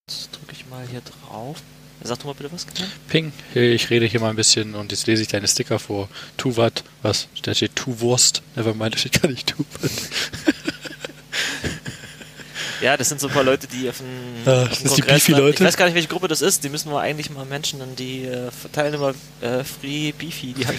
Jetzt drücke ich mal hier drauf. Sag du mal bitte was, Kilian? Ping, hey, ich rede hier mal ein bisschen und jetzt lese ich deine Sticker vor. Tu wat, was? Da steht tu Wurst. Nevermind, da steht gar nicht tu wat. Ja, das sind so ein paar Leute, die auf dem Das sind die Beefy-Leute? Ich weiß gar nicht, welche Gruppe das ist. Die müssen wir eigentlich mal Menschen, die verteilen immer Free Beefy. Die haben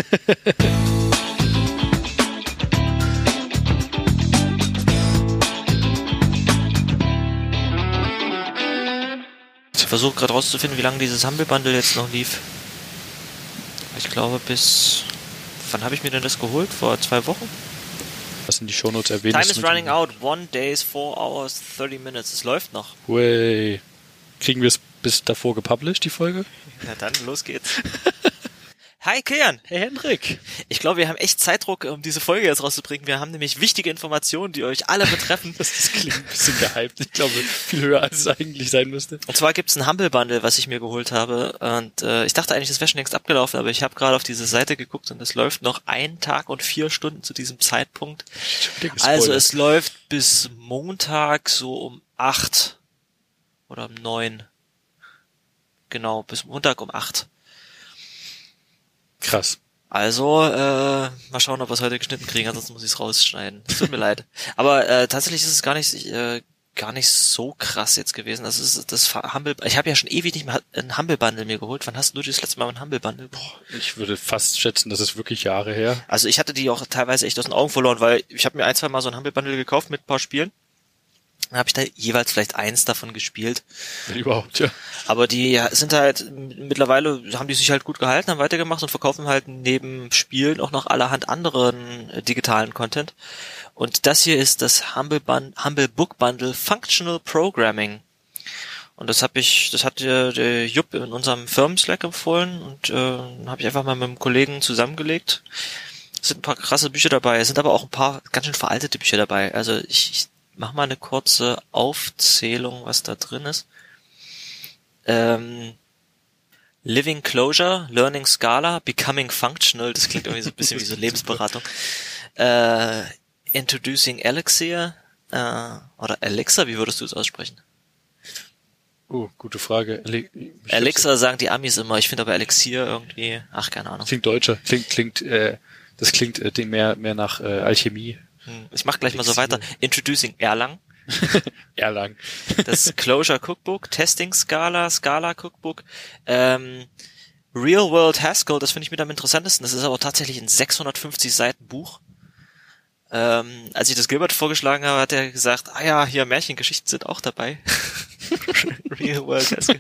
Ich versuche gerade rauszufinden, wie lange dieses Humble Bundle jetzt noch lief. Ich glaube bis... Wann habe ich mir denn das geholt? Vor 2 Wochen? Was in die Shownotes erwähnt Time is running out. 1 days, 4 hours, 30 minutes. Es läuft noch. Way. Kriegen wir es bis davor gepublished, die Folge? Na dann, los geht's. Hi Kilian. Hey Hendrik. Ich glaube, wir haben echt Zeitdruck, um diese Folge jetzt rauszubringen. Wir haben nämlich wichtige Informationen, die euch alle betreffen. Das klingt ein bisschen gehypt. Ich glaube, viel höher, als es eigentlich sein müsste. Und zwar gibt's ein Humble Bundle, was ich mir geholt habe. Und ich dachte eigentlich, das wäre schon längst abgelaufen, aber ich habe gerade auf diese Seite geguckt und es läuft noch 1 Tag und 4 Stunden zu diesem Zeitpunkt. Also es läuft bis Montag so um 8 oder um 9. Genau, bis Montag um 8. Krass. Also, mal schauen, ob wir es heute geschnitten kriegen, ansonsten muss ich es rausschneiden. Es tut mir leid. Aber tatsächlich ist es gar nicht so krass jetzt gewesen. Also es ist das Humble. Ich habe ja schon ewig nicht mehr ein Humble Bundle mir geholt. Wann hast du das letzte Mal ein Humble Bundle? Ich würde fast schätzen, das ist wirklich Jahre her. Also ich hatte die auch teilweise echt aus den Augen verloren, weil ich habe mir 1, 2 Mal so ein Humble Bundle gekauft mit ein paar Spielen. Dann habe ich da jeweils vielleicht 1 davon gespielt. Wenn überhaupt, ja. Aber die sind halt, mittlerweile haben die sich halt gut gehalten, haben weitergemacht und verkaufen halt neben Spielen auch noch allerhand anderen digitalen Content. Und das hier ist das Humble Book Bundle Functional Programming. Und das hat der Jupp in unserem Firmen-Slack empfohlen und habe ich einfach mal mit einem Kollegen zusammengelegt. Es sind ein paar krasse Bücher dabei, es sind aber auch ein paar ganz schön veraltete Bücher dabei. Also ich mach mal eine kurze Aufzählung, was da drin ist. Living Closure, Learning Scala, Becoming Functional, das klingt irgendwie so ein bisschen wie so Lebensberatung. Introducing Elixir, oder Elixir, wie würdest du es aussprechen? Gute Frage. Elixir sagen die Amis immer, ich finde aber Elixir irgendwie, keine Ahnung. Klingt deutscher, das klingt mehr nach Alchemie. Ich mach gleich mal so weiter. Introducing Erlang. Erlang. Das Closure Cookbook, Testing Scala, Scala Cookbook, Real World Haskell, das finde ich mit am interessantesten. Das ist aber tatsächlich ein 650 Seiten Buch. Als ich das Gilbert vorgeschlagen habe, hat er gesagt, ja, hier Märchengeschichten sind auch dabei. Real World Haskell.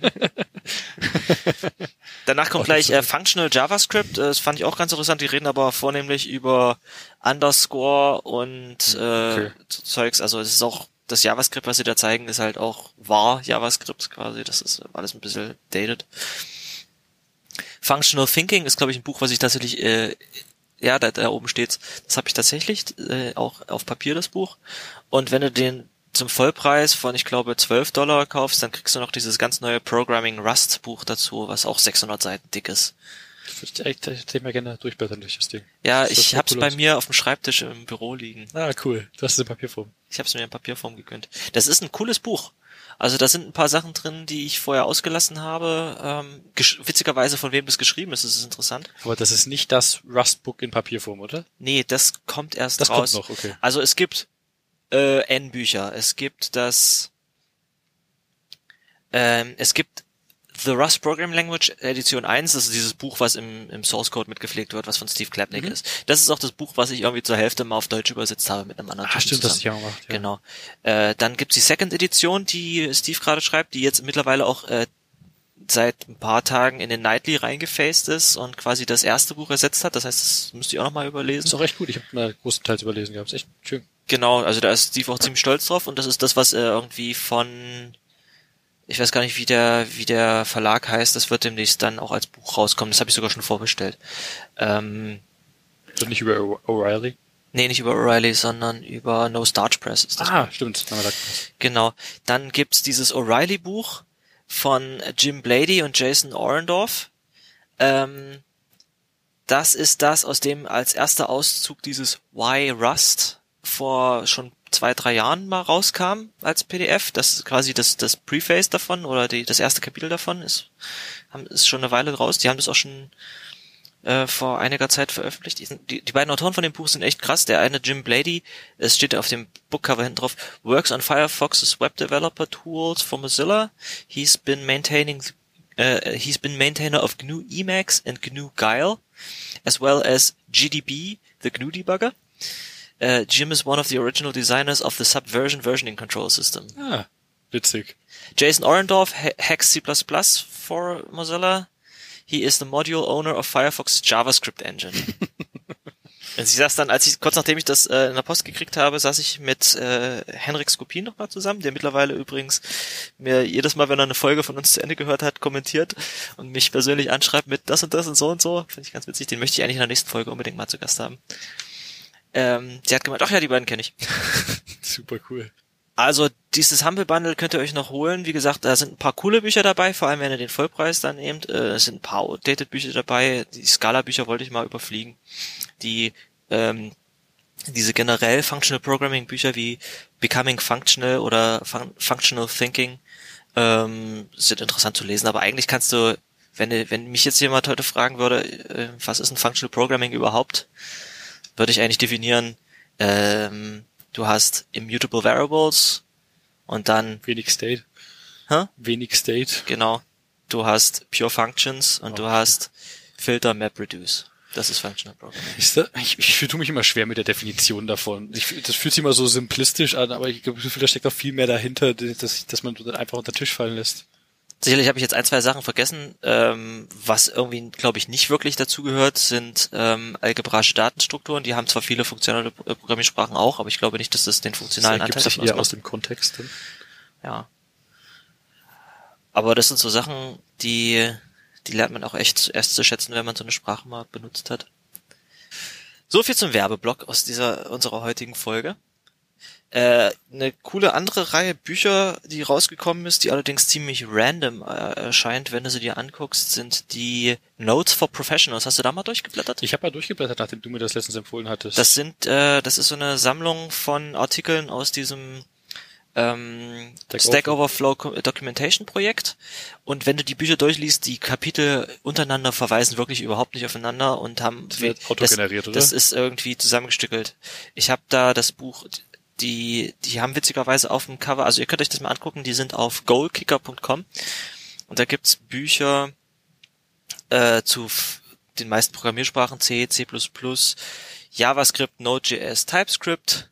Danach kommt gleich Functional JavaScript, das fand ich auch ganz interessant, die reden aber vornehmlich über Underscore und Zeugs, also es ist auch, das JavaScript, was sie da zeigen, ist halt auch wahr JavaScript quasi, das ist alles ein bisschen dated. Functional Thinking ist, glaube ich, ein Buch, was ich tatsächlich, da oben steht's, das habe ich tatsächlich auch auf Papier, das Buch, und wenn du den zum Vollpreis von, ich glaube, $12 kaufst, dann kriegst du noch dieses ganz neue Programming Rust Buch dazu, was auch 600 Seiten dick ist. Ich würde das Thema gerne durchblättern durch das Ding. Ja, ich hab's bei mir auf dem Schreibtisch im Büro liegen. Ah, cool. Du hast es in Papierform. Ich hab's mir in Papierform gegönnt. Das ist ein cooles Buch. Also da sind ein paar Sachen drin, die ich vorher ausgelassen habe. Witzigerweise, von wem das geschrieben ist, das ist interessant. Aber das ist nicht das Rust-Book in Papierform, oder? Nee, das kommt erst raus. Das kommt noch, okay. Also es gibt N-Bücher. Es gibt es gibt The Rust Programming Language Edition 1, das ist dieses Buch, was im Source Code mitgepflegt wird, was von Steve Klapnick ist. Das ist auch das Buch, was ich irgendwie zur Hälfte mal auf Deutsch übersetzt habe mit einem anderen Typen stimmt, zusammen. das ich auch gemacht. Ja. Genau. Dann gibt's die Second Edition, die Steve gerade schreibt, die jetzt mittlerweile auch seit ein paar Tagen in den Nightly reingefaced ist und quasi das erste Buch ersetzt hat. Das heißt, das müsst ihr auch nochmal überlesen. Das ist auch echt gut. Ich habe mal großenteils überlesen gehabt. Ist echt schön. Genau, also da ist Steve auch ziemlich stolz drauf und das ist das, was irgendwie von, ich weiß gar nicht, wie der Verlag heißt, das wird demnächst dann auch als Buch rauskommen. Das habe ich sogar schon vorbestellt. Und nicht über O'Reilly? Nee, nicht über O'Reilly, sondern über No Starch Press ist das. Stimmt. Genau. Dann gibt's dieses O'Reilly-Buch von Jim Blady und Jason Orendorff. Das ist das, aus dem als erster Auszug dieses Why Rust vor schon 2-3 Jahren mal rauskam als PDF. Das ist quasi das Preface davon oder das erste Kapitel davon ist schon eine Weile raus. Die haben das auch schon vor einiger Zeit veröffentlicht. Die beiden Autoren von dem Buch sind echt krass. Der eine, Jim Blady, es steht auf dem Bookcover hinten drauf, works on Firefox's web developer tools for Mozilla. He's been maintainer of GNU Emacs and GNU Guile, as well as GDB, the GNU debugger. Jim is one of the original designers of the Subversion versioning control system. Ah, witzig. Jason Orendorff hacks C++ for Mozilla. He is the module owner of Firefox JavaScript Engine. Und sie saß dann, kurz nachdem ich das in der Post gekriegt habe, saß ich mit Henrik Skopin nochmal zusammen, der mittlerweile übrigens mir jedes Mal, wenn er eine Folge von uns zu Ende gehört hat, kommentiert und mich persönlich anschreibt mit das und das und so. Finde ich ganz witzig. Den möchte ich eigentlich in der nächsten Folge unbedingt mal zu Gast haben. Sie hat gemeint, ach ja, die beiden kenne ich. Super cool. Also dieses Humble Bundle könnt ihr euch noch holen. Wie gesagt, da sind ein paar coole Bücher dabei, vor allem wenn ihr den Vollpreis dann nehmt. Es sind ein paar outdated Bücher dabei. Die Scala-Bücher wollte ich mal überfliegen. Diese generell Functional Programming Bücher wie Becoming Functional oder Functional Thinking sind interessant zu lesen. Aber eigentlich kannst du, wenn mich jetzt jemand heute fragen würde, was ist ein Functional Programming überhaupt, würde ich eigentlich definieren, du hast Immutable Variables und dann wenig State. Wenig State. Genau. Du hast Pure Functions und du hast Filter, Map, Reduce. Das ist Functional Programming. Ich tue mich immer schwer mit der Definition davon. Das fühlt sich immer so simplistisch an, aber ich glaube, da steckt auch viel mehr dahinter, dass man dann einfach unter den Tisch fallen lässt. Sicherlich habe ich jetzt 1-2 Sachen vergessen. Was irgendwie, glaube ich, nicht wirklich dazugehört, sind algebraische Datenstrukturen. Die haben zwar viele funktionale Programmiersprachen auch, aber ich glaube nicht, dass das den funktionalen Anteil davon ausmacht. Aus dem Kontext. Ja. Aber das sind so Sachen, die lernt man auch echt erst zu schätzen, wenn man so eine Sprache mal benutzt hat. So viel zum Werbeblock aus unserer heutigen Folge. Eine coole andere Reihe Bücher, die rausgekommen ist, die allerdings ziemlich random erscheint, wenn du sie dir anguckst, sind die Notes for Professionals. Hast du da mal durchgeblättert? Ich habe mal durchgeblättert, nachdem du mir das letztens empfohlen hattest. Das ist so eine Sammlung von Artikeln aus diesem Stack Overflow Documentation Projekt, und wenn du die Bücher durchliest, die Kapitel untereinander verweisen wirklich überhaupt nicht aufeinander und haben autogeneriert, oder? Das ist irgendwie zusammengestückelt. Ich habe da das Buch, die haben witzigerweise auf dem Cover, also ihr könnt euch das mal angucken, die sind auf goalkicker.com und da gibt's Bücher zu den meisten Programmiersprachen, C, C++, JavaScript, Node.js, TypeScript,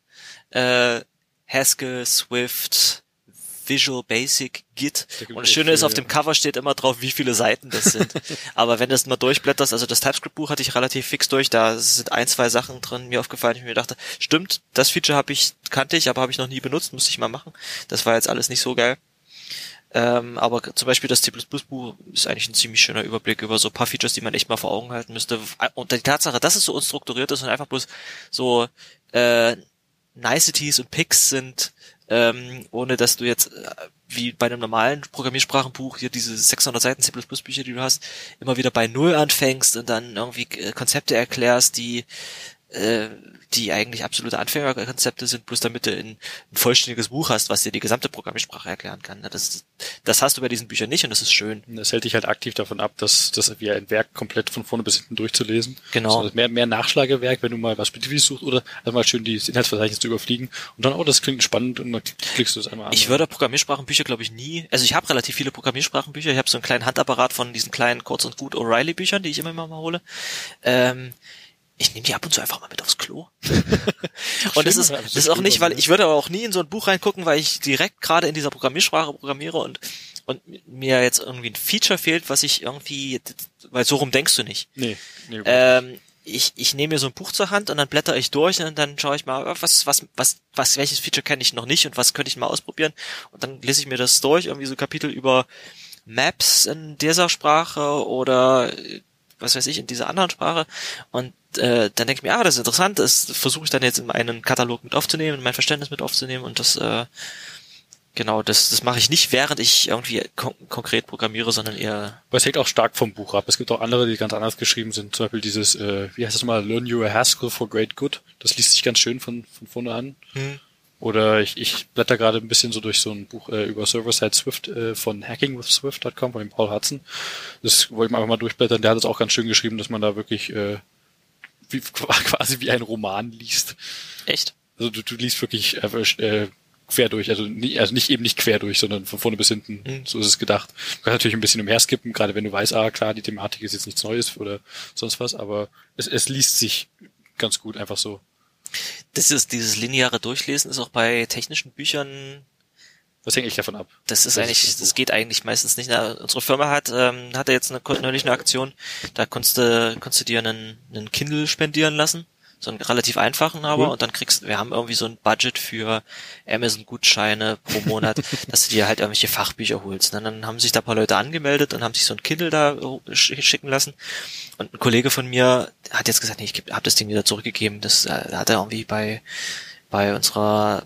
Haskell, Swift, Visual Basic, Git. Und das Schöne ist, auf dem Cover steht immer drauf, wie viele Seiten das sind. Aber wenn du es mal durchblätterst, also das TypeScript-Buch hatte ich relativ fix durch, da sind 1-2 Sachen drin mir aufgefallen, ich mir dachte, stimmt, das Feature kannte ich, aber habe ich noch nie benutzt, musste ich mal machen. Das war jetzt alles nicht so geil. Aber zum Beispiel das C++-Buch ist eigentlich ein ziemlich schöner Überblick über so ein paar Features, die man echt mal vor Augen halten müsste. Und die Tatsache, dass es so unstrukturiert ist und einfach bloß so Niceties und Picks sind, ohne dass du jetzt wie bei einem normalen Programmiersprachenbuch hier diese 600 Seiten C++-Bücher, die du hast, immer wieder bei Null anfängst und dann irgendwie Konzepte erklärst, die eigentlich absolute Anfängerkonzepte sind, bloß damit du ein vollständiges Buch hast, was dir die gesamte Programmiersprache erklären kann. Das hast du bei diesen Büchern nicht und das ist schön. Das hält dich halt aktiv davon ab, das wie ein Werk komplett von vorne bis hinten durchzulesen. Genau. Also mehr Nachschlagewerk, wenn du mal was Spezifisches suchst oder also mal schön die Inhaltsverzeichnis zu überfliegen und dann, das klingt spannend und dann klickst du es einmal an. Ich würde Programmiersprachenbücher, glaube ich, nie, also ich habe relativ viele Programmiersprachenbücher, ich habe so einen kleinen Handapparat von diesen kleinen Kurz und Gut O'Reilly-Büchern, die ich immer mal hole. Ich nehme die ab und zu einfach mal mit aufs Klo. Und das ist auch nicht, weil ich würde aber auch nie in so ein Buch reingucken, weil ich direkt gerade in dieser Programmiersprache programmiere und mir jetzt irgendwie ein Feature fehlt, was ich irgendwie, weil so rum denkst du nicht. Nee. Ich nehme mir so ein Buch zur Hand und dann blätter ich durch und dann schaue ich mal, welches Feature kenne ich noch nicht und was könnte ich mal ausprobieren, und dann lese ich mir das durch, irgendwie so Kapitel über Maps in dieser Sprache oder was weiß ich, in dieser anderen Sprache, und dann denke ich mir, das ist interessant, das versuche ich dann jetzt in meinen Katalog mit aufzunehmen, in mein Verständnis mit aufzunehmen, und das mache ich nicht, während ich irgendwie konkret programmiere, sondern eher... Aber es hängt auch stark vom Buch ab. Es gibt auch andere, die ganz anders geschrieben sind, zum Beispiel dieses, wie heißt das mal, Learn Your Haskell for Great Good, das liest sich ganz schön von vorne an. Oder ich blätter gerade ein bisschen so durch so ein Buch über Server-Side Swift von hackingwithswift.com von dem Paul Hudson. Das wollte ich mal einfach mal durchblättern. Der hat es auch ganz schön geschrieben, dass man da wirklich quasi wie ein Roman liest. Echt? Also du liest wirklich quer durch, also nicht quer durch, sondern von vorne bis hinten. So ist es gedacht. Du kannst natürlich ein bisschen umherskippen, gerade wenn du weißt, klar, die Thematik ist jetzt nichts Neues oder sonst was, aber es liest sich ganz gut einfach so. Dieses lineare Durchlesen ist auch bei technischen Büchern. Was hängt eigentlich davon ab? Das geht eigentlich meistens nicht. Unsere Firma hatte jetzt neulich eine Aktion, da konntest du dir einen Kindle spendieren lassen. So einen relativ einfachen aber, und dann wir haben irgendwie so ein Budget für Amazon-Gutscheine pro Monat, dass du dir halt irgendwelche Fachbücher holst. Und dann haben sich da ein paar Leute angemeldet und haben sich so ein Kindle da schicken lassen. Und ein Kollege von mir hat jetzt gesagt, nee, ich hab das Ding wieder zurückgegeben. Das hat er irgendwie bei unserer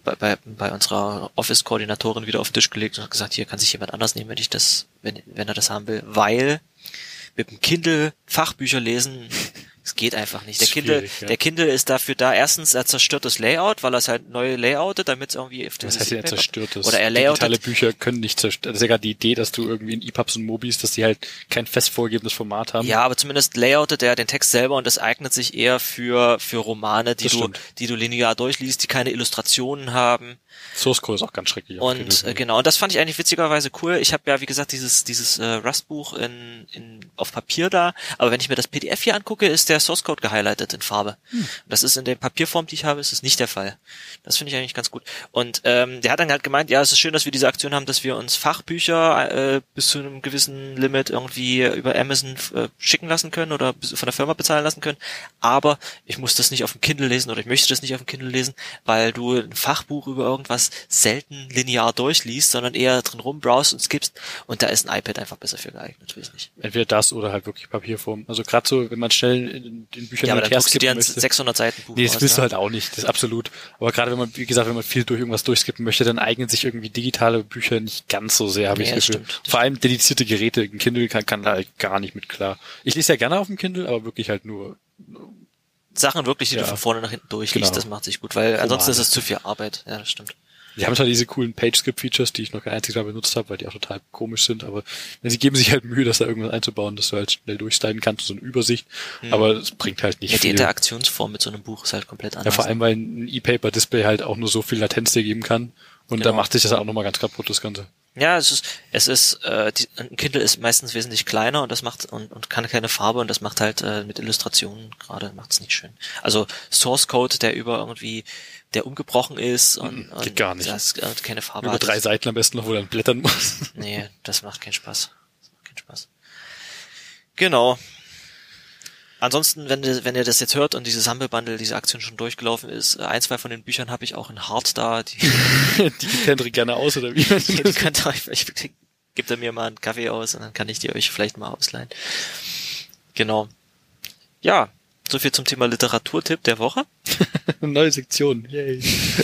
Office-Koordinatorin wieder auf den Tisch gelegt und hat gesagt, hier kann sich jemand anders nehmen, wenn er das haben will, weil mit dem Kindle Fachbücher lesen, es geht einfach nicht. Der Kindle ist dafür da, erstens, er zerstört das Layout, weil er es halt neu layoutet, damit es irgendwie auf dem Was heißt denn, er zerstört das? Oder er layoutet. Digitale Bücher können nicht zerstören. Das ist ja gerade die Idee, dass du irgendwie in EPUBs und Mobis, dass die halt kein fest vorgegebenes Format haben. Ja, aber zumindest layoutet er den Text selber und das eignet sich eher für Romane, die du linear durchliest, die keine Illustrationen haben. Source Code ist auch ganz schrecklich. Und genau, und das fand ich eigentlich witzigerweise cool. Ich habe ja, wie gesagt, dieses Rust-Buch auf Papier da, aber wenn ich mir das PDF hier angucke, ist der Source Code gehighlightet in Farbe. Das ist in der Papierform, die ich habe, ist es nicht der Fall. Das finde ich eigentlich ganz gut. Und der hat dann halt gemeint, ja, es ist schön, dass wir diese Aktion haben, dass wir uns Fachbücher bis zu einem gewissen Limit irgendwie über Amazon schicken lassen können oder von der Firma bezahlen lassen können, aber ich muss das nicht auf dem Kindle lesen oder ich möchte das nicht auf dem Kindle lesen, weil du ein Fachbuch über irgendwas selten linear durchliest, sondern eher drin rumbrowst und skippst, und da ist ein iPad einfach besser für geeignet, weiß nicht. Entweder das oder halt wirklich Papierform. Also gerade so, wenn man schnell in den Büchern aber dann guckst du dir ein 600 Seiten Buch das willst du halt auch nicht, das ist absolut. Aber gerade wenn man, wie gesagt, wenn man viel durch irgendwas durchskippen möchte, dann eignen sich irgendwie digitale Bücher nicht ganz so sehr, habe ich das Gefühl. Stimmt. Vor allem dedizierte Geräte, ein Kindle kann da halt gar nicht mit klar. Ich lese ja gerne auf dem Kindle, aber wirklich halt nur Sachen wirklich, die du von vorne nach hinten durchliest, das macht sich gut, weil ansonsten ist es zu viel Arbeit. Ja, das stimmt. Die haben zwar diese coolen Page-Skip-Features, die ich noch kein einziges Mal benutzt habe, weil die auch total komisch sind, aber sie geben sich halt Mühe, das da irgendwas einzubauen, dass du halt schnell durchsliden kannst, so eine Übersicht, aber es bringt halt nicht viel. Die Interaktionsform mit so einem Buch ist halt komplett anders. Ja, vor allem, weil ein E-Paper-Display halt auch nur so viel Latenz dir geben kann, und da macht sich das auch nochmal ganz kaputt, das Ganze. Ja, ein Kindle ist meistens wesentlich kleiner und das macht und kann keine Farbe, und das macht halt mit Illustrationen gerade macht's nicht schön. Also Source Code, der umgebrochen ist und geht gar nicht. Das keine Farbe über 3 Seiten am besten noch, wo du dann blättern musst. Nee, das macht keinen Spaß. Genau. Ansonsten, wenn ihr das jetzt hört und dieses Humble Bundle, diese Aktion schon durchgelaufen ist, 1, 2 von den Büchern habe ich auch in Hard da. Die könnt ihr gerne aus, oder wie? Die könnt ihr euch, gebt ihr mir mal einen Kaffee aus und dann kann ich die euch vielleicht mal ausleihen. Genau. Ja, so viel zum Thema Literaturtipp der Woche. Neue Sektion. Yay.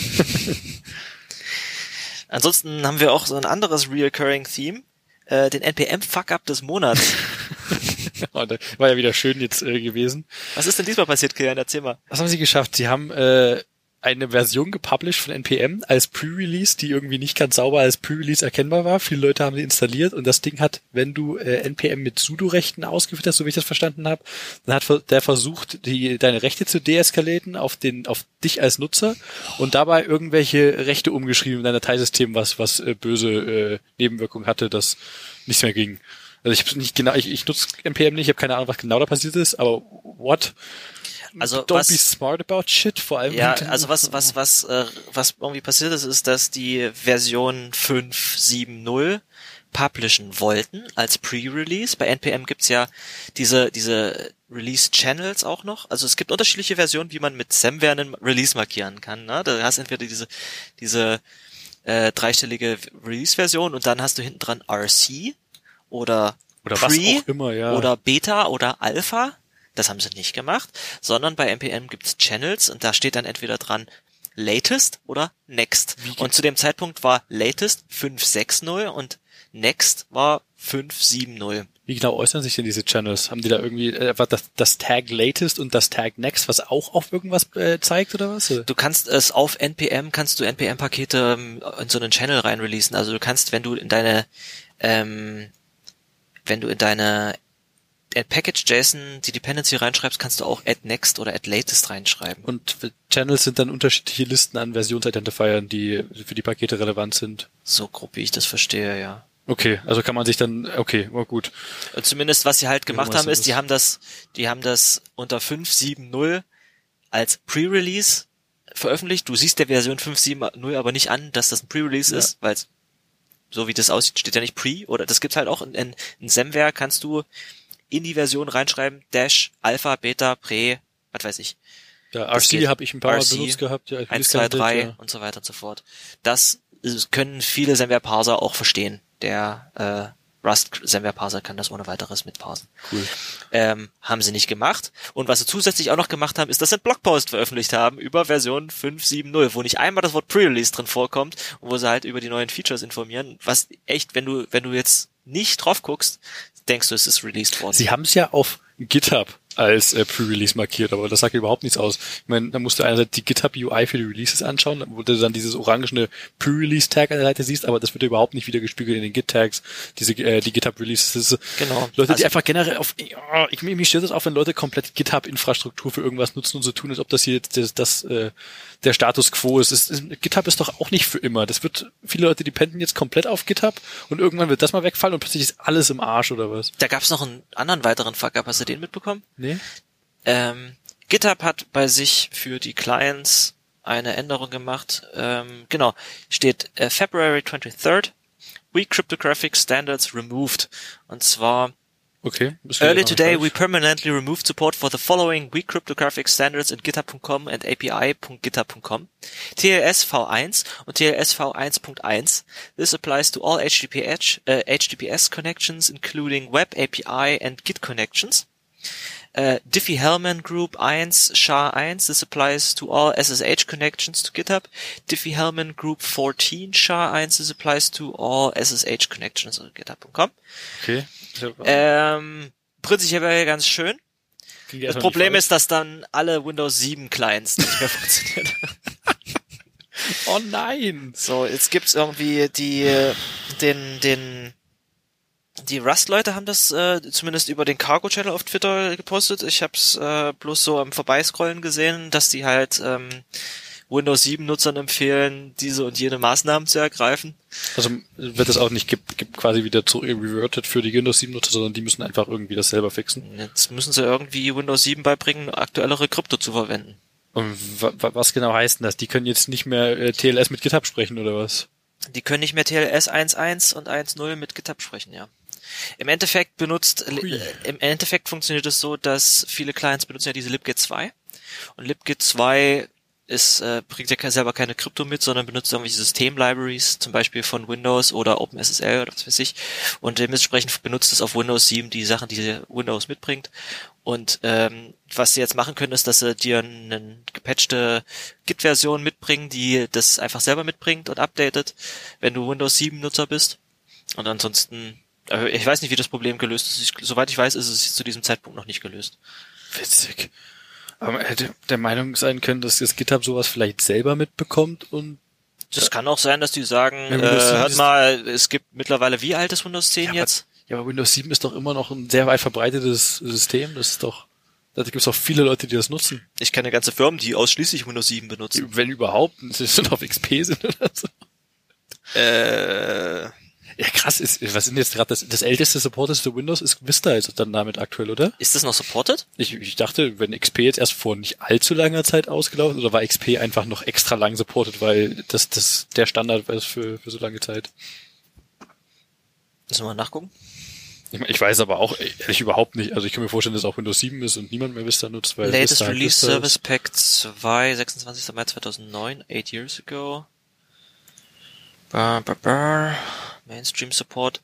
Ansonsten haben wir auch so ein anderes Reoccurring Theme, den NPM-Fuck-Up des Monats. Oh, das war ja wieder schön jetzt gewesen. Was ist denn diesmal passiert, Kilian? Erzähl mal. Was haben sie geschafft? Sie haben eine Version gepublished von NPM als Pre-Release, die irgendwie nicht ganz sauber als Pre-Release erkennbar war. Viele Leute haben sie installiert, und das Ding hat, wenn du NPM mit Sudo-Rechten ausgeführt hast, so wie ich das verstanden habe, dann hat der versucht, deine Rechte zu deeskalieren auf dich als Nutzer und dabei irgendwelche Rechte umgeschrieben in dein Dateisystem, was böse Nebenwirkungen hatte, das nichts mehr ging. Also ich habe nicht genau, ich nutze NPM nicht, ich habe keine Ahnung, was genau da passiert ist, aber what? Also Don't be smart about shit, vor allem. Ja, also was irgendwie passiert ist, dass die Version 5.7.0 publishen wollten als Pre-Release. Bei NPM gibt's ja diese Release-Channels auch noch. Also es gibt unterschiedliche Versionen, wie man mit Semver einen Release markieren kann. Ne? Da hast du entweder diese dreistellige Release-Version und dann hast du hinten dran RC oder Pre was auch immer, ja. Oder Beta oder Alpha. Das haben sie nicht gemacht, sondern bei NPM gibt's Channels und da steht dann entweder dran Latest oder Next. Und zu dem Zeitpunkt war Latest 5.6.0 und Next war 5.7.0. Wie genau äußern sich denn diese Channels? Haben die da irgendwie das Tag Latest und das Tag Next, was auch auf irgendwas zeigt oder was? Du kannst es auf kannst du NPM-Pakete in so einen Channel rein releasen. Also du kannst, wenn du in deine Package.json die Dependency reinschreibst, kannst du auch add next oder add latest reinschreiben. Und Channels sind dann unterschiedliche Listen an Versionsidentifiern, die für die Pakete relevant sind. So grob, wie ich das verstehe, ja. Okay, also kann man sich dann, okay, war gut. Und zumindest, was sie halt gemacht haben, ist, die haben das unter 5.7.0 als Pre-Release veröffentlicht. Du siehst der Version 5.7.0 aber nicht an, dass das ein Pre-Release ist, weil so wie das aussieht, steht ja nicht Pre, oder das gibt's halt auch in Semware, kannst du in die Version reinschreiben, Dash, Alpha, Beta, Pre, was weiß ich. Ja, RC habe ich ein paar Mal benutzt gehabt. Ja, 1, 2, 3 und so weiter und so fort. Das können viele Semware-Parser auch verstehen. Der Rust-Semware-Parser kann das ohne weiteres mitparsen. Cool. Haben sie nicht gemacht. Und was sie zusätzlich auch noch gemacht haben, ist, dass sie einen Blogpost veröffentlicht haben über Version 5.7.0, wo nicht einmal das Wort Pre-Release drin vorkommt und wo sie halt über die neuen Features informieren, was echt, wenn du jetzt nicht drauf guckst, denkst du, es ist released worden. Sie haben es ja auf GitHub als Pre-Release markiert, aber das sagt ja überhaupt nichts aus. Ich meine, da musst du einerseits die GitHub UI für die Releases anschauen, wo du dann dieses orangene Pre-Release-Tag an der Seite siehst, aber das wird ja überhaupt nicht wieder gespiegelt in den Git-Tags, die GitHub-Releases. Genau. Leute, die einfach generell mich stört das auch, wenn Leute komplett GitHub-Infrastruktur für irgendwas nutzen und so tun, als ob das hier jetzt der Status quo ist. GitHub ist doch auch nicht für immer. Viele Leute dependen jetzt komplett auf GitHub und irgendwann wird das mal wegfallen und plötzlich ist alles im Arsch oder was? Da gab's noch einen anderen weiteren Fuck-up. Hast du den mitbekommen? Nee. GitHub hat bei sich für die Clients eine Änderung gemacht. Steht February 23rd, We Cryptographic Standards removed. Und zwar okay. Early today, we permanently removed support for the following weak cryptographic standards in github.com and api.github.com. TLS V1 und TLS V1.1. This applies to all HTTPS connections, including Web API and Git connections. Diffie-Hellman Group 1, SHA-1. This applies to all SSH connections to GitHub. Diffie-Hellman Group 14, SHA-1. This applies to all SSH connections to GitHub.com. Okay. Prinzipiell ganz schön. Das Problem ist, dass dann alle Windows 7 Clients nicht mehr funktionieren. Oh nein! So, jetzt gibt's irgendwie die Rust-Leute haben das zumindest über den Cargo-Channel auf Twitter gepostet. Ich hab's bloß so am Vorbeiscrollen gesehen, dass die halt Windows 7-Nutzern empfehlen, diese und jene Maßnahmen zu ergreifen. Also wird es auch nicht gibt quasi wieder reverted für die Windows 7-Nutzer, sondern die müssen einfach irgendwie das selber fixen. Jetzt müssen sie irgendwie Windows 7 beibringen, aktuellere Krypto zu verwenden. Und was genau heißt denn das? Die können jetzt nicht mehr TLS mit GitHub sprechen, oder was? Die können nicht mehr TLS 1.1 und 1.0 mit GitHub sprechen, ja. Im Endeffekt funktioniert es so, dass viele Clients benutzen ja diese libgit 2. Und libgit 2 bringt ja selber keine Krypto mit, sondern benutzt irgendwelche System-Libraries, zum Beispiel von Windows oder OpenSSL oder was weiß ich. Und dementsprechend benutzt es auf Windows 7 die Sachen, die Windows mitbringt. Und was sie jetzt machen können, ist, dass sie dir eine gepatchte Git-Version mitbringen, die das einfach selber mitbringt und updatet, wenn du Windows 7 Nutzer bist. Und ansonsten, ich weiß nicht, wie das Problem gelöst ist. Soweit ich weiß, ist es zu diesem Zeitpunkt noch nicht gelöst. Witzig. Aber man hätte der Meinung sein können, dass das GitHub sowas vielleicht selber mitbekommt und das kann auch sein, dass die sagen, hört mal, es gibt mittlerweile, wie alt ist Windows 10 jetzt? Aber Windows 7 ist doch immer noch ein sehr weit verbreitetes System. Da gibt es auch viele Leute, die das nutzen. Ich kenne ganze Firmen, die ausschließlich Windows 7 benutzen. Wenn überhaupt, sie sind auf XP sind oder so. Ja, krass, was sind jetzt gerade das älteste supporteste Windows ist Vista ist dann damit aktuell, oder? Ist das noch supported? Ich dachte, wenn XP jetzt erst vor nicht allzu langer Zeit ausgelaufen ist, oder war XP einfach noch extra lang supported, weil das der Standard ist für so lange Zeit. Müssen wir mal nachgucken? Ich weiß aber auch ehrlich überhaupt nicht. Also ich kann mir vorstellen, dass auch Windows 7 ist und niemand mehr Vista nutzt, weil Latest Vista Release Vista Service Pack 2, 26. Mai 2009, 8 years ago. Mainstream Support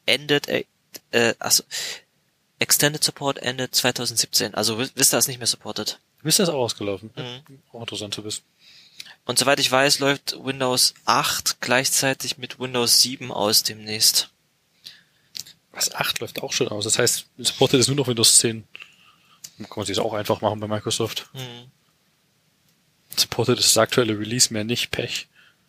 Extended Support endet 2017. Also Vista ist nicht mehr supported. Vista ist auch ausgelaufen. Auch interessant zu wissen. Und soweit ich weiß, läuft Windows 8 gleichzeitig mit Windows 7 aus demnächst. Was 8 läuft auch schon aus. Das heißt, supportet ist nur noch Windows 10. Dann kann man sich das auch einfach machen bei Microsoft. Supportet ist das aktuelle Release, mehr nicht, Pech.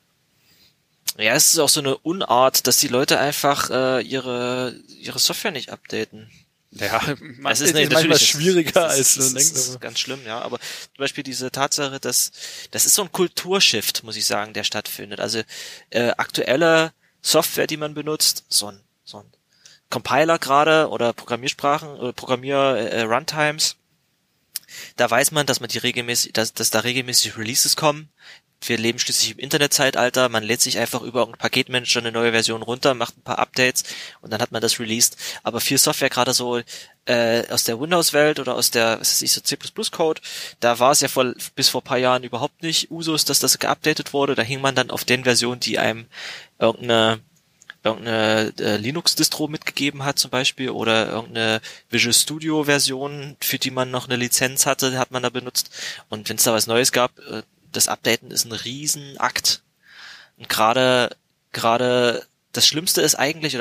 Ja, es ist auch so eine Unart, dass die Leute einfach ihre Software nicht updaten. Ja, es ist manchmal schwieriger als man denkt. Das ist ganz schlimm, ja. Aber zum Beispiel diese Tatsache, dass das ist so ein Kulturshift, muss ich sagen, der stattfindet. Also aktuelle Software, die man benutzt, so ein Compiler gerade oder Programmiersprachen oder Runtimes, da weiß man, dass man dass da regelmäßig Releases kommen. Wir leben schließlich im Internetzeitalter, man lädt sich einfach über irgendeinen Paketmanager eine neue Version runter, macht ein paar Updates und dann hat man das released. Aber viel Software, gerade so aus der Windows-Welt oder aus der, was weiß ich, so C++-Code, da war es ja bis vor ein paar Jahren überhaupt nicht Usus, dass das geupdatet wurde. Da hing man dann auf den Versionen, die einem irgendeine Linux-Distro mitgegeben hat zum Beispiel oder irgendeine Visual Studio-Version, für die man noch eine Lizenz hatte, hat man da benutzt. Und wenn es da was Neues gab, das Updaten ist ein Riesenakt. Und gerade das Schlimmste ist eigentlich,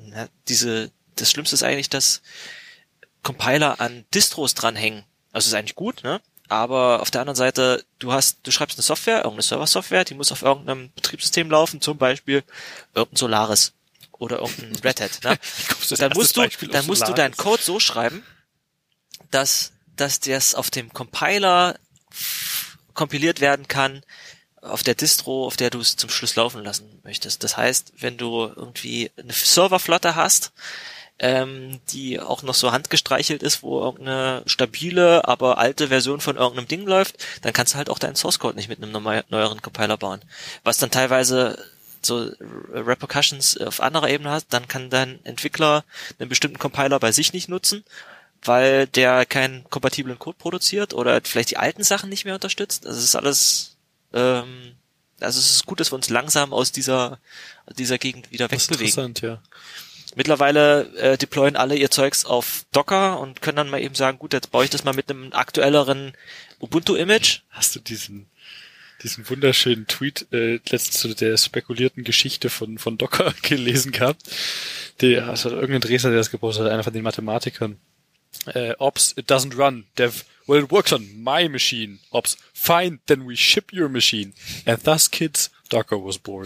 das Schlimmste ist eigentlich, dass Compiler an Distros dranhängen. Also ist eigentlich gut, ne? Aber auf der anderen Seite, du schreibst eine Software, irgendeine Server-Software, die muss auf irgendeinem Betriebssystem laufen, zum Beispiel irgendein Solaris oder irgendein Red Hat, ne? Dann musst du deinen Code so schreiben, dass das auf dem Compiler kompiliert werden kann, auf der Distro, auf der du es zum Schluss laufen lassen möchtest. Das heißt, wenn du irgendwie eine Serverflotte hast, die auch noch so handgestreichelt ist, wo irgendeine stabile, aber alte Version von irgendeinem Ding läuft, dann kannst du halt auch deinen Source Code nicht mit einem neueren Compiler bauen. Was dann teilweise so Repercussions auf anderer Ebene hat, dann kann dein Entwickler einen bestimmten Compiler bei sich nicht nutzen, weil der keinen kompatiblen Code produziert oder vielleicht die alten Sachen nicht mehr unterstützt. Also es ist alles, also es ist gut, dass wir uns langsam aus dieser Gegend wieder wegbewegen. Interessant, ja. Mittlerweile deployen alle ihr Zeugs auf Docker und können dann mal eben sagen, gut, jetzt baue ich das mal mit einem aktuelleren Ubuntu-Image. Hast du diesen wunderschönen Tweet letztens zu der spekulierten Geschichte von Docker gelesen gehabt? Also irgendein Dresdner, der das gepostet hat, einer von den Mathematikern. Ops, it doesn't run. Dev, well, it works on my machine. Ops, fine, then we ship your machine. And thus, kids, Docker was born.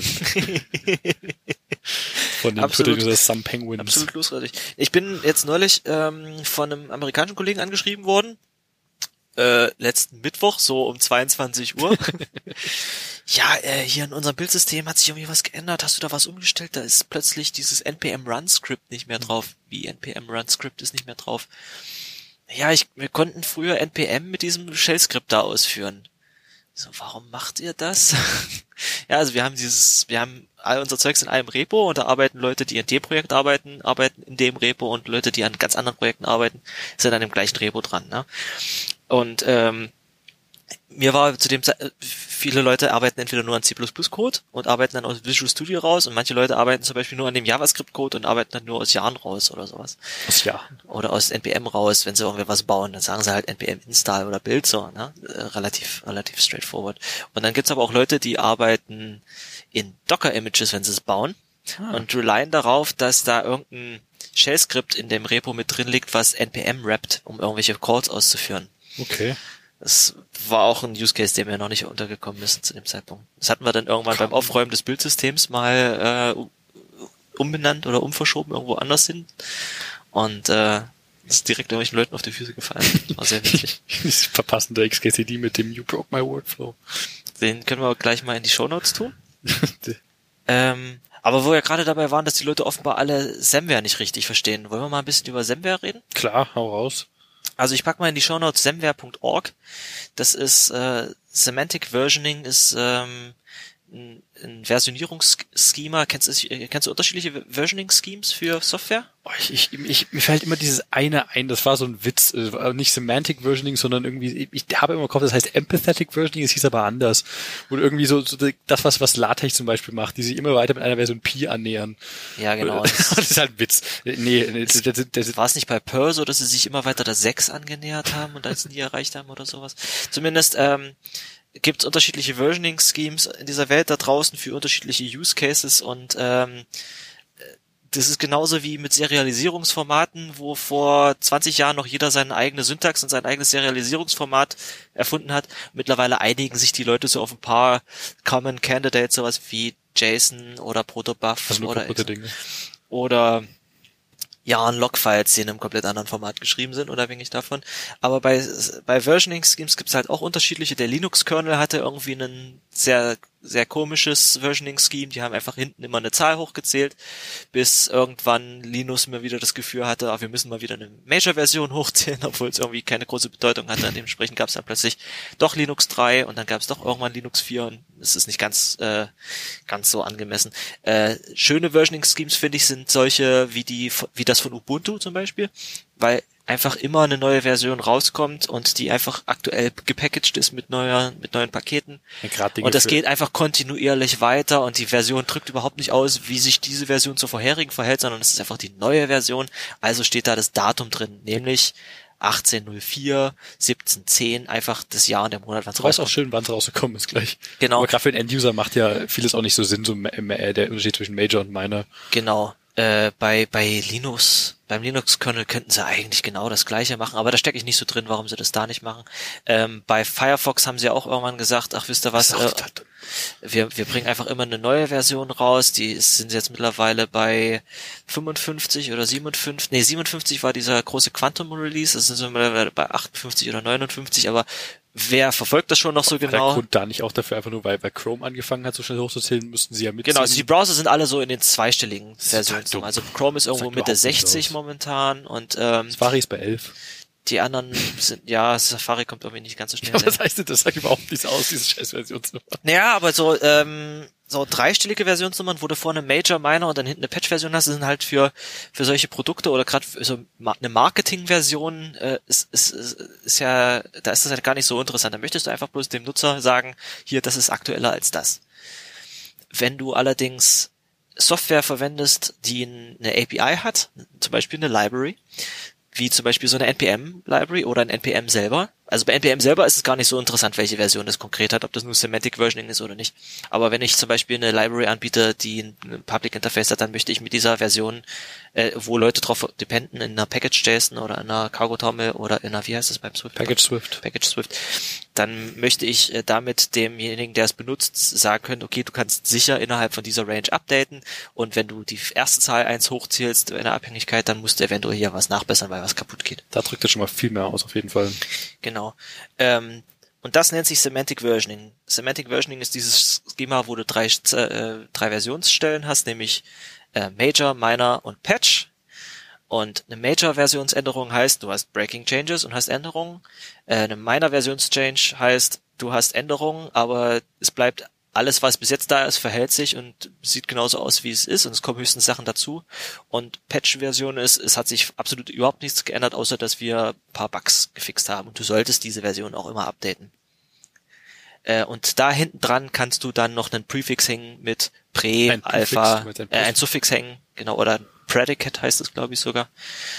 Von den Twitter-User Some Penguins. Absolut großartig. Ich bin jetzt neulich von einem amerikanischen Kollegen angeschrieben worden, letzten Mittwoch, so um 22 Uhr. Ja, hier in unserem Bildsystem hat sich irgendwie was geändert. Hast du da was umgestellt? Da ist plötzlich dieses npm-run-Script nicht mehr drauf. Wie npm-run-Script ist nicht mehr drauf? Ja, wir konnten früher npm mit diesem Shell-Skript da ausführen. So, warum macht ihr das? Ja, also wir haben all unser Zeugs in einem Repo und da arbeiten Leute, die an dem Projekt arbeiten in dem Repo und Leute, die an ganz anderen Projekten arbeiten, sind an dem gleichen Repo dran, ne? Und mir war zu dem viele Leute arbeiten entweder nur an C++-Code und arbeiten dann aus Visual Studio raus und manche Leute arbeiten zum Beispiel nur an dem JavaScript-Code und arbeiten dann nur aus Yarn raus oder sowas. Aus Yarn. Oder aus NPM raus, wenn sie irgendwie was bauen, dann sagen sie halt NPM install oder build so, ne? Relativ straightforward. Und dann gibt's aber auch Leute, die arbeiten in Docker-Images, wenn sie es bauen und relyen darauf, dass da irgendein Shell-Skript in dem Repo mit drin liegt, was NPM rappt, um irgendwelche Calls auszuführen. Okay. Das war auch ein Use Case, der mir noch nicht untergekommen ist zu dem Zeitpunkt. Das hatten wir dann irgendwann beim Aufräumen des Bildsystems mal umbenannt oder umverschoben irgendwo anders hin. Und ist direkt irgendwelchen Leuten auf die Füße gefallen. War sehr witzig. Verpassen der XKCD mit dem You broke my workflow. Den können wir gleich mal in die Shownotes tun. Aber wo wir gerade dabei waren, dass die Leute offenbar alle Semware nicht richtig verstehen. Wollen wir mal ein bisschen über Semware reden? Klar, hau raus. Also ich packe mal in die Shownotes semware.org. Das ist Semantic Versioning ist ein Versionierungsschema. Kennst du unterschiedliche Versioning-Schemes für Software? Oh, mir fällt immer dieses eine ein, das war so ein Witz, nicht Semantic Versioning, sondern irgendwie, ich habe immer im Kopf, das heißt Empathetic Versioning, es hieß aber anders. Oder irgendwie so das, was LaTeX zum Beispiel macht, die sich immer weiter mit einer Version Pi annähern. Ja, genau. Das ist halt ein Witz. Nee, war es nicht bei Perl so, dass sie sich immer weiter der 6 angenähert haben und als nie erreicht haben oder sowas? Zumindest gibt es unterschiedliche Versioning-Schemes in dieser Welt da draußen für unterschiedliche Use Cases und das ist genauso wie mit Serialisierungsformaten, wo vor 20 Jahren noch jeder seine eigene Syntax und sein eigenes Serialisierungsformat erfunden hat. Mittlerweile einigen sich die Leute so auf ein paar Common Candidates, sowas wie JSON oder Protobuf also oder Dinge. Oder Logfiles, die in einem komplett anderen Format geschrieben sind, unabhängig davon. Aber bei Versioning-Schemes gibt's halt auch unterschiedliche. Der Linux-Kernel hatte irgendwie ein sehr, sehr komisches Versioning-Scheme. Die haben einfach hinten immer eine Zahl hochgezählt, bis irgendwann Linus mir wieder das Gefühl hatte, wir müssen mal wieder eine Major-Version hochzählen, obwohl es irgendwie keine große Bedeutung hatte. Dementsprechend gab's dann plötzlich doch Linux 3 und dann gab's doch irgendwann Linux 4 und es ist nicht ganz so angemessen. Schöne Versioning-Schemes, finde ich, sind solche wie das von Ubuntu zum Beispiel, weil einfach immer eine neue Version rauskommt und die einfach aktuell gepackaged ist mit neuen Paketen. Ja, und das geht einfach kontinuierlich weiter und die Version drückt überhaupt nicht aus, wie sich diese Version zur vorherigen verhält, sondern es ist einfach die neue Version. Also steht da das Datum drin, nämlich 1804, 1710, einfach das Jahr und der Monat, wann es rauskommt. Du weißt auch schön, wann es rausgekommen ist gleich. Genau. Aber gerade für den Enduser macht ja vieles auch nicht so Sinn, so der Unterschied zwischen Major und Minor. Genau. Beim Linux-Kernel könnten sie eigentlich genau das Gleiche machen, aber da stecke ich nicht so drin, warum sie das da nicht machen. Bei Firefox haben sie auch irgendwann gesagt, wisst ihr was, wir bringen einfach immer eine neue Version raus, die sind jetzt mittlerweile bei 55 oder 57, 57 war dieser große Quantum-Release, das sind sie mittlerweile bei 58 oder 59, aber wer verfolgt das schon noch so genau? Der Grund da nicht auch dafür, einfach nur, weil Chrome angefangen hat, so schnell hochzuzählen, müssten sie ja mitziehen. Genau, also die Browser sind alle so in den zweistelligen Versionen. Also Chrome ist irgendwo Mitte 60 momentan und Safari ist bei 11. Die anderen sind, Safari kommt irgendwie nicht ganz so schnell. Ja, was heißt denn, das sagt überhaupt nichts aus, diese scheiß Versionsnummer. Naja, aber so dreistellige Versionsnummern, wo du vorne Major, Minor und dann hinten eine Patch-Version hast, sind halt für solche Produkte oder gerade so eine Marketing-Version ist ja, da ist das halt gar nicht so interessant. Da möchtest du einfach bloß dem Nutzer sagen, hier, das ist aktueller als das. Wenn du allerdings Software verwendest, die eine API hat, zum Beispiel eine Library, wie zum Beispiel so eine NPM-Library oder ein NPM selber. Also bei NPM selber ist es gar nicht so interessant, welche Version das konkret hat, ob das nur Semantic Versioning ist oder nicht. Aber wenn ich zum Beispiel eine Library anbiete, die ein Public Interface hat, dann möchte ich mit dieser Version, wo Leute drauf dependen, in einer Package.json oder in einer Cargo-Toml oder in einer, wie heißt das beim Swift? Package Swift. Dann möchte ich damit demjenigen, der es benutzt, sagen können, okay, du kannst sicher innerhalb von dieser Range updaten und wenn du die erste Zahl 1 hochzählst in der Abhängigkeit, dann musst du eventuell hier was nachbessern, weil was kaputt geht. Da drückt es schon mal viel mehr aus, auf jeden Fall. Genau. Und das nennt sich Semantic Versioning. Semantic Versioning ist dieses Schema, wo du drei Versionsstellen hast, nämlich Major, Minor und Patch. Und eine Major-Versionsänderung heißt, du hast Breaking Changes und hast Änderungen. Eine Minor-Versionschange heißt, du hast Änderungen, aber es bleibt alles, was bis jetzt da ist, verhält sich und sieht genauso aus, wie es ist und es kommen höchstens Sachen dazu. Und Patch-Version ist, es hat sich absolut überhaupt nichts geändert, außer dass wir ein paar Bugs gefixt haben und du solltest diese Version auch immer updaten. Und da hinten dran kannst du dann noch einen Prefix hängen mit Prä, Alpha, ein Suffix hängen, genau, oder Predicate heißt es, glaube ich, sogar.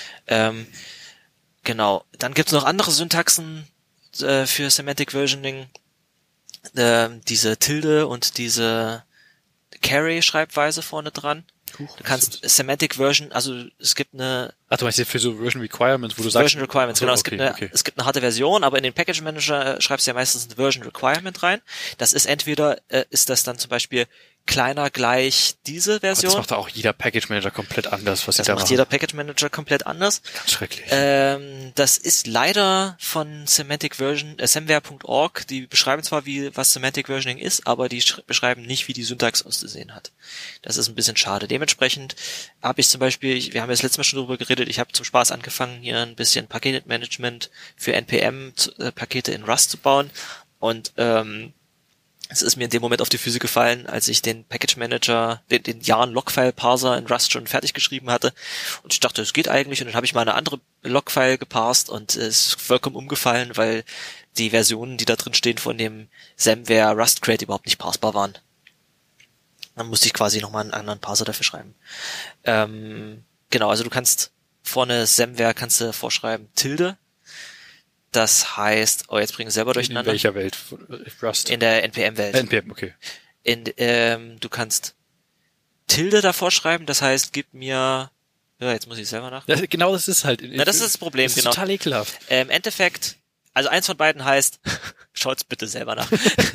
Genau. Dann gibt's noch andere Syntaxen für Semantic Versioning. Diese Tilde und diese Carry-Schreibweise vorne dran. Du kannst Semantic Version, also es gibt eine... Ach, du meinst jetzt für so Version Requirements, wo du sagst... Version Requirements, genau. Es gibt eine harte Version, aber in den Package Manager schreibst du ja meistens ein Version Requirement rein. Das ist entweder, ist das dann zum Beispiel kleiner gleich diese Version. Das macht auch jeder Package Manager komplett anders, was das macht jeder Package Manager komplett anders. Ganz schrecklich. Das ist leider von semware.org. Die beschreiben zwar, was Semantic Versioning ist, aber die beschreiben nicht, wie die Syntax auszusehen hat. Das ist ein bisschen schade. Dementsprechend habe ich zum Beispiel, wir haben jetzt letztes Mal schon darüber geredet, ich habe zum Spaß angefangen, hier ein bisschen Paketmanagement für NPM-Pakete in Rust zu bauen und es ist mir in dem Moment auf die Füße gefallen, als ich den Package Manager, den Yarn-Logfile-Parser in Rust schon fertig geschrieben hatte. Und ich dachte, es geht eigentlich. Und dann habe ich mal eine andere Logfile geparst und es ist vollkommen umgefallen, weil die Versionen, die da drin stehen, von dem Semware Rust Crate überhaupt nicht parsbar waren. Dann musste ich quasi nochmal einen anderen Parser dafür schreiben. Genau, also du kannst vorne Semware kannst du vorschreiben Tilde. Das heißt, jetzt bringen wir selber durcheinander. In welcher Welt? Rust? In der NPM-Welt. NPM, okay. Du kannst Tilde davor schreiben, das heißt, gib mir, ja, jetzt muss ich selber nach. Genau, das ist halt. Na, das ist das Problem, das ist genau. Total ekelhaft. Im Endeffekt, also eins von beiden heißt, schaut's bitte selber nach.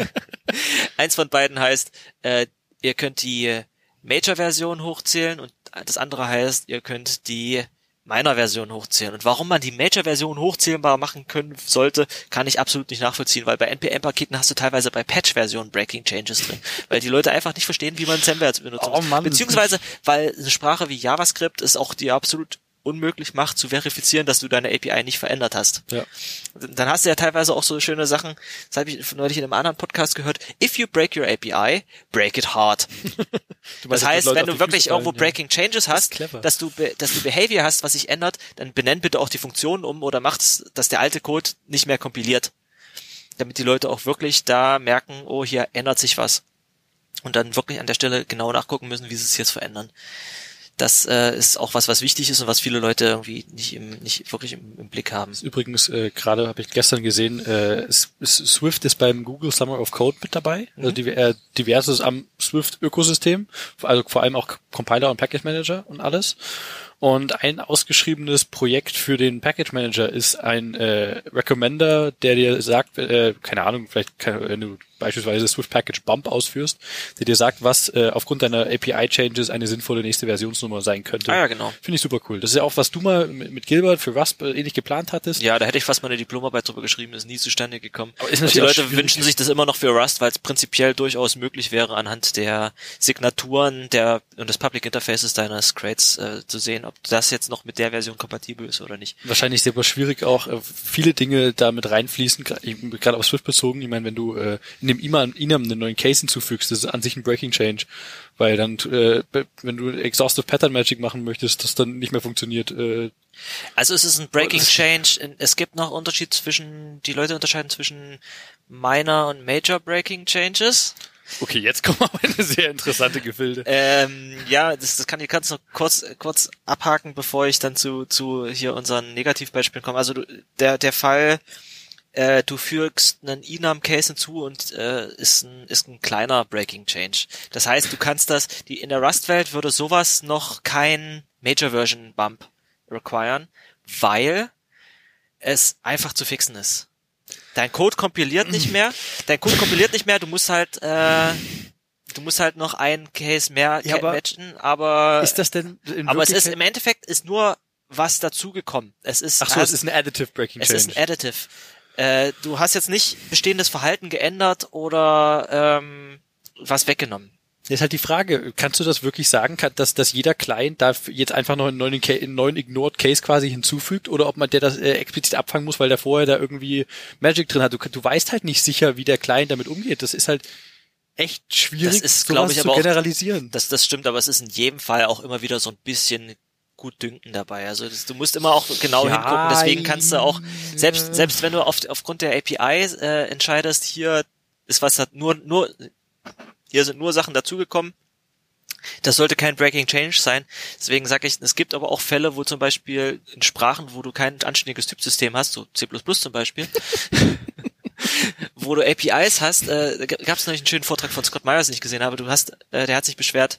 Eins von beiden heißt, ihr könnt die Major-Version hochzählen und das andere heißt, ihr könnt die Minor-Version hochzählen. Und warum man die Major-Version hochzählbar machen können sollte, kann ich absolut nicht nachvollziehen, weil bei NPM-Paketen hast du teilweise bei Patch-Versionen Breaking Changes drin, weil die Leute einfach nicht verstehen, wie man Semver benutzt. Oh Mann. Beziehungsweise, weil eine Sprache wie JavaScript es auch dir absolut unmöglich macht, zu verifizieren, dass du deine API nicht verändert hast. Ja. Dann hast du ja teilweise auch so schöne Sachen, das habe ich neulich in einem anderen Podcast gehört, if you break your API, break it hard. Das heißt, wenn du wirklich irgendwo Breaking Changes hast, dass du Behavior hast, was sich ändert, dann benenn bitte auch die Funktionen um oder mach es, dass der alte Code nicht mehr kompiliert. Damit die Leute auch wirklich da merken, oh, hier ändert sich was. Und dann wirklich an der Stelle genau nachgucken müssen, wie sie es jetzt verändern. Das ist auch was wichtig ist und was viele Leute irgendwie nicht wirklich im Blick haben. Das ist übrigens, gerade habe ich gestern gesehen, Swift ist beim Google Summer of Code mit dabei. Also diverses am Swift-Ökosystem, also vor allem auch Compiler und Package Manager und alles. Und ein ausgeschriebenes Projekt für den Package Manager ist ein Recommender, der dir sagt, keine Ahnung, wenn du beispielsweise Swift Package Bump ausführst, der dir sagt, was aufgrund deiner API-Changes eine sinnvolle nächste Versionsnummer sein könnte. Ah ja, genau. Finde ich super cool. Das ist ja auch, was du mal mit Gilbert für Rust ähnlich geplant hattest. Ja, da hätte ich fast mal eine Diplomarbeit drüber geschrieben, ist nie zustande gekommen. Aber ist die Leute schwierig. wünschen sich das immer noch für Rust, weil es prinzipiell durchaus möglich wäre, anhand der Signaturen und des Public Interfaces deines Crates zu sehen, ob das jetzt noch mit der Version kompatibel ist oder nicht. Wahrscheinlich sehr schwierig auch, viele Dinge da mit reinfließen, gerade auf Swift bezogen. Ich meine, wenn du in dem Enum einen neuen Case hinzufügst, das ist an sich ein Breaking Change, weil dann, wenn du Exhaustive Pattern Magic machen möchtest, das dann nicht mehr funktioniert. Also es ist ein Breaking Change. Es gibt noch die Leute unterscheiden zwischen Minor und Major Breaking Changes. Okay, jetzt kommen wir auf eine sehr interessante Gefilde. Ja, das kannst du noch kurz abhaken, bevor ich dann zu hier unseren Negativbeispielen komme. Also der Fall, du fügst einen Enum-Case hinzu und ist ein kleiner Breaking Change. Das heißt, du kannst in der Rust-Welt würde sowas noch kein Major-Version-Bump requiren, weil es einfach zu fixen ist. Dein Code kompiliert nicht mehr, du musst halt noch einen Case mehr matchen, aber ist das denn aber es ist im Endeffekt ist nur was dazugekommen. Es ist es ist ein Additive Breaking Change. Es ist ein Additive. Du hast jetzt nicht bestehendes Verhalten geändert oder was weggenommen. Jetzt halt die Frage, kannst du das wirklich sagen, dass jeder Client da jetzt einfach noch einen neuen Ignored Case quasi hinzufügt oder ob man der das explizit abfangen muss, weil der vorher da irgendwie Magic drin hat? Du weißt halt nicht sicher, wie der Client damit umgeht. Das ist halt echt schwierig, sowas zu generalisieren. Das stimmt, aber es ist in jedem Fall auch immer wieder so ein bisschen gut dünken dabei. Also du musst immer auch genau hingucken. Deswegen kannst du auch, selbst wenn du aufgrund der API entscheidest, hier ist was hier sind nur Sachen dazugekommen. Das sollte kein Breaking Change sein. Deswegen sage ich, es gibt aber auch Fälle, wo zum Beispiel in Sprachen, wo du kein anständiges Typsystem hast, so C++ zum Beispiel, wo du APIs hast, da gab es nämlich einen schönen Vortrag von Scott Myers, den ich gesehen habe. Der hat sich beschwert,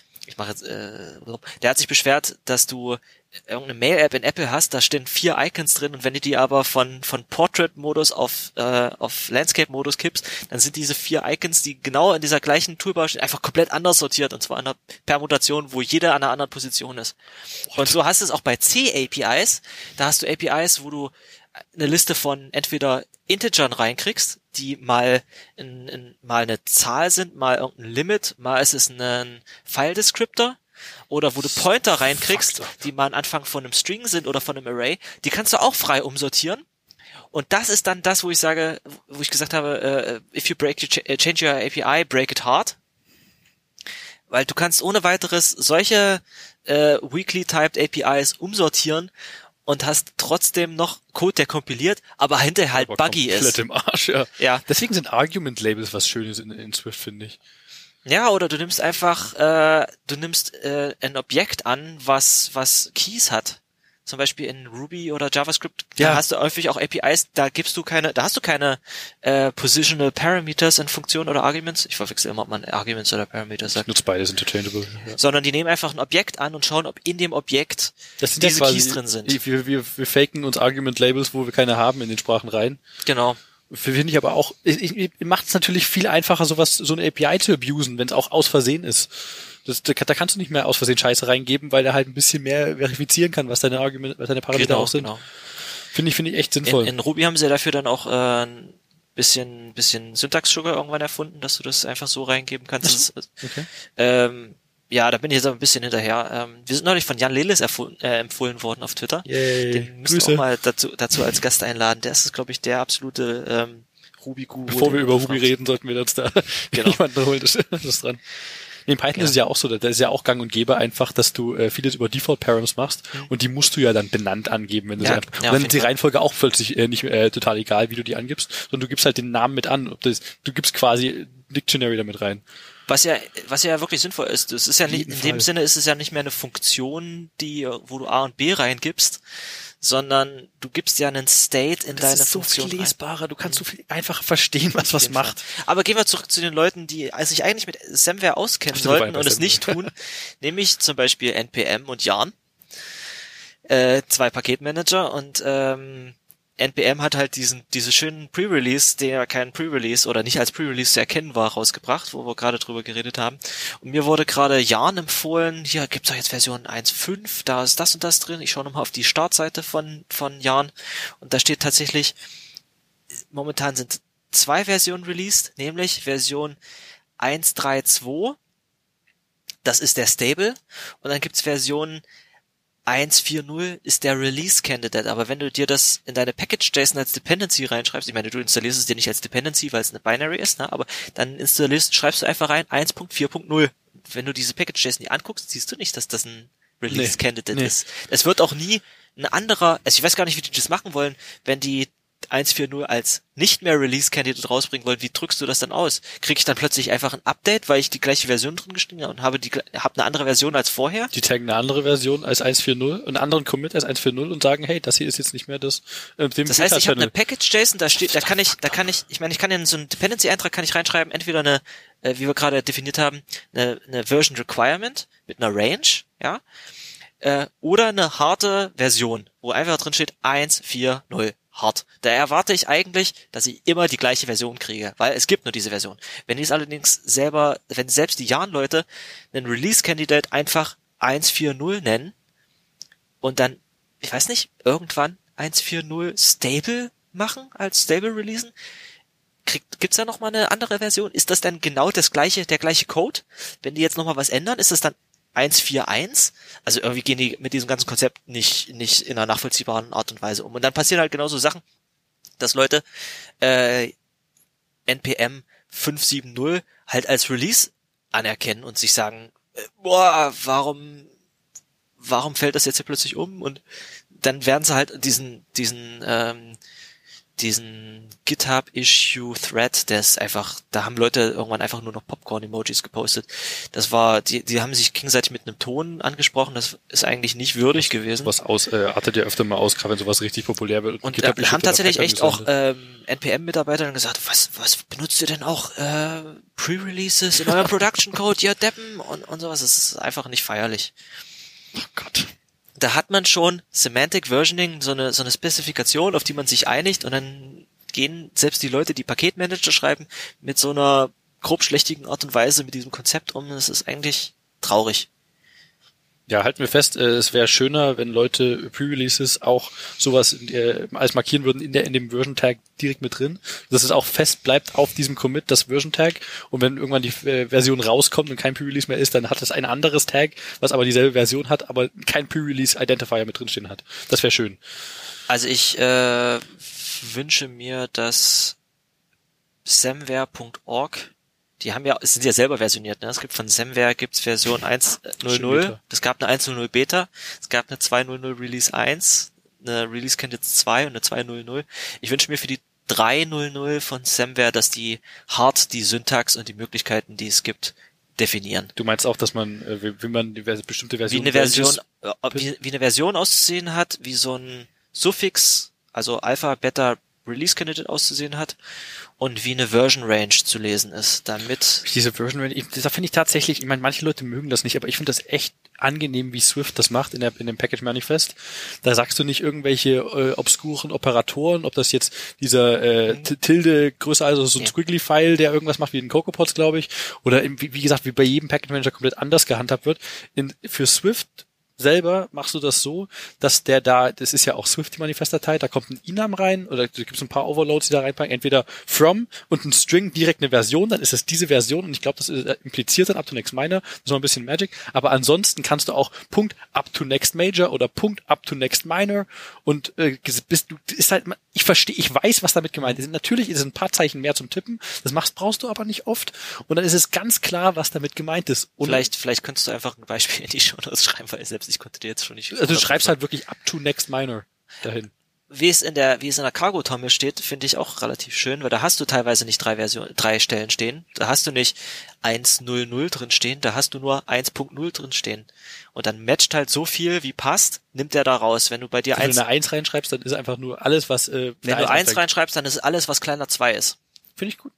dass du irgendeine Mail-App in Apple hast, da stehen 4 Icons drin und wenn du die aber von Portrait-Modus auf Landscape-Modus kippst, dann sind diese 4 Icons, die genau in dieser gleichen Toolbar stehen, einfach komplett anders sortiert und zwar in einer Permutation, wo jeder an einer anderen Position ist. What? Und so hast du es auch bei C-APIs, da hast du APIs, wo du eine Liste von entweder Integern reinkriegst, die mal eine Zahl sind, mal irgendein Limit, mal ist es ein File-Descriptor, oder wo du Pointer reinkriegst, die mal am Anfang von einem String sind oder von einem Array, die kannst du auch frei umsortieren. Und das ist dann das, wo ich gesagt habe, if you change your API, break it hard. Weil du kannst ohne weiteres solche weakly typed APIs umsortieren und hast trotzdem noch Code, der kompiliert, aber hinterher halt buggy ist. Komplett im Arsch, ja. Deswegen sind Argument Labels was Schönes in Swift, finde ich. Ja, oder du nimmst einfach, ein Objekt an, was Keys hat. zum Beispiel in Ruby oder JavaScript, Ja. da hast du häufig auch APIs, da hast du keine Positional Parameters in Funktionen oder Arguments. Ich verwechsel immer, ob man Arguments oder Parameters sagt. Nutzt beides interchangeable. Ja. Sondern die nehmen einfach ein Objekt an und schauen, ob in dem Objekt Das sind diese ja quasi, Keys drin sind. Wir faken uns Argument-Labels, wo wir keine haben, in den Sprachen rein. Genau. Finde ich aber auch, macht es natürlich viel einfacher, so eine API zu abusen, wenn es auch aus Versehen ist. Da kannst du nicht mehr aus Versehen Scheiße reingeben, weil der halt ein bisschen mehr verifizieren kann, was deine Parameter auch sind. Genau. Finde ich echt sinnvoll. In Ruby haben sie dafür dann auch ein bisschen Syntax-Sugar irgendwann erfunden, dass du das einfach so reingeben kannst. Okay. Ja, da bin ich jetzt aber ein bisschen hinterher. Wir sind neulich von Jan Lelis empfohlen worden auf Twitter. Yay. Den müssen wir auch mal dazu als Gast einladen. Der ist, glaube ich, der absolute Ruby-Guru. Bevor wir über Ruby reden, sollten wir uns da jemanden holen, das ist dran. In Python ist es ja auch so, da ist ja auch gang und gäbe einfach, dass du vieles über Default-Params machst und die musst du ja dann benannt angeben, wenn du und dann ist die Reihenfolge auch plötzlich nicht total egal, wie du die angibst, sondern du gibst halt den Namen mit an. Du gibst quasi Dictionary damit rein. Was ja wirklich sinnvoll ist. Es ist ja nicht, in dem Sinne ist es ja nicht mehr eine Funktion, wo du A und B reingibst, sondern du gibst ja einen State in deine Funktion. Das ist so viel lesbarer, du kannst so viel einfacher verstehen, was macht. Aber gehen wir zurück zu den Leuten, die sich eigentlich mit Semware auskennen sollten und es nicht tun, nämlich zum Beispiel NPM und Yarn, 2 Paketmanager und NPM hat halt diese schönen Pre-Release, der kein Pre-Release oder nicht als Pre-Release zu erkennen war, rausgebracht, wo wir gerade drüber geredet haben. Und mir wurde gerade Yarn empfohlen, hier gibt's doch jetzt Version 1.5, da ist das und das drin. Ich schaue nochmal auf die Startseite von Yarn und da steht tatsächlich, momentan sind 2 Versionen released, nämlich Version 1.3.2, das ist der Stable, und dann gibt's Version 1.4.0 ist der Release-Candidate, aber wenn du dir das in deine Package.json als Dependency reinschreibst, ich meine, du installierst es dir nicht als Dependency, weil es eine Binary ist, ne, aber dann schreibst du einfach rein 1.4.0. Wenn du diese Package.json die anguckst, siehst du nicht, dass das ein Release-Candidate ist. Es wird auch nie ein anderer, also ich weiß gar nicht, wie die das machen wollen, wenn die 1.4.0 als nicht mehr Release-Candidate rausbringen wollen, wie drückst du das dann aus? Kriege ich dann plötzlich einfach ein Update, weil ich die gleiche Version drin geschrieben habe und habe eine andere Version als vorher? Die taggen eine andere Version als 1.4.0 und einen anderen Commit als 1.4.0 und sagen, hey, das hier ist jetzt nicht mehr das. Das heißt, ich habe eine Package.json, da kann ich kann in so einen Dependency-Eintrag kann ich reinschreiben, entweder eine, wie wir gerade definiert haben, eine Version Requirement mit einer Range, ja, oder eine harte Version, wo einfach drin steht 1.4.0. hart. Da erwarte ich eigentlich, dass ich immer die gleiche Version kriege, weil es gibt nur diese Version. Wenn die es allerdings wenn selbst die Yarn-Leute einen Release-Candidate einfach 1.4.0 nennen und dann, ich weiß nicht, irgendwann 1.4.0 Stable machen, als Stable releasen, gibt's da nochmal eine andere Version? Ist das dann genau der gleiche Code? Wenn die jetzt nochmal was ändern, ist das dann 1.4.1, also irgendwie gehen die mit diesem ganzen Konzept nicht in einer nachvollziehbaren Art und Weise um. Und dann passieren halt genauso Sachen, dass Leute NPM 5.7.0 halt als Release anerkennen und sich sagen, boah, warum fällt das jetzt hier plötzlich um? Und dann werden sie halt diesen GitHub-Issue-Thread, der ist einfach, da haben Leute irgendwann einfach nur noch Popcorn-Emojis gepostet. Das war, die haben sich gegenseitig mit einem Ton angesprochen, das ist eigentlich nicht würdig gewesen. Was artet ja öfter mal aus, gerade wenn sowas richtig populär wird. Und da haben tatsächlich echt auch NPM-Mitarbeiter dann gesagt, was benutzt ihr denn auch Pre-Releases in eurem Production-Code, ihr Deppen und sowas. Das ist einfach nicht feierlich. Oh Gott. Da hat man schon Semantic Versioning, so eine Spezifikation, auf die man sich einigt, und dann gehen selbst die Leute, die Paketmanager schreiben, mit so einer grobschlächtigen Art und Weise mit diesem Konzept um. Das ist eigentlich traurig. Ja, halten wir fest, es wäre schöner, wenn Leute Pre-Releases auch sowas als markieren würden in dem Version-Tag direkt mit drin, dass es auch fest bleibt auf diesem Commit, das Version-Tag, und wenn irgendwann die Version rauskommt und kein Pre-Release mehr ist, dann hat es ein anderes Tag, was aber dieselbe Version hat, aber kein Pre-Release-Identifier mit drinstehen hat. Das wäre schön. Also ich wünsche mir, dass semware.org, sind ja selber versioniert, ne? Es gibt von Semware gibt's Version 1.0.0, es gab eine 1.0.0 Beta, es gab eine 2.0.0 Release 1, eine Release Candidate 2 und eine 2.0.0. Ich wünsche mir für die 3.0.0 von Semware, dass die hart die Syntax und die Möglichkeiten, die es gibt, definieren. Du meinst auch, dass man, wenn man die bestimmte Version... Wie eine Version auszusehen hat, wie so ein Suffix, also Alpha, Beta, Release Candidate auszusehen hat und wie eine Version Range zu lesen ist, damit... Diese Version Range, da finde ich tatsächlich, ich meine, manche Leute mögen das nicht, aber ich finde das echt angenehm, wie Swift das macht in dem Package Manifest. Da sagst du nicht irgendwelche obskuren Operatoren, ob das jetzt dieser Tilde größer, also so ein Squiggly-File, der irgendwas macht wie ein CocoaPods, glaube ich, oder wie gesagt, wie bei jedem Package Manager komplett anders gehandhabt wird. Für Swift selber machst du das so, dass das ist ja auch Swift, die Manifestdatei, da kommt ein Enum rein, oder du gibst ein paar Overloads, die da reinpacken, entweder from und ein String, direkt eine Version, dann ist es diese Version, und ich glaube, das impliziert dann up to next minor, das ist noch ein bisschen Magic, aber ansonsten kannst du auch Punkt up to next major oder Punkt up to next minor, und ist halt, ich weiß, was damit gemeint ist. Natürlich ist es ein paar Zeichen mehr zum Tippen, brauchst du aber nicht oft, und dann ist es ganz klar, was damit gemeint ist. Und Vielleicht könntest du einfach ein Beispiel in die Shownotes schreiben, weil selbst ich konnte dir jetzt schon nicht... Also du schreibst halt wirklich up to next minor dahin. Wie es in der Cargo-Tommel steht, finde ich auch relativ schön, weil da hast du teilweise nicht drei Stellen stehen. Da hast du nicht 1.0.0 drin stehen, da hast du nur 1.0 drin stehen. Und dann matcht halt so viel, wie passt, nimmt er da raus. Wenn du bei dir Wenn du eine 1 reinschreibst, dann ist einfach nur alles, was... wenn du 1 reinschreibst, dann ist alles, was kleiner 2 ist. Finde ich gut.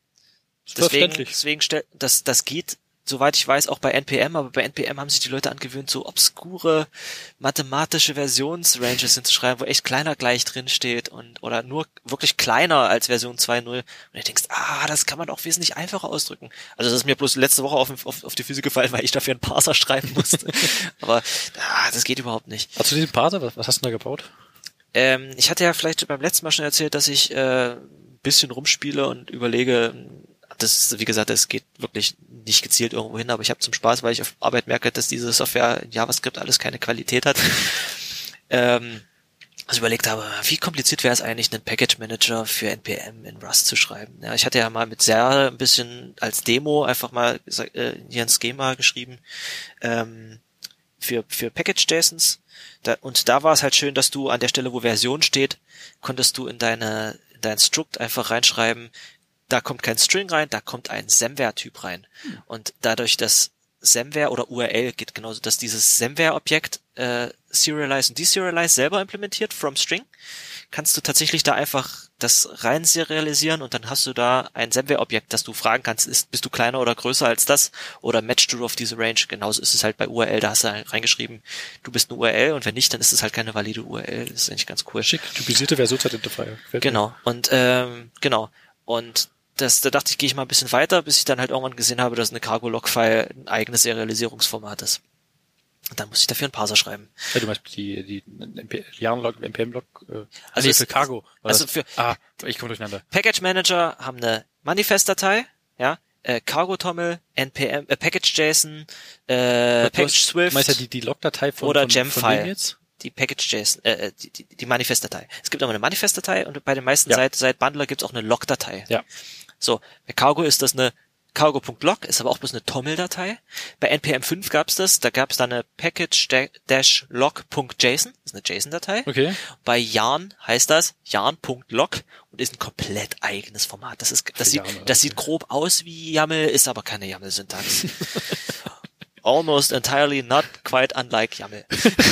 Deswegen das geht, soweit ich weiß, auch bei NPM, aber bei NPM haben sich die Leute angewöhnt, so obskure mathematische Versionsranges hinzuschreiben, wo echt kleiner gleich drin steht oder nur wirklich kleiner als Version 2.0. Und du denkst, das kann man auch wesentlich einfacher ausdrücken. Also das ist mir bloß letzte Woche auf die Füße gefallen, weil ich dafür einen Parser schreiben musste. Aber das geht überhaupt nicht. Hast du diesen Parser? Was hast du da gebaut? Ich hatte ja vielleicht beim letzten Mal schon erzählt, dass ich ein bisschen rumspiele und überlege, wie gesagt, es geht wirklich nicht gezielt irgendwo hin, aber ich habe zum Spaß, weil ich auf Arbeit merke, dass diese Software in JavaScript alles keine Qualität hat. Also überlegt habe, wie kompliziert wäre es eigentlich, einen Package Manager für NPM in Rust zu schreiben. Ja, ich hatte ja mal mit Serre ein bisschen als Demo einfach mal hier ein Schema geschrieben für Package-JSONs. Und da war es halt schön, dass du an der Stelle, wo Version steht, konntest du in dein Struct einfach reinschreiben, da kommt kein String rein, da kommt ein Semver-Typ rein. Und dadurch, dass Semver oder URL geht genauso, dass dieses Semver-Objekt Serialize und Deserialize selber implementiert from String, kannst du tatsächlich da einfach das rein serialisieren und dann hast du da ein Semver-Objekt, das du fragen kannst, bist du kleiner oder größer als das oder matchst du auf diese Range? Genauso ist es halt bei URL, da hast du halt reingeschrieben, du bist eine URL und wenn nicht, dann ist es halt keine valide URL. Das ist eigentlich ganz cool. Schick, typisierte Versionsidentifier. Genau. Und da dachte ich, gehe ich mal ein bisschen weiter, bis ich dann halt irgendwann gesehen habe, dass eine Cargo-Log-File ein eigenes Serialisierungsformat ist. Und dann muss ich dafür einen Parser schreiben. Ja, du meinst die YARN-Log, NPM-Log, also für Cargo. Ich komme durcheinander. Package Manager haben eine Manifest-Datei, ja, Cargo-Tommel, NPM, Package.json, Package Swift. Du meinst ja die Log-Datei oder Gem-File. Die Package.json, die Manifest-Datei. Es gibt aber eine Manifest-Datei und bei den meisten seit Bundler gibt's auch eine Log-Datei. Ja. So, bei Cargo ist das eine Cargo.log, ist aber auch bloß eine Toml-Datei. Bei NPM5 gab's das, da gab's dann eine package-log.json, ist eine JSON-Datei. Okay. Bei Yarn heißt das yarn.log und ist ein komplett eigenes Format. Das sieht grob aus wie YAML, ist aber keine YAML-Syntax. Almost entirely not quite unlike YAML.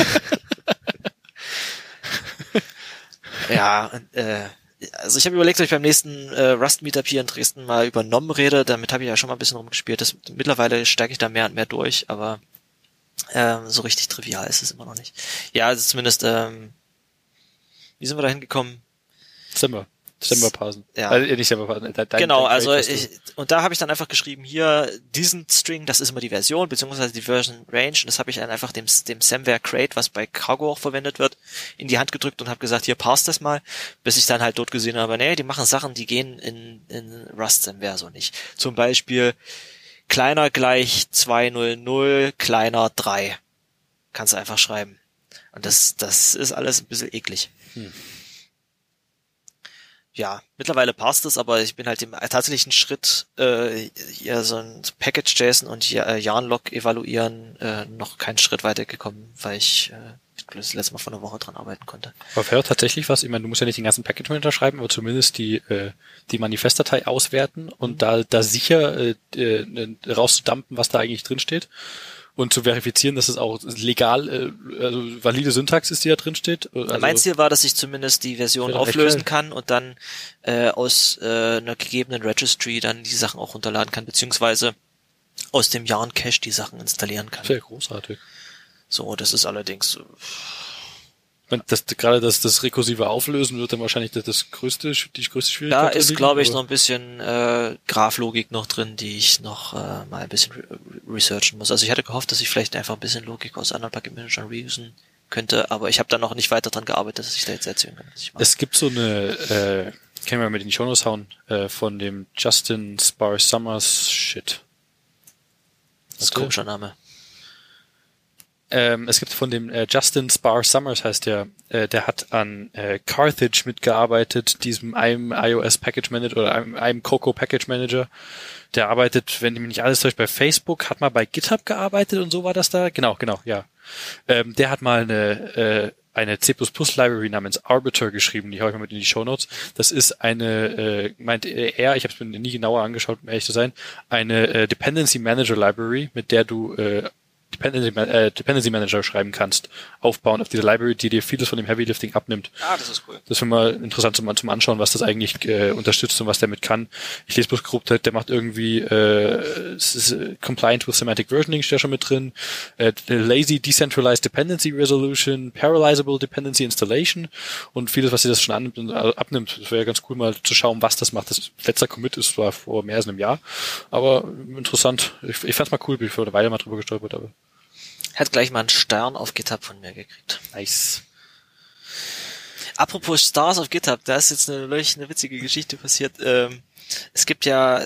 Ja, also ich habe überlegt, ob ich beim nächsten Rust-Meetup hier in Dresden mal über NOM rede. Damit habe ich ja schon mal ein bisschen rumgespielt. Mittlerweile steige ich da mehr und mehr durch, aber so richtig trivial ist es immer noch nicht. Ja, also zumindest, wie sind wir da hingekommen? Semver-Parsen. Ja. Nicht Semver-Parsen. Genau, also und da habe ich dann einfach geschrieben, hier, diesen String, das ist immer die Version, beziehungsweise die Version Range, und das habe ich dann einfach dem Semver Crate, was bei Cargo auch verwendet wird, in die Hand gedrückt und habe gesagt, hier, parse das mal, bis ich dann halt dort gesehen habe, nee, die machen Sachen, die gehen in Rust Semver so nicht. Zum Beispiel, kleiner gleich 200, kleiner 3. Kannst du einfach schreiben. Und das ist alles ein bisschen eklig. ja, mittlerweile passt es, aber ich bin halt im tatsächlichen Schritt, hier so ein Package.json und Yarn-Log evaluieren, noch keinen Schritt weitergekommen, weil ich das letzte Mal vor einer Woche dran arbeiten konnte. Aber wäre tatsächlich was, ich meine, du musst ja nicht den ganzen Package Manager schreiben, aber zumindest die Manifestdatei auswerten und da sicher rauszudumpen, was da eigentlich drin steht. Und zu verifizieren, dass es auch legal, also valide Syntax ist, die da drin steht. Also mein Ziel war, dass ich zumindest die Version auflösen kann und dann aus einer gegebenen Registry dann die Sachen auch runterladen kann, beziehungsweise aus dem Yarn Cache die Sachen installieren kann. Sehr großartig. So, das ist allerdings gerade das rekursive Auflösen wird dann wahrscheinlich die größte Schwierigkeit. Da ist, glaube ich, noch ein bisschen Graphlogik noch drin, die ich noch mal ein bisschen researchen muss. Also ich hatte gehofft, dass ich vielleicht einfach ein bisschen Logik aus anderen Packet-Managern reusen könnte, aber ich habe da noch nicht weiter dran gearbeitet, dass ich da jetzt erzählen kann, was ich mache. Es gibt so eine, können wir mit in die Shownotes hauen, von dem Justin Sparr Summers Shit. Das ist ein komischer Name. Es gibt von dem Justin Sparr Summers heißt der hat an Carthage mitgearbeitet, einem iOS Package Manager oder einem Cocoa Package Manager. Der arbeitet, wenn mich nicht alles täuscht, bei Facebook, hat mal bei GitHub gearbeitet und so war das da. Genau, ja. Der hat mal eine C++-Library namens Arbiter geschrieben, die habe ich mal mit in die Shownotes. Das ist eine, meint er, ich habe es mir nie genauer angeschaut, um ehrlich zu sein, eine Dependency Manager Library, mit der du Dependency Manager schreiben kannst, aufbauen auf diese Library, die dir vieles von dem Heavy Lifting abnimmt. Das ist cool. Das ist mal interessant zum Anschauen, was das eigentlich unterstützt und was der mit kann. Ich lese bloß grob, der macht irgendwie es ist Compliant with Semantic Versioning steht da schon mit drin, Lazy Decentralized Dependency Resolution, Parallelizable Dependency Installation und vieles, was sie das schon abnimmt. Das wäre ja ganz cool, mal zu schauen, was das macht. Das letzter Commit ist zwar vor mehr als einem Jahr, aber interessant. Ich fand's mal cool, bin ich vor einer Weile mal drüber gestolpert, aber Hat gleich mal einen Stern auf GitHub von mir gekriegt. nice. Apropos Stars auf GitHub, da ist jetzt eine witzige Geschichte passiert. Es gibt ja,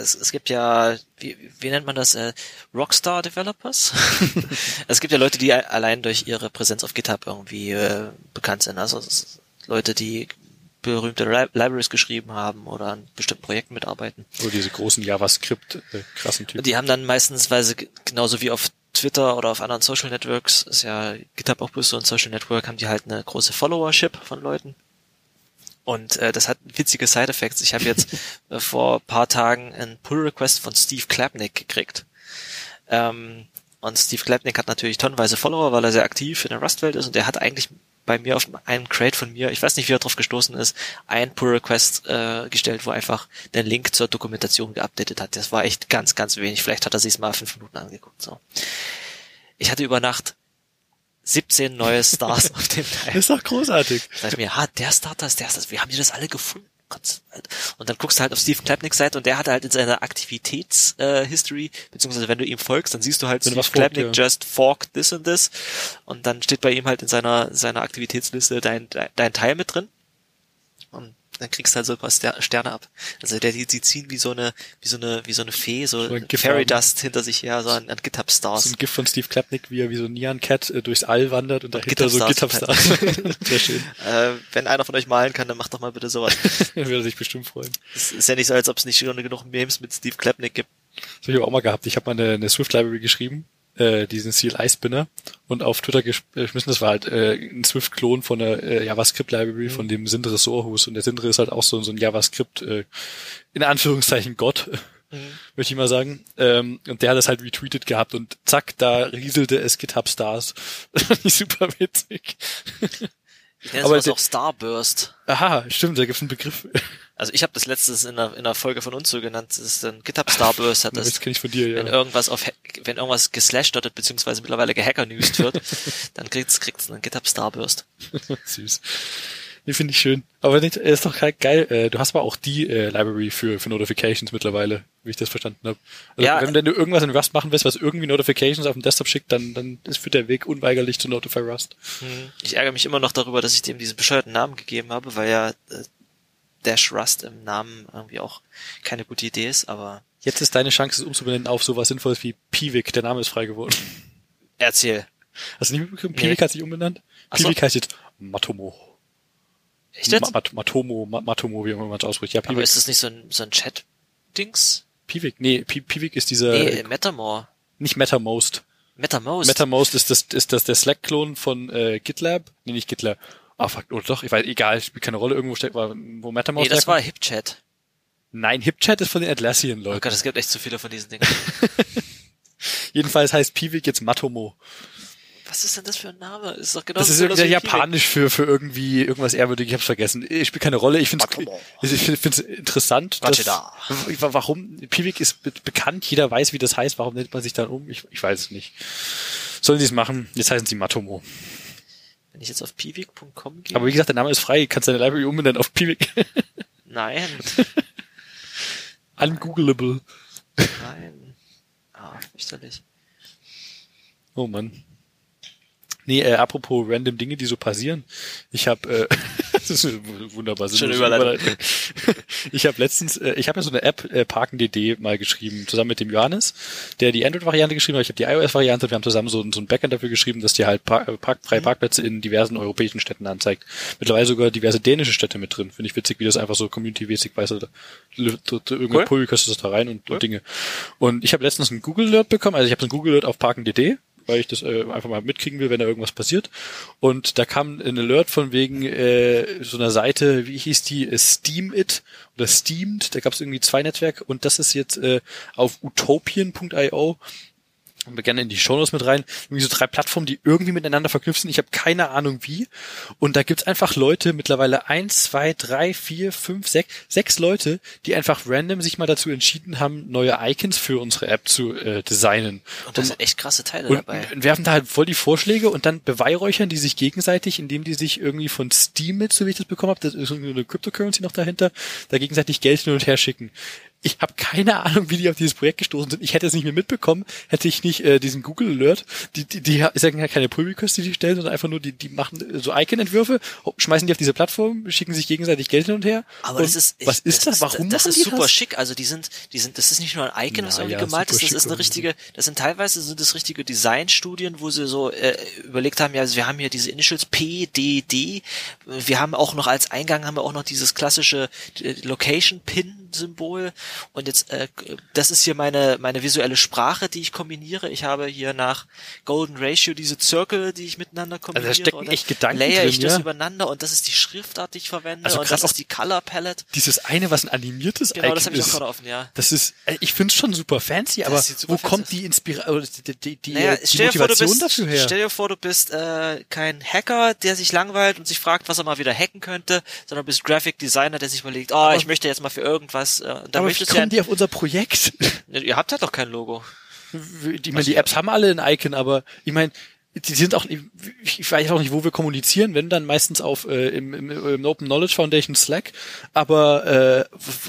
wie nennt man das? Rockstar Developers? Es gibt ja Leute, die allein durch ihre Präsenz auf GitHub irgendwie bekannt sind. Also Leute, die berühmte Libraries geschrieben haben oder an bestimmten Projekten mitarbeiten. Oder diese großen JavaScript krassen Typen. Die haben dann meistens, weil sie genauso wie auf Twitter oder auf anderen Social Networks, ist ja GitHub auch bloß so ein Social Network, haben die halt eine große Followership von Leuten. Und das hat witzige Side-Effects. Ich habe jetzt vor ein paar Tagen einen Pull-Request von Steve Klapnick gekriegt. Und Steve Klapnick hat natürlich tonnenweise Follower, weil er sehr aktiv in der Rust-Welt ist und er hat eigentlich bei mir auf einem Crate von mir, ich weiß nicht, wie er drauf gestoßen ist, ein Pull-Request gestellt, wo er einfach den Link zur Dokumentation geupdatet hat. Das war echt ganz, ganz wenig. Vielleicht hat er sich's mal 5 Minuten angeguckt. So. Ich hatte über Nacht 17 neue Stars auf dem Teil. Das ist doch großartig. Da dachte ich mir, der Starter ist der Starter. Wie haben die das alle gefunden? Und dann guckst du halt auf Steve Klapnicks Seite und der hatte halt in seiner Aktivitäts-History, beziehungsweise wenn du ihm folgst, dann siehst du halt Steve Klapnick just forked this and this und dann steht bei ihm halt in seiner Aktivitätsliste dein Teil mit drin und dann kriegst du halt so ein paar Sterne ab. Also die ziehen wie so eine Fee, so Fairy Dust hinter sich her, so an GitHub Stars. So ein GIF von Steve Klapnick, wie er wie so ein Nyan Cat durchs All wandert und dahinter so GitHub Stars. Sehr schön. Wenn einer von euch malen kann, dann macht doch mal bitte sowas. Würde er sich bestimmt freuen. Es ist ja nicht so, als ob es nicht schon genug Memes mit Steve Klapnick gibt. Das habe ich auch mal gehabt. Ich habe mal eine Swift Library geschrieben, diesen CLI-Spinner und auf Twitter geschmissen. Das war halt ein Swift-Klon von der JavaScript-Library von dem Sindre Sorhus. Und der Sindre ist halt auch so ein JavaScript, in Anführungszeichen Gott, möchte ich mal sagen. Und der hat das halt retweetet gehabt und zack, da rieselte es GitHub Stars. Das fand ich super witzig. Ich nenne es auch Starburst. Aha, stimmt, da gibt's einen Begriff. Also ich habe das letztes in einer Folge von uns so genannt, das ist ein GitHub Starburst, hat das. Das kenne ich von dir, ja. Wenn irgendwas geslashdottet beziehungsweise mittlerweile gehackernewst wird, dann kriegt's einen GitHub Starburst. Süß. Die finde ich schön. Aber nicht, ist doch geil. Du hast aber auch die Library für Notifications mittlerweile, wie ich das verstanden habe. Also ja, wenn du irgendwas in Rust machen willst, was irgendwie Notifications auf dem Desktop schickt, dann führt der Weg unweigerlich zu Notify Rust. Ich ärgere mich immer noch darüber, dass ich dem diesen bescheuerten Namen gegeben habe, weil ja Dash Rust im Namen irgendwie auch keine gute Idee ist, aber... Jetzt ist deine Chance, es umzubenennen auf sowas Sinnvolles wie Piwik. Der Name ist frei geworden. Erzähl. Hast du nicht mitbekommen? Piwik hat sich umbenannt? Ach so. Piwik heißt jetzt Matomo. Echt jetzt? Matomo, wie man es ausspricht. Ja, Aber ist das nicht so ein Chat-Dings? Piwik, nee, Piwik ist dieser... Nee, Mattermost. Nicht Mattermost. Mattermost ist das der Slack-Klon von GitLab. Nee, nicht GitLab. Ah, fuck, oder doch, ich weiß, egal, spielt keine Rolle, irgendwo steht, wo Mattermost. Nee, das war HipChat. Nein, HipChat ist von den Atlassian-Leuten. Oh Gott, es gibt echt zu viele von diesen Dingen. Jedenfalls heißt Piwik jetzt Matomo. Was ist denn das für ein Name? Ist doch genau das ist irgendwie japanisch für irgendwie irgendwas ehrwürdig, ich hab's vergessen. Spielt keine Rolle, ich find's interessant, warum Piwik ist bekannt, jeder weiß, wie das heißt, warum nennt man sich dann um? Ich weiß es nicht. Sollen sie es machen? Jetzt heißen sie Matomo. Wenn ich jetzt auf piwik.com gehe. Aber wie gesagt, der Name ist frei, kannst deine Library umbenennen auf Piwik. Nein. Ungoogleable. Nein. Ah, fürchterlich. Oh Mann. Nee, apropos random Dinge, die so passieren. Ich habe das ist eine wunderbar sinnlose Überleitung. Ich habe letztens, ich habe ja so eine App, Parken.dd mal geschrieben, zusammen mit dem Johannes, der die Android-Variante geschrieben hat. Ich habe die iOS-Variante und wir haben zusammen so ein Backend dafür geschrieben, dass die halt freie Parkplätze in diversen europäischen Städten anzeigt. Mittlerweile sogar diverse dänische Städte mit drin. Finde ich witzig, wie das einfach so community-mäßig weiß. Irgendein Pull kostet das da rein und Dinge. Und ich habe letztens einen Google-Alert bekommen, also ich habe so einen Google-Alert auf Parken.dd, weil ich das einfach mal mitkriegen will, wenn da irgendwas passiert. Und da kam ein Alert von wegen so einer Seite, wie hieß die, Steemit oder Steamed, da gab es irgendwie 2 Netzwerke und das ist jetzt auf utopian.io. Und wir gerne in die Shownotes mit rein. Irgendwie so 3 Plattformen, die irgendwie miteinander verknüpft sind. Ich habe keine Ahnung wie. Und da gibt's einfach Leute, mittlerweile 1, 2, 3, 4, 5, 6 Leute, die einfach random sich mal dazu entschieden haben, neue Icons für unsere App zu designen. Und da sind echt krasse Teile dabei. Und werfen da halt voll die Vorschläge und dann beweihräuchern die sich gegenseitig, indem die sich irgendwie von Steemit, so wie ich das bekommen habe, das ist irgendwie eine Cryptocurrency noch dahinter, da gegenseitig Geld hin und her schicken. Ich habe keine Ahnung, wie die auf dieses Projekt gestoßen sind. Ich hätte es nicht mehr mitbekommen, hätte ich nicht diesen Google Alert. Die sagen ja keine Pull Requests, die stellen, sondern einfach nur die machen so Icon-Entwürfe, schmeißen die auf diese Plattform, schicken sich gegenseitig Geld hin und her. Aber das ist was ist das? Warum das ist super das? schick. Also die sind. Das ist nicht nur ein Icon, was irgendwie gemalt ist. Das ist eine richtige. Das sind teilweise richtige Designstudien, wo sie so überlegt haben. Ja, also wir haben hier diese Initials PDD. Wir haben auch noch als Eingang dieses klassische Location-Pin-Symbol. Und jetzt, das ist hier meine visuelle Sprache, die ich kombiniere. Ich habe hier nach Golden Ratio diese Circle, die ich miteinander kombiniere. Also da stecken echt Gedanken layer ich drin, das übereinander und das ist die Schriftart, die ich verwende also und das ist die Color Palette. Dieses eine, was ein animiertes Icon ist. Genau, das habe ich auch gerade offen, ja. Das ist, ich finde es schon super fancy, aber wo kommt die Inspiration, die Motivation dafür her? Stell dir vor, du bist kein Hacker, der sich langweilt und sich fragt, was er mal wieder hacken könnte, sondern bist Graphic Designer, der sich überlegt, ich möchte jetzt mal für irgendwas. Aber wie kommen die auf unser Projekt? Ihr habt halt doch kein Logo. Die Apps haben alle ein Icon, aber ich meine, die sind auch, ich weiß auch nicht, wo wir kommunizieren, wenn dann meistens auf im Open Knowledge Foundation Slack, aber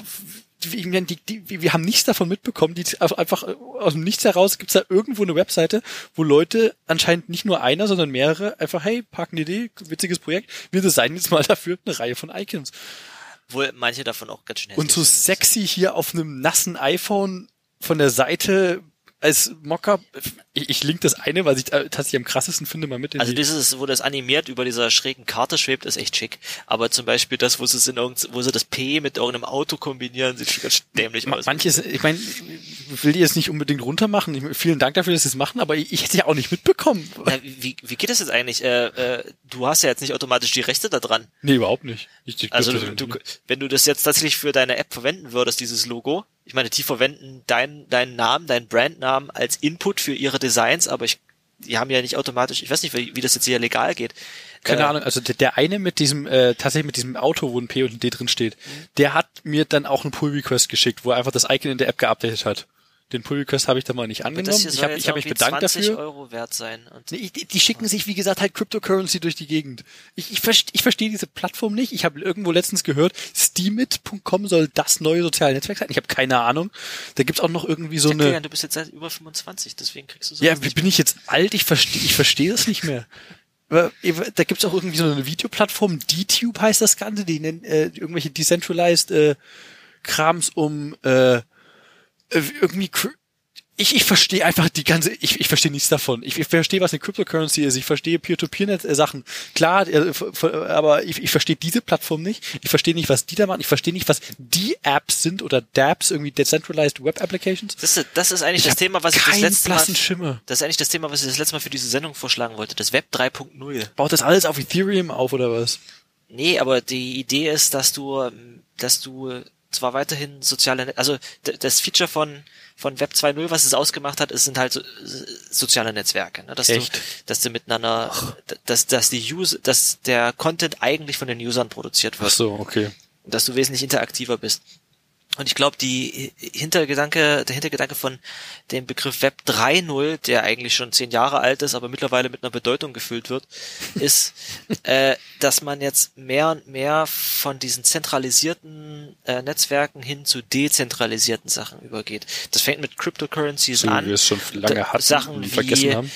wir haben nichts davon mitbekommen, einfach aus dem Nichts heraus gibt's da irgendwo eine Webseite, wo Leute, anscheinend nicht nur einer, sondern mehrere, einfach, hey, Parken.dd, witziges Projekt, wir designen jetzt mal dafür eine Reihe von Icons. Wohl manche davon auch ganz schnell. Und so sexy hier auf einem nassen iPhone von der Seite als Mockup. Ich link das eine, was ich tatsächlich am krassesten finde, mal mit in Also dieses, wo das animiert über dieser schrägen Karte schwebt, ist echt schick. Aber zum Beispiel das, wo sie das P mit irgendeinem Auto kombinieren, sieht schon ganz dämlich aus. Manches, ich meine, will die jetzt nicht unbedingt runter machen. Vielen Dank dafür, dass sie es machen, aber ich hätte ja auch nicht mitbekommen. Ja, wie geht das jetzt eigentlich? Du hast ja jetzt nicht automatisch die Rechte da dran. Nee, überhaupt nicht. Also wenn du das jetzt tatsächlich für deine App verwenden würdest, dieses Logo, ich meine, die verwenden deinen Namen, deinen Brandnamen als Input für ihre Designs, aber die haben ja nicht automatisch, ich weiß nicht, wie das jetzt hier legal geht. Keine Ahnung, also der eine mit diesem, tatsächlich mit diesem Auto, wo ein P und ein D drin steht, der hat mir dann auch einen Pull-Request geschickt, wo er einfach das Icon in der App geupdatet hat. Den Pull-Request habe ich da mal nicht angenommen. Ich hab mich bedankt 20 dafür. Euro wert sein. Und die schicken sich, wie gesagt, halt Cryptocurrency durch die Gegend. Ich verstehe diese Plattform nicht. Ich habe irgendwo letztens gehört, Steemit.com soll das neue soziale Netzwerk sein. Ich habe keine Ahnung. Da gibt's auch noch irgendwie so eine... Du bist jetzt seit über 25, deswegen kriegst du so. Ja, bin ich jetzt alt? Ich verstehe das nicht mehr. Da gibt's auch irgendwie so eine Videoplattform, DTube heißt das Ganze, die nennen irgendwelche Decentralized Krams um irgendwie Ich verstehe einfach ich verstehe nichts davon. Ich verstehe, was eine Cryptocurrency ist. Ich verstehe Peer-to-Peer-Sachen. Klar, aber ich verstehe diese Plattform nicht. Ich verstehe nicht, was die da machen. Ich verstehe nicht, was die Apps sind oder DApps, irgendwie Decentralized Web Applications. Das ist eigentlich das Thema, was ich das letzte Mal, das ist eigentlich das Thema, was ich das letzte Mal für diese Sendung vorschlagen wollte. Das Web 3.0. Baut das alles auf Ethereum auf oder was? Nee, aber die Idee ist, dass du zwar weiterhin also das Feature von Web 2.0, was es ausgemacht hat, sind halt soziale Netzwerke, ne? Dass du miteinander, dass der Content eigentlich von den Usern produziert wird. Ach so, okay. Und dass du wesentlich interaktiver bist. Und ich glaube, der Hintergedanke von dem Begriff Web 3.0, der eigentlich schon 10 Jahre alt ist, aber mittlerweile mit einer Bedeutung gefüllt wird, ist, dass man jetzt mehr und mehr von diesen zentralisierten Netzwerken hin zu dezentralisierten Sachen übergeht. Das fängt mit Cryptocurrencies so, an. Wie wir es schon lange hatten Sachen und vergessen haben.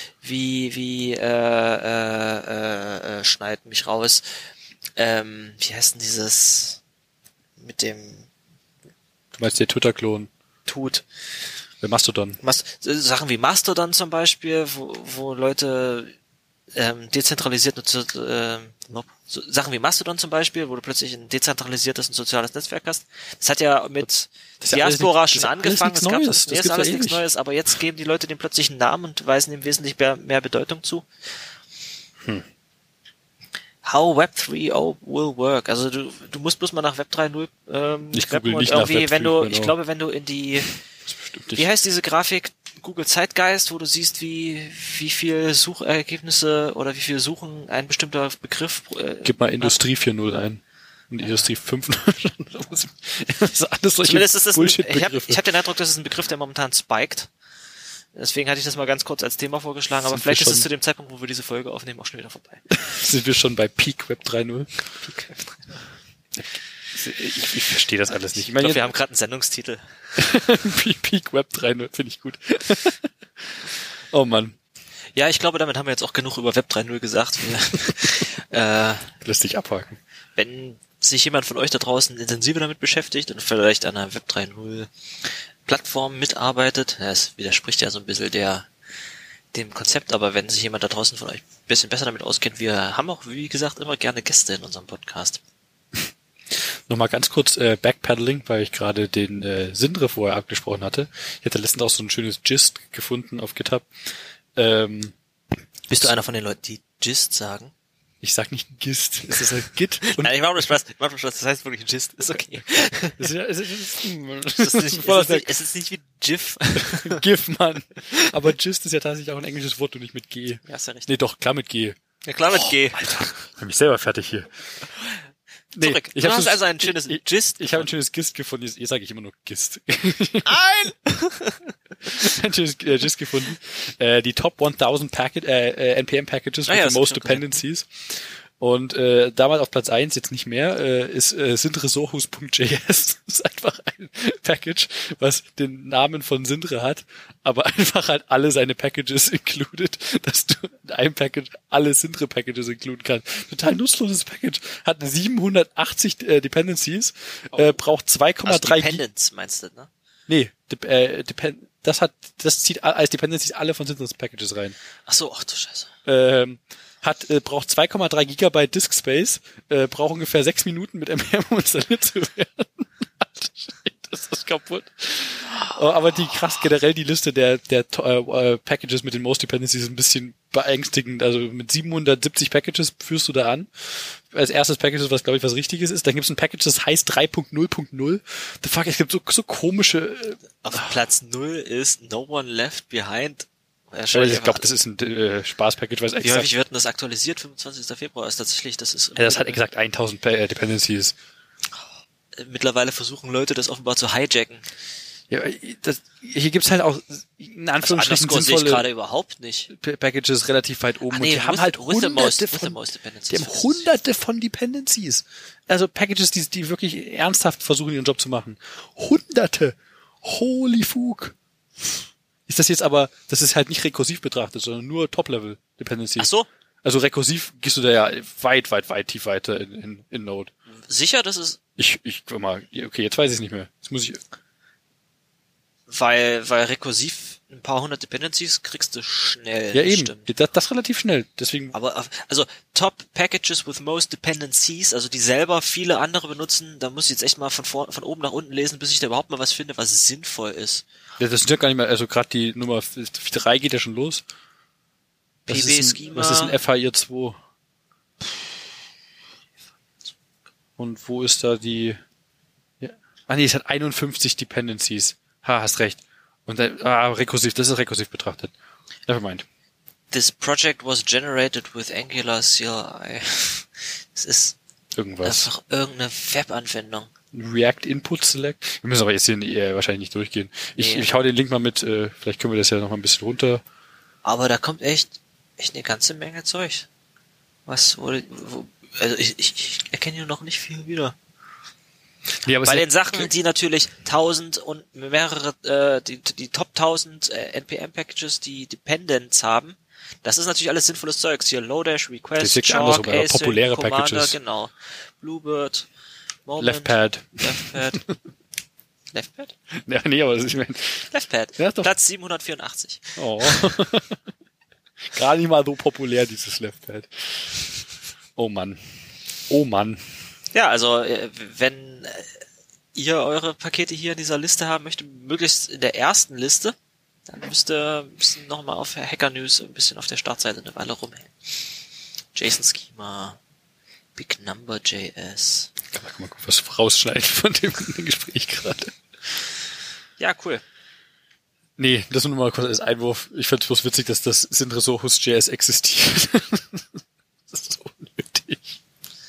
Schneid mich raus. Wie heißt denn dieses mit dem Du meinst der Twitter-Klon? Der Mastodon. Sachen wie Mastodon zum Beispiel, wo Leute dezentralisiert Sachen wie Mastodon zum Beispiel, wo du plötzlich ein dezentralisiertes und soziales Netzwerk hast. Das hat ja mit Diaspora schon angefangen. Das ist alles nichts Neues, aber jetzt geben die Leute dem plötzlich einen Namen und weisen ihm wesentlich mehr Bedeutung zu. How Web 3.0 will work. Also du musst bloß mal nach Web 3.0 ich google nicht nach Web 3.0. Ich glaube, wenn du in die wie heißt diese Grafik? Google Zeitgeist, wo du siehst, wie viel Suchergebnisse oder wie viel Suchen ein bestimmter Begriff gib mal Industrie 4.0 ein. Und Industrie 5.0. Das ist alles solche Bullshit-Begriffe. Ich hab den Eindruck, das ist ein Begriff, der momentan spiked. Deswegen hatte ich das mal ganz kurz als Thema vorgeschlagen, aber vielleicht ist es zu dem Zeitpunkt, wo wir diese Folge aufnehmen, auch schon wieder vorbei. Sind wir schon bei Peak Web 3.0? Peak Web 3.0. Ich verstehe das alles nicht. Ich glaube, wir haben gerade einen Sendungstitel. Peak Web 3.0, finde ich gut. Oh Mann. Ja, ich glaube, damit haben wir jetzt auch genug über Web 3.0 gesagt. Lässt sich abhaken. Wenn sich jemand von euch da draußen intensiver damit beschäftigt und vielleicht an einer Web 3.0 Plattform mitarbeitet, das widerspricht ja so ein bisschen dem Konzept, aber wenn sich jemand da draußen von euch ein bisschen besser damit auskennt, wir haben auch, wie gesagt, immer gerne Gäste in unserem Podcast. Nochmal ganz kurz Backpedaling, weil ich gerade den Sindre vorher abgesprochen hatte. Ich hatte letztens auch so ein schönes Gist gefunden auf GitHub. Bist du einer von den Leuten, die Gist sagen? Ich sag nicht Gist, es ist halt Git. Und nein, ich mach nur Spaß, das heißt wirklich Gist, ist okay. Es ist nicht wie GIF. GIF, Mann. Aber Gist ist ja tatsächlich auch ein englisches Wort und nicht mit G. Ja, ist ja richtig. Nee, doch, klar mit G. Ja, klar mit G. Alter, ich bin mich selber fertig hier. Nee, zurück. Du hast also ein schönes Gist. Ich habe ein schönes Gist gefunden. Hier sage ich immer nur Gist. Nein! Ein schönes Gist gefunden. Die Top 1000 NPM Packages with the most dependencies. Und damals auf Platz 1, jetzt nicht mehr, ist sindresohus.js. Das ist einfach ein Package, was den Namen von Sindre hat, aber einfach halt alle seine Packages included, dass du in einem Package alle Sindre-Packages includen kannst. Total nutzloses Package. Hat 780 Dependencies, braucht 2,3 Dependents meinst du, ne? Nee, das zieht als Dependencies alle von Sindres Packages rein. Ach so, ach du Scheiße. Braucht 2,3 Gigabyte Disk Space, braucht ungefähr 6 Minuten mit NPM installiert zu werden. Das ist kaputt. Aber generell die Liste der Packages mit den Most Dependencies ist ein bisschen beängstigend. Also mit 770 Packages führst du da an. Als erstes Package, was glaube ich was Richtiges ist. Dann gibt es ein Package, das heißt 3.0.0. The fuck, es gibt so komische... Auf Platz 0 ist No One Left Behind. Ich glaube, das ist ein Spaß-Package. Wie häufig wird denn das aktualisiert? 25. Februar ist tatsächlich, das hat exakt 1000 Dependencies. Mittlerweile versuchen Leute das offenbar zu hijacken. Ja, hier gibt's halt auch in Anführungsstrichen sinnvolle sehe ich gerade überhaupt nicht. Packages relativ weit oben. Nee, und die haben halt hunderte von Dependencies. Also Packages, die wirklich ernsthaft versuchen, ihren Job zu machen. Hunderte! Holy fuck! Ist das jetzt aber, das ist halt nicht rekursiv betrachtet, sondern nur Top-Level-Dependencies. Ach so? Also rekursiv gehst du da ja weit tief weiter in Node. Sicher, das ist... Ich guck mal, okay, jetzt weiß ich es nicht mehr. Jetzt muss ich... Weil rekursiv ein paar hundert Dependencies kriegst du schnell. Ja, eben. Stimmt. Das relativ schnell. Deswegen. Aber, also, Top Packages with most dependencies, also die selber viele andere benutzen, da muss ich jetzt echt mal von oben nach unten lesen, bis ich da überhaupt mal was finde, was sinnvoll ist. Ja, das sind ja gar nicht mehr, also gerade die Nummer 3 geht ja schon los. PB-Schema. Was ist ein FHIR 2? Und wo ist da die... Ja. Es hat 51 Dependencies. Hast recht. Und dann, rekursiv, das ist rekursiv betrachtet. Nevermind. This project was generated with Angular CLI. Es ist Irgendwas. einfach irgendeine Webanwendung. React Input Select. Wir müssen aber jetzt hier wahrscheinlich nicht durchgehen. Nee. Ich hau den Link mal mit, vielleicht können wir das ja noch mal ein bisschen runter. Aber da kommt echt eine ganze Menge Zeug. Also ich erkenne hier noch nicht viel wieder. Nee, aber Bei den Sachen, die natürlich 1000 und mehrere, die Top 1000 NPM-Packages, die Dependents haben, das ist natürlich alles sinnvolles Zeugs. Hier Lodash, Request, Chalk, Async, populäre Commander, Packages. Genau. Bluebird, Moment, Leftpad. Leftpad? Ja, nee, aber ich meine. Leftpad. Ja, doch. Platz 784. Oh. Gar nicht mal so populär, dieses Leftpad. Oh Mann. Oh Mann. Ja, also wenn ihr eure Pakete hier in dieser Liste haben möchtet, möglichst in der ersten Liste, dann müsst ihr nochmal auf Hacker News ein bisschen auf der Startseite eine Weile rumhängen. JSON Schema, Big Number JS. Kann man mal was rausschneiden von dem Gespräch gerade. Ja, cool. Nee, das nur mal kurz als Einwurf. Ich fand es bloß witzig, dass das Synthresource.js existiert. Das ist so unnötig.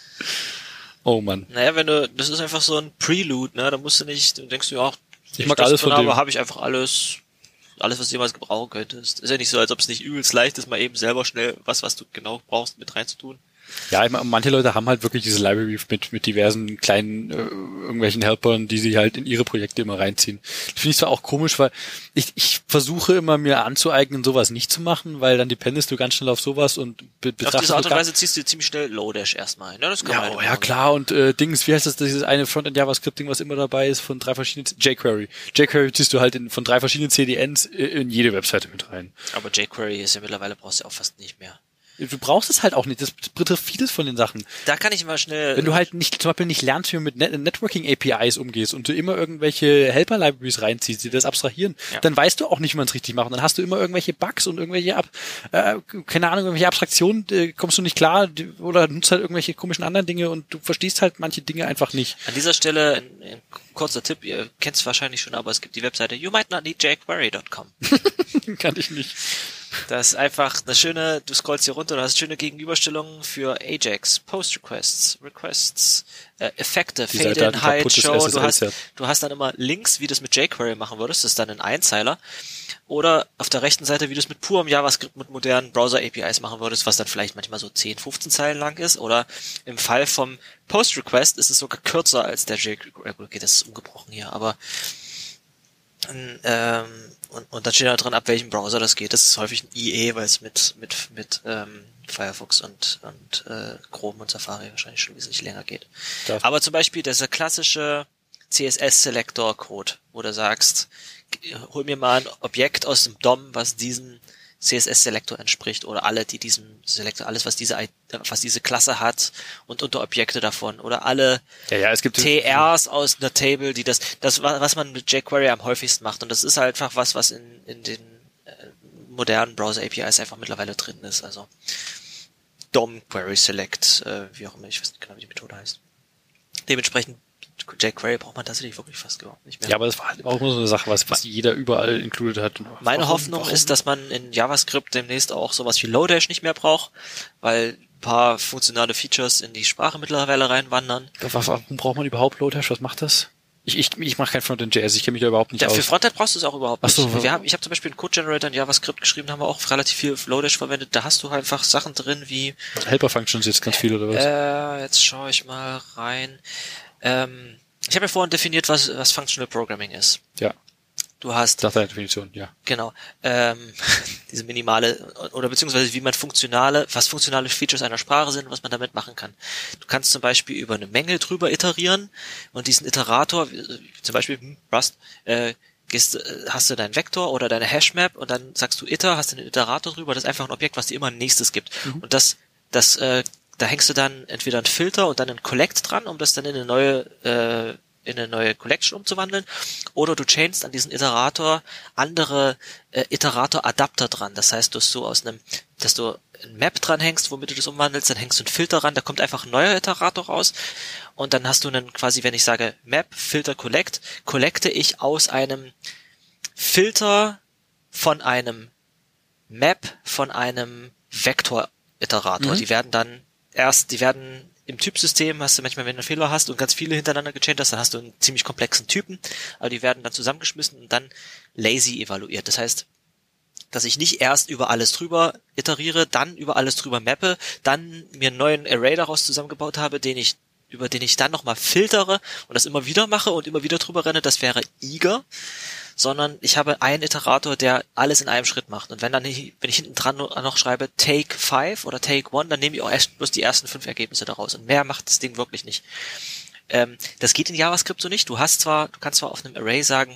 Oh Mann. Naja, das ist einfach so ein Prelude, ne? Da musst du nicht, du denkst du auch, ich mag alles von dem. Aber habe ich einfach alles, was du jemals gebrauchen könntest. Ist ja nicht so, als ob es nicht übelst leicht ist, mal eben selber schnell was du genau brauchst, mit reinzutun. Ja, ich meine, manche Leute haben halt wirklich diese Library mit diversen kleinen irgendwelchen Helpern, die sie halt in ihre Projekte immer reinziehen. Das finde ich zwar auch komisch, weil ich versuche immer mir anzueignen, sowas nicht zu machen, weil dann dependest du ganz schnell auf sowas und betrachtest. Auf diese Art und Weise ziehst du ziemlich schnell Lodash erstmal. Ne? Das kann man ja, klar, und Dings, wie heißt das, dieses eine Frontend-JavaScript-Ding, was immer dabei ist, von 3 verschiedenen jQuery. jQury ziehst du halt von 3 verschiedenen CDNs in jede Webseite mit rein. Aber jQuery ist ja mittlerweile, brauchst du auch fast nicht mehr. Du brauchst es halt auch nicht. Das betrifft vieles von den Sachen. Da kann ich mal schnell... Wenn du halt nicht, zum Beispiel nicht lernst, wie du mit Networking-APIs umgehst und du immer irgendwelche Helper-Libraries reinziehst, die das abstrahieren, dann weißt du auch nicht, wie man es richtig macht. Dann hast du immer irgendwelche Bugs und irgendwelche irgendwelche Abstraktionen, kommst du nicht klar oder nutzt halt irgendwelche komischen anderen Dinge und du verstehst halt manche Dinge einfach nicht. An dieser Stelle ein kurzer Tipp, ihr kennt es wahrscheinlich schon, aber es gibt die Webseite YouMightNotNeedJQuery.com. Kann ich nicht. Das ist einfach eine schöne, du scrollst hier runter, du hast schöne Gegenüberstellungen für Ajax, Post Requests, Effekte, Fade-in, Hide, Show. Du hast dann immer Links, wie du es mit jQuery machen würdest, das ist dann ein Einzeiler. Oder auf der rechten Seite, wie du es mit purem JavaScript mit modernen Browser-APIs machen würdest, was dann vielleicht manchmal so 10, 15 Zeilen lang ist. Oder im Fall vom Post-Request ist es sogar kürzer als der jQuery. Okay, das ist ungebrochen hier, aber und dann steht da dran, ab welchem Browser das geht. Das ist häufig ein IE, weil es mit Firefox und Chrome und Safari wahrscheinlich schon wesentlich länger geht. Aber zum Beispiel dieser klassische CSS-Selector-Code, wo du sagst, hol mir mal ein Objekt aus dem DOM, was diesen CSS-Selektor entspricht, oder alle, die diesem Selektor, alles, was diese Klasse hat und Unterobjekte davon, oder alle es gibt TRs aus einer Table, die das, was man mit jQuery am häufigsten macht, und das ist halt einfach was in den modernen Browser-APIs einfach mittlerweile drin ist, also DOM, Query Select, wie auch immer, ich weiß nicht genau, wie die Methode heißt. Dementsprechend jQuery braucht man tatsächlich wirklich fast überhaupt nicht mehr. Ja, aber das war halt auch immer so eine Sache, was jeder überall included hat. Meine Hoffnung ist, dass man in JavaScript demnächst auch sowas wie Lodash nicht mehr braucht, weil ein paar funktionale Features in die Sprache mittlerweile reinwandern. Warum braucht man überhaupt Lodash? Was macht das? Ich mache kein Frontend.js, ich kenne mich da überhaupt nicht aus. Für Frontend brauchst du es auch überhaupt nicht. Ach so, ich habe zum Beispiel einen Code-Generator in JavaScript geschrieben, haben wir auch relativ viel Lodash verwendet. Da hast du einfach Sachen drin wie... Helper-Functions jetzt ganz viel, oder was? Jetzt schaue ich mal rein. Ich habe ja vorhin definiert, was Functional Programming ist. Ja. Du hast... Nach deiner Definition, ja. Genau. Diese minimale, oder beziehungsweise wie man funktionale Features einer Sprache sind, was man damit machen kann. Du kannst zum Beispiel über eine Menge drüber iterieren und diesen Iterator, zum Beispiel Rust, hast du deinen Vektor oder deine Hashmap und dann sagst du iter, hast du einen Iterator drüber, das ist einfach ein Objekt, was dir immer ein nächstes gibt. Und da hängst du dann entweder einen Filter und dann einen Collect dran, um das dann in eine neue Collection umzuwandeln, oder du chainst an diesen Iterator andere Iterator-Adapter dran. Das heißt, dass du ein Map dran hängst, womit du das umwandelst, dann hängst du einen Filter ran, da kommt einfach ein neuer Iterator raus und dann hast du einen quasi, wenn ich sage Map, Filter, Collect, collecte ich aus einem Filter von einem Map von einem Vektor-Iterator. Die werden im Typsystem hast du manchmal, wenn du einen Fehler hast und ganz viele hintereinander gechaint hast, dann hast du einen ziemlich komplexen Typen, aber die werden dann zusammengeschmissen und dann lazy evaluiert. Das heißt, dass ich nicht erst über alles drüber iteriere, dann über alles drüber mappe, dann mir einen neuen Array daraus zusammengebaut habe, über den ich dann nochmal filtere und das immer wieder mache und immer wieder drüber renne, das wäre eager, sondern ich habe einen Iterator, der alles in einem Schritt macht. Und wenn ich hinten dran noch schreibe take 5 oder take 1, dann nehme ich auch erst bloß die ersten 5 Ergebnisse daraus. Und mehr macht das Ding wirklich nicht. Das geht in JavaScript so nicht. Du kannst zwar auf einem Array sagen,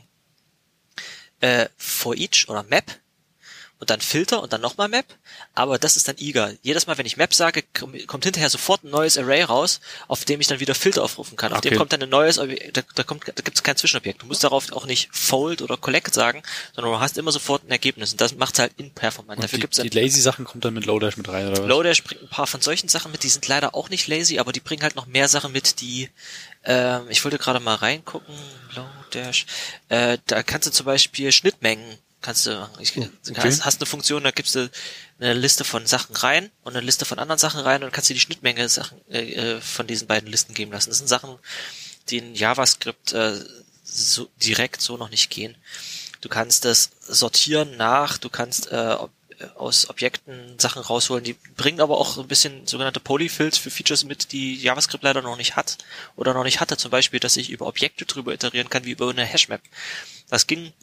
for each oder map, und dann Filter und dann nochmal Map, aber das ist dann eager. Jedes Mal, wenn ich Map sage, kommt hinterher sofort ein neues Array raus, auf dem ich dann wieder Filter aufrufen kann. Auf dem kommt dann ein neues, da gibt es kein Zwischenobjekt. Du musst darauf auch nicht Fold oder Collect sagen, sondern du hast immer sofort ein Ergebnis und das macht's halt in-performant. Dafür gibt's die Lazy-Sachen kommt dann mit Lodash mit rein, oder was? Lodash bringt ein paar von solchen Sachen mit, die sind leider auch nicht lazy, aber die bringen halt noch mehr Sachen mit, die ich wollte gerade mal reingucken, Lodash, da kannst du zum Beispiel Schnittmengen kannst du machen. Hast eine Funktion, da gibst du eine Liste von Sachen rein und eine Liste von anderen Sachen rein und dann kannst du die Schnittmenge Sachen von diesen beiden Listen geben lassen. Das sind Sachen, die in JavaScript so direkt so noch nicht gehen. Du kannst das sortieren du kannst aus Objekten Sachen rausholen, die bringen aber auch ein bisschen sogenannte Polyfills für Features mit, die JavaScript leider noch nicht hat oder noch nicht hatte. Zum Beispiel, dass ich über Objekte drüber iterieren kann, wie über eine Hashmap. Das ging.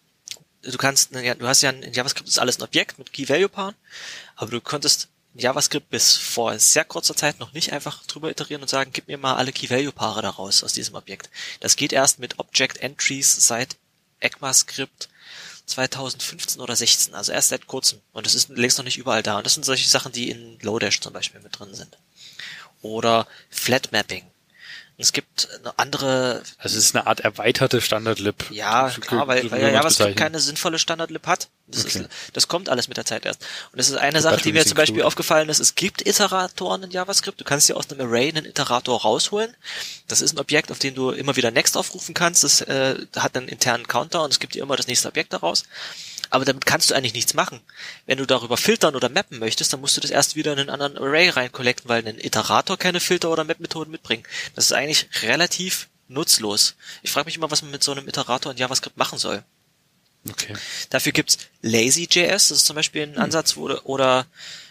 Du hast ja in JavaScript ist alles ein Objekt mit Key-Value-Paaren, aber du konntest in JavaScript bis vor sehr kurzer Zeit noch nicht einfach drüber iterieren und sagen, gib mir mal alle Key-Value-Paare daraus aus diesem Objekt. Das geht erst mit Object-Entries seit ECMAScript 2015 oder 16, also erst seit kurzem. Und das ist längst noch nicht überall da. Und das sind solche Sachen, die in Lodash zum Beispiel mit drin sind. Oder Flat-Mapping. Es gibt eine andere... Also es ist eine Art erweiterte Standard-Lib. Ja, klar, weil JavaScript keine sinnvolle Standard-Lib hat. Das kommt alles mit der Zeit erst. Und das ist eine Sache, die mir zum Beispiel aufgefallen ist. Es gibt Iteratoren in JavaScript. Du kannst dir aus einem Array einen Iterator rausholen. Das ist ein Objekt, auf dem du immer wieder Next aufrufen kannst. Das hat einen internen Counter und es gibt dir immer das nächste Objekt daraus. Aber damit kannst du eigentlich nichts machen. Wenn du darüber filtern oder mappen möchtest, dann musst du das erst wieder in einen anderen Array reincollecten, weil ein Iterator keine Filter- oder Map-Methoden mitbringt. Das ist eigentlich relativ nutzlos. Ich frage mich immer, was man mit so einem Iterator in JavaScript machen soll. Okay. Dafür gibt's Lazy.js, das ist zum Beispiel ein Ansatz, oder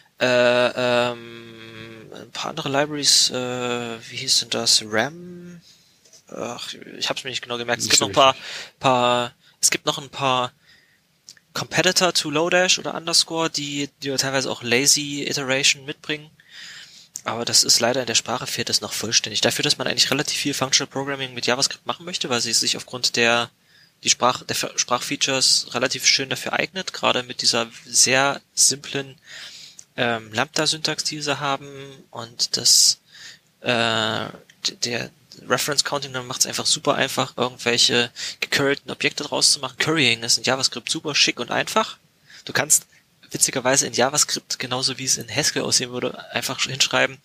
ein paar andere Libraries, wie hieß denn das? RAM? Ach, ich hab's mir nicht genau gemerkt. Es gibt noch ein paar Competitor to Lodash oder Underscore, die teilweise auch Lazy Iteration mitbringen. Aber das ist leider in der Sprache fehlt es noch vollständig. Dafür, dass man eigentlich relativ viel Functional Programming mit JavaScript machen möchte, weil sie sich aufgrund der Sprachfeatures relativ schön dafür eignet, gerade mit dieser sehr simplen Lambda-Syntax, die sie haben und der Reference Counting, dann macht es einfach super einfach, irgendwelche gecurryten Objekte draus zu machen. Currying ist in JavaScript super schick und einfach. Du kannst witzigerweise in JavaScript, genauso wie es in Haskell aussehen würde, einfach hinschreiben,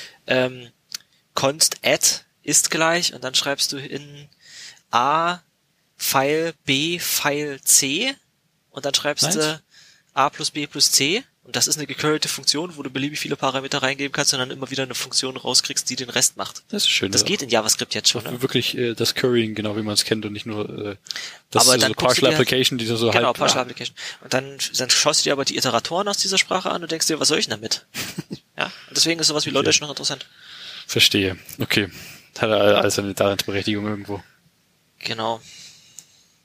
const add ist gleich und dann schreibst du in A File B File C und dann schreibst du A plus B plus C. Und das ist eine gecurryte Funktion, wo du beliebig viele Parameter reingeben kannst und dann immer wieder eine Funktion rauskriegst, die den Rest macht. Das ist schön. Das geht in JavaScript jetzt schon. Ne? Wirklich das Currying, genau wie man es kennt und nicht nur das aber dann so Partial Application, die so genau, Partial Application. Und dann schaust du dir aber die Iteratoren aus dieser Sprache an und denkst dir, was soll ich denn damit? Ja, und deswegen ist sowas wie Lodash noch interessant. Verstehe. Okay. Hat alles eine Daseinsberechtigung irgendwo. Genau.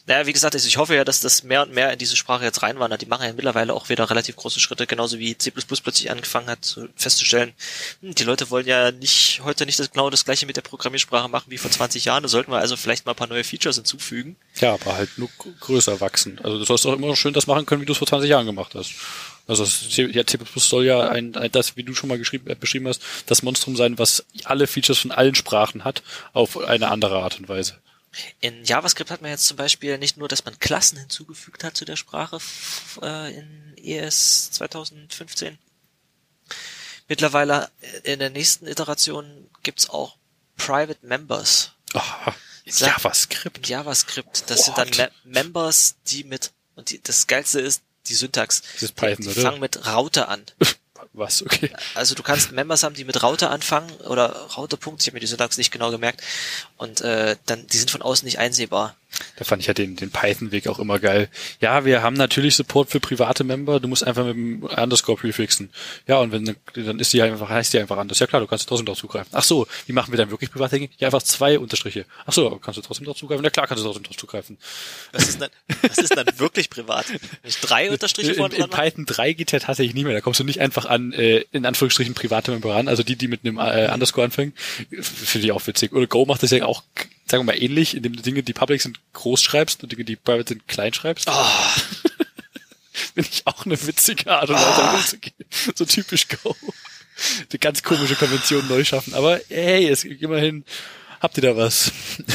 Naja, wie gesagt, ich hoffe ja, dass das mehr und mehr in diese Sprache jetzt reinwandert. Die machen ja mittlerweile auch wieder relativ große Schritte, genauso wie C++ plötzlich angefangen hat festzustellen, die Leute wollen ja heute nicht genau das Gleiche mit der Programmiersprache machen wie vor 20 Jahren. Da sollten wir also vielleicht mal ein paar neue Features hinzufügen. Ja, aber halt nur größer wachsen. Also du sollst auch immer schön das machen können, wie du es vor 20 Jahren gemacht hast. Also C++ soll ja das, wie du schon mal beschrieben hast, das Monstrum sein, was alle Features von allen Sprachen hat, auf eine andere Art und Weise. In JavaScript hat man jetzt zum Beispiel nicht nur, dass man Klassen hinzugefügt hat zu der Sprache in ES 2015. Mittlerweile in der nächsten Iteration gibt's auch Private Members. Oh, JavaScript. JavaScript. Das sind dann Members, das Geilste ist die Syntax. Das ist Python, die oder? fangen mit Raute an. Was? Okay. Also du kannst Members haben, die mit Raute anfangen oder Raute-Punkt, ich habe mir die Syntax nicht genau gemerkt und die sind von außen nicht einsehbar. Da fand ich ja den Python-Weg auch immer geil. Ja, wir haben natürlich Support für private Member, du musst einfach mit dem Underscore prefixen. Ja, und dann heißt die einfach anders. Ja klar, du kannst trotzdem darauf zugreifen. Ach so, wie machen wir dann wirklich private Dinge? Ja, einfach 2 Unterstriche. Ach so, aber kannst du trotzdem darauf zugreifen? Ja klar, kannst du trotzdem darauf zugreifen. Was ist dann wirklich privat? Wenn ich 3 Unterstriche vorne dran mache? In Python 3 geht ja tatsächlich nicht mehr. Da kommst du nicht einfach an, in Anführungsstrichen, private Member ran. Also die mit einem Underscore anfangen. Finde ich auch witzig. Oder Go macht das ja auch, sagen wir mal, ähnlich, indem du Dinge, die public sind, groß schreibst und Dinge, die private sind, klein schreibst. Oh. Finde ich auch eine witzige Art und Weise umzugehen. So typisch Go. Eine ganz komische Konvention neu schaffen. Aber hey, immerhin habt ihr da was.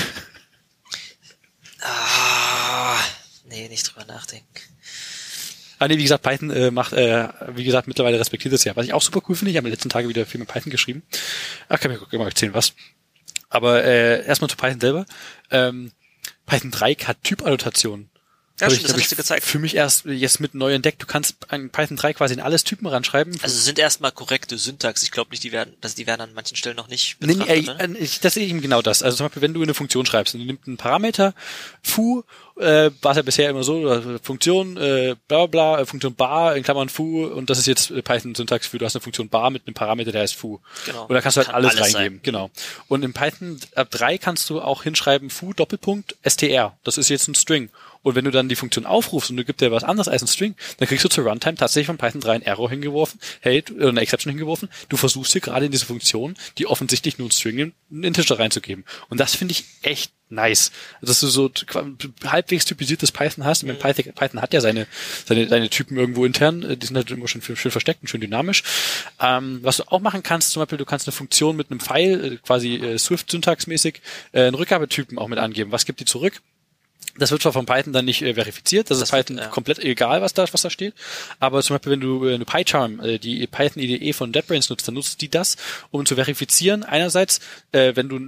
Nee, nicht drüber nachdenken. Nee, wie gesagt, Python macht, wie gesagt, mittlerweile respektiert das ja. Was ich auch super cool finde, ich habe in den letzten Tagen wieder viel mit Python geschrieben. Kann mir mal erzählen, was. Aber erstmal zu Python selber. Python 3 hat Typannotationen. Ja, stimmt, das hast du gezeigt. Für mich erst jetzt mit neu entdeckt. Du kannst an Python 3 quasi in alles Typen ranschreiben. Also sind erstmal korrekte Syntax. Ich glaube nicht, die werden an manchen Stellen noch nicht betrachtet. Das ist eben genau das. Also zum Beispiel, wenn du eine Funktion schreibst und du nimmst einen Parameter, foo, war es ja bisher immer so, Funktion, bla bla bla, Funktion bar, in Klammern foo, und das ist jetzt Python-Syntax für, du hast eine Funktion bar mit einem Parameter, der heißt foo. Genau. Und da kannst du halt alles reingeben. Sein. Genau. Und in Python ab 3 kannst du auch hinschreiben foo Doppelpunkt str. Das ist jetzt ein String. Und wenn du dann die Funktion aufrufst und du gibst dir was anderes als ein String, dann kriegst du zur Runtime tatsächlich von Python 3 einen Error hingeworfen, oder eine Exception hingeworfen. Du versuchst hier gerade in diese Funktion, die offensichtlich nur ein String nimmt, einen Integer reinzugeben. Und das finde ich echt nice. Dass du so halbwegs typisiertes Python hast. Und Python hat ja seine Typen irgendwo intern. Die sind halt immer schön versteckt und schön dynamisch. Was du auch machen kannst, zum Beispiel, du kannst eine Funktion mit einem Pfeil, quasi Swift-Syntax-mäßig, einen Rückgabetypen auch mit angeben. Was gibt die zurück? Das wird zwar von Python dann nicht verifiziert, das ist Python komplett egal, was da steht, aber zum Beispiel, wenn du eine PyCharm, die Python IDE von JetBrains nutzt, dann nutzt die das, um zu verifizieren. Einerseits, wenn du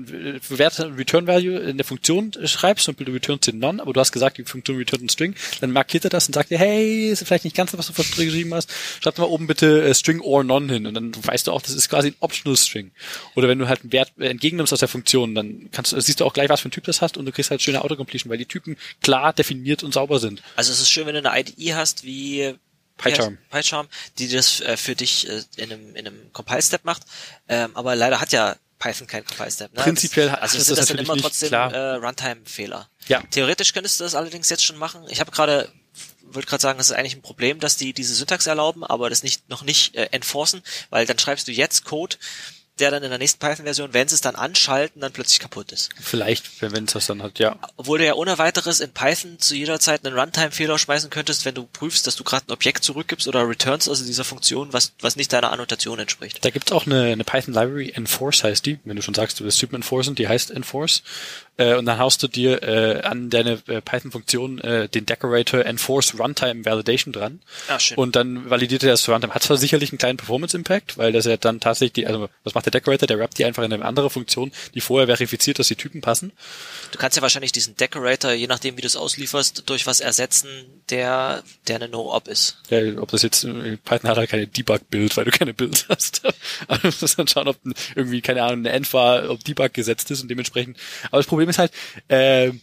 Return Value in der Funktion schreibst, zum Beispiel du returnst den None, aber du hast gesagt, die Funktion returnt einen String, dann markiert er das und sagt dir, hey, ist vielleicht nicht ganz das, was du vorher geschrieben hast, schreib mal oben bitte String or None hin, und dann weißt du auch, das ist quasi ein Optional String. Oder wenn du halt einen Wert entgegennimmst aus der Funktion, dann siehst du auch gleich, was für ein Typ das hast, und du kriegst halt schöne Autocompletion, weil die Typen klar definiert und sauber sind. Also es ist schön, wenn du eine IDE hast wie PyCharm, die das für dich in einem Compile-Step macht, aber leider hat ja Python keinen Compile-Step. Ne? Prinzipiell also sind das dann immer trotzdem Runtime-Fehler. Ja. Theoretisch könntest du das allerdings jetzt schon machen. Ich wollte gerade sagen, das ist eigentlich ein Problem, dass die diese Syntax erlauben, aber das noch nicht enforcen, weil dann schreibst du jetzt Code, der dann in der nächsten Python-Version, wenn sie es dann anschalten, dann plötzlich kaputt ist. Vielleicht, wenn es das dann hat, ja. Obwohl du ja ohne weiteres in Python zu jeder Zeit einen Runtime-Fehler schmeißen könntest, wenn du prüfst, dass du gerade ein Objekt zurückgibst oder returns, also dieser Funktion, was nicht deiner Annotation entspricht. Da gibt's auch eine Python-Library, Enforce heißt die, wenn du schon sagst, du willst Typen enforcen, die heißt Enforce. Und dann haust du dir an deine Python-Funktion den Decorator Enforce Runtime Validation dran. Ah, schön. Und dann validiert er das zu Runtime. Hat zwar sicherlich einen kleinen Performance-Impact, weil das ja dann tatsächlich was macht der Decorator? Der wrappt die einfach in eine andere Funktion, die vorher verifiziert, dass die Typen passen. Du kannst ja wahrscheinlich diesen Decorator, je nachdem wie du es auslieferst, durch was ersetzen, der eine No-Op ist. Ja, ob das jetzt, Python hat halt keine Debug-Build, weil du keine Build hast. Aber du musst dann schauen, ob irgendwie, keine Ahnung, eine Env war, ob Debug gesetzt ist und dementsprechend. Aber das Problem ist halt,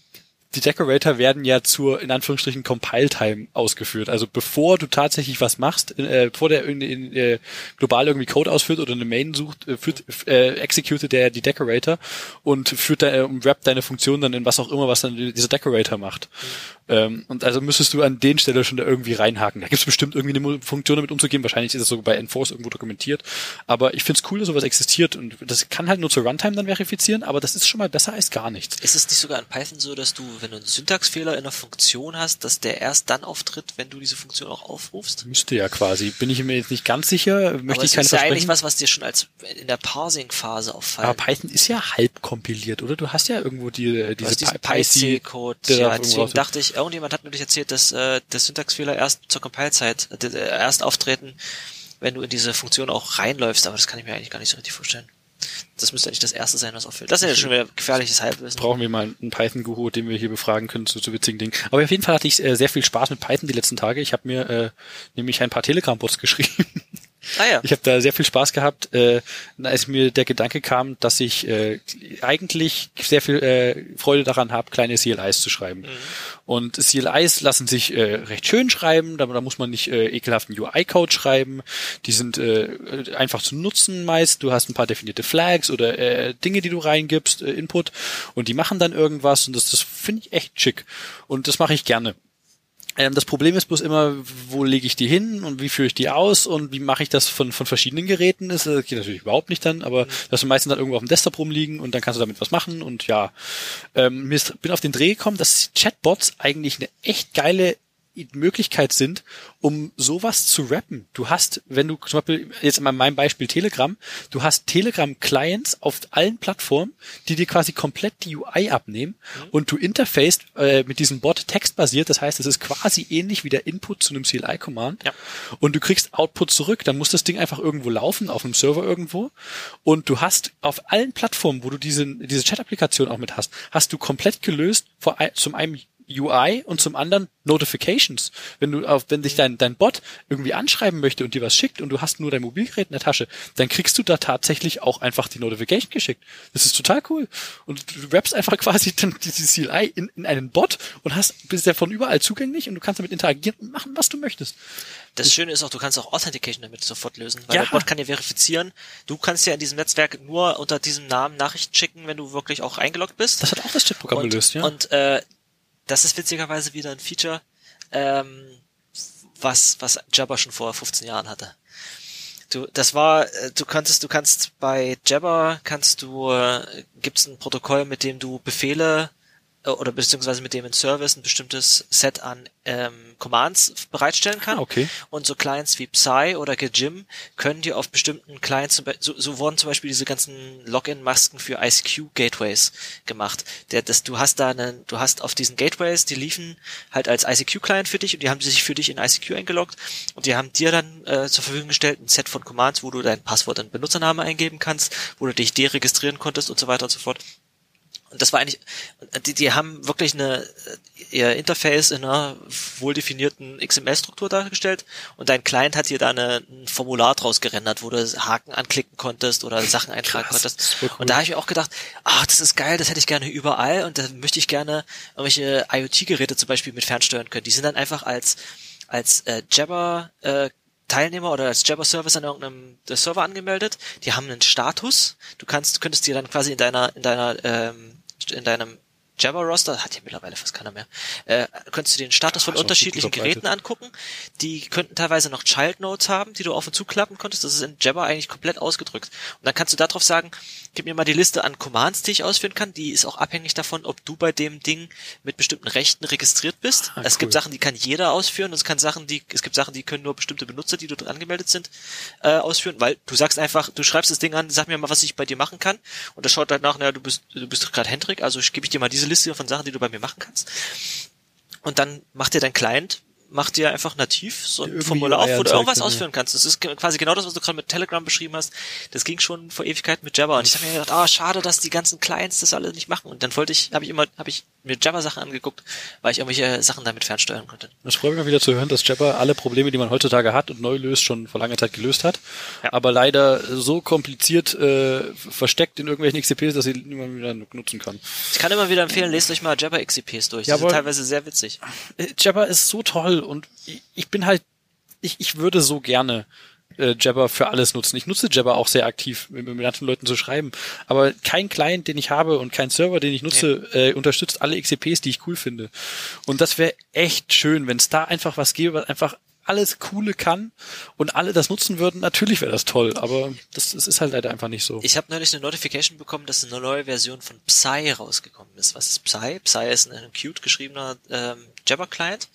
die Decorator werden ja zur, in Anführungsstrichen, Compile-Time ausgeführt. Also bevor du tatsächlich was machst, bevor der global irgendwie Code ausführt oder eine Main sucht, executet der die Decorator und wrappt deine Funktion dann in was auch immer, was dann dieser Decorator macht. Und also müsstest du an den Stelle schon da irgendwie reinhaken. Da gibt es bestimmt irgendwie eine Funktion damit umzugehen. Wahrscheinlich ist es so bei Enforce irgendwo dokumentiert. Aber ich find's cool, dass sowas existiert. Und das kann halt nur zur Runtime dann verifizieren, aber das ist schon mal besser als gar nichts. Ist es nicht sogar in Python so, dass du, wenn du einen Syntaxfehler in einer Funktion hast, dass der erst dann auftritt, wenn du diese Funktion auch aufrufst? Müsste ja quasi. Bin ich mir jetzt nicht ganz sicher. Möchte ich keine ist ja eigentlich was dir schon als in der Parsing-Phase auffällt. Aber Python ist ja halb kompiliert, oder? Du hast ja irgendwo diese PyC-Code. Ja, deswegen dachte ich, irgendjemand hat mir erzählt, dass der Syntaxfehler erst zur Compile-Zeit erst auftreten, wenn du in diese Funktion auch reinläufst, aber das kann ich mir eigentlich gar nicht so richtig vorstellen. Das müsste eigentlich das Erste sein, was auffällt. Das ist ja schon wieder gefährliches Halbwissen. Brauchen wir mal einen Python-Guru, den wir hier befragen können zu witzigen Dingen. Aber auf jeden Fall hatte ich sehr viel Spaß mit Python die letzten Tage. Ich habe mir nämlich ein paar Telegram-Bots geschrieben. Ah ja. Ich habe da sehr viel Spaß gehabt, als mir der Gedanke kam, dass ich eigentlich sehr viel Freude daran habe, kleine CLIs zu schreiben. Mhm. Und CLIs lassen sich recht schön schreiben, da muss man nicht ekelhaften UI-Code schreiben. Die sind einfach zu nutzen meist. Du hast ein paar definierte Flags oder Dinge, die du reingibst, Input, und die machen dann irgendwas, und das finde ich echt schick. Und das mache ich gerne. Das Problem ist bloß immer, wo lege ich die hin und wie führe ich die aus und wie mache ich das von verschiedenen Geräten. Das geht natürlich überhaupt nicht dann, aber dass wir meistens dann irgendwo auf dem Desktop rumliegen und dann kannst du damit was machen. Und ja, bin auf den Dreh gekommen, dass Chatbots eigentlich eine echt geile Möglichkeit sind, um sowas zu rappen. Du hast, wenn du zum Beispiel, jetzt in meinem Beispiel Telegram, du hast Telegram-Clients auf allen Plattformen, die dir quasi komplett die UI abnehmen, und du interfacest mit diesem Bot textbasiert. Das heißt, es ist quasi ähnlich wie der Input zu einem CLI-Command. Ja. Und du kriegst Output zurück. Dann muss das Ding einfach irgendwo laufen, auf einem Server irgendwo. Und du hast auf allen Plattformen, wo du diese Chat-Applikation auch mit hast, hast du komplett gelöst zum einen UI und zum anderen Notifications. Wenn dich dein Bot irgendwie anschreiben möchte und dir was schickt und du hast nur dein Mobilgerät in der Tasche, dann kriegst du da tatsächlich auch einfach die Notification geschickt. Das ist total cool. Und du wrappst einfach quasi dieses CLI in einen Bot und bist ja von überall zugänglich und du kannst damit interagieren und machen, was du möchtest. Das Schöne ist auch, du kannst auch Authentication damit sofort lösen, weil der Bot kann dir verifizieren. Du kannst ja in diesem Netzwerk nur unter diesem Namen Nachrichten schicken, wenn du wirklich auch eingeloggt bist. Das hat auch das Chatprogramm gelöst, ja. Und das ist witzigerweise wieder ein Feature, was Jabber schon vor 15 Jahren hatte. Du kannst bei Jabber gibt's ein Protokoll, mit dem du Befehle oder beziehungsweise mit dem ein Service ein bestimmtes Set an Commands bereitstellen kann. Okay. Und so Clients wie Psy oder Gejim können dir auf bestimmten Clients, so wurden zum Beispiel diese ganzen Login-Masken für ICQ-Gateways gemacht. Du hast auf diesen Gateways, die liefen halt als ICQ-Client für dich, und die haben sich für dich in ICQ eingeloggt, und die haben dir dann zur Verfügung gestellt ein Set von Commands, wo du dein Passwort und Benutzername eingeben kannst, wo du dich deregistrieren konntest und so weiter und so fort. Und das war eigentlich, die haben wirklich ihr Interface in einer wohldefinierten XML-Struktur dargestellt, und dein Client hat dir da ein Formular draus gerendert, wo du Haken anklicken konntest oder Sachen eintragen konntest. Cool. Und da habe ich mir auch gedacht, das ist geil, das hätte ich gerne überall, und da möchte ich gerne irgendwelche IoT-Geräte zum Beispiel mit fernsteuern können. Die sind dann einfach als Jabber Teilnehmer oder als Jabber-Service an irgendeinem Server angemeldet. Die haben einen Status. Du könntest dir dann quasi in deinem Jabber-Roster, hat ja mittlerweile fast keiner mehr, könntest du den Status von unterschiedlichen Geräten angucken. Die könnten teilweise noch Child-Nodes haben, die du auf und zuklappen konntest. Das ist in Jabber eigentlich komplett ausgedrückt. Und dann kannst du darauf sagen, gib mir mal die Liste an Commands, die ich ausführen kann. Die ist auch abhängig davon, ob du bei dem Ding mit bestimmten Rechten registriert bist. Es gibt Sachen, die kann jeder ausführen, und es gibt Sachen, die können nur bestimmte Benutzer, die dort angemeldet sind, ausführen, weil du sagst einfach, du schreibst das Ding an, sag mir mal, was ich bei dir machen kann, und das schaut halt nach, du bist gerade Hendrik, also gebe ich dir mal diese Liste von Sachen, die du bei mir machen kannst. Und dann macht dir dein Client macht dir einfach nativ so ein Irgendwie Formular auf, wo du irgendwas anzeigt, ausführen kannst. Das ist quasi genau das, was du gerade mit Telegram beschrieben hast. Das ging schon vor Ewigkeiten mit Jabber. Und ich habe mir gedacht, schade, dass die ganzen Clients das alle nicht machen. Und dann habe ich mir Jabber-Sachen angeguckt, weil ich irgendwelche Sachen damit fernsteuern konnte. Das freut mich mal wieder zu hören, dass Jabber alle Probleme, die man heutzutage hat und neu löst, schon vor langer Zeit gelöst hat. Ja. Aber leider so kompliziert versteckt in irgendwelchen XCPs, dass sie niemand wieder nutzen kann. Ich kann immer wieder empfehlen, lest euch mal Jabber XCPs durch. Die sind teilweise sehr witzig. Jabber ist so toll und ich würde so gerne Jabber für alles nutzen. Ich nutze Jabber auch sehr aktiv, mit anderen Leuten zu schreiben. Aber kein Client, den ich habe und kein Server, den ich nutze, unterstützt alle XCPs, die ich cool finde. Und das wäre echt schön, wenn es da einfach was gäbe, was einfach alles Coole kann und alle das nutzen würden. Natürlich wäre das toll, aber das ist halt leider einfach nicht so. Ich habe neulich eine Notification bekommen, dass eine neue Version von Psy rausgekommen ist. Was ist Psy? Psy ist ein cute geschriebener Jabber-Client,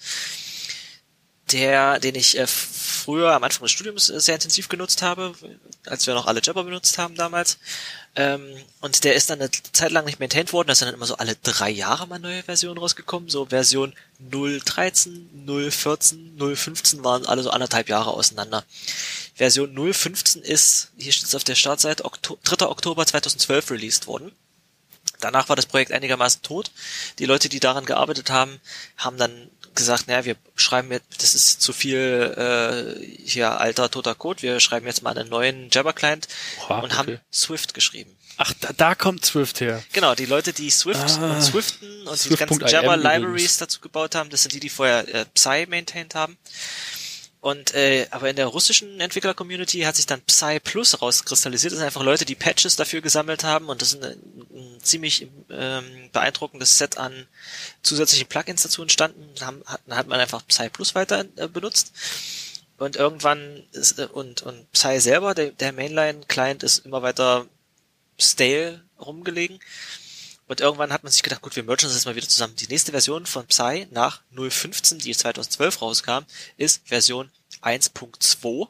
den ich früher am Anfang des Studiums sehr intensiv genutzt habe, als wir noch alle Jabber benutzt haben damals. Und der ist dann eine Zeit lang nicht maintained worden, da sind dann immer so alle 3 Jahre mal neue Versionen rausgekommen, so Version 0.13, 0.14, 0.15 waren alle so 1,5 Jahre auseinander. Version 0.15 ist, hier steht es auf der Startseite, 3. Oktober 2012 released worden. Danach war das Projekt einigermaßen tot. Die Leute, die daran gearbeitet haben, haben dann gesagt, naja, wir schreiben jetzt, das ist zu viel hier alter, toter Code, wir schreiben jetzt mal einen neuen Jabber-Client und haben Swift geschrieben. Ach, da kommt Swift her. Genau, die Leute, die Swift und Swiften und die ganzen Jabber-Libraries dazu gebaut haben, das sind die vorher Psy maintained haben. Und aber in der russischen Entwickler-Community hat sich dann Psy Plus rauskristallisiert. Das sind einfach Leute, die Patches dafür gesammelt haben und das ist ein ziemlich beeindruckendes Set an zusätzlichen Plugins dazu entstanden. Dann hat man einfach Psy Plus weiter benutzt und irgendwann ist und Psy selber, der Mainline-Client, ist immer weiter stale rumgelegen. Und irgendwann hat man sich gedacht, gut, wir mergen das jetzt mal wieder zusammen. Die nächste Version von Psy nach 0.15, die 2012 rauskam, ist Version 1.2.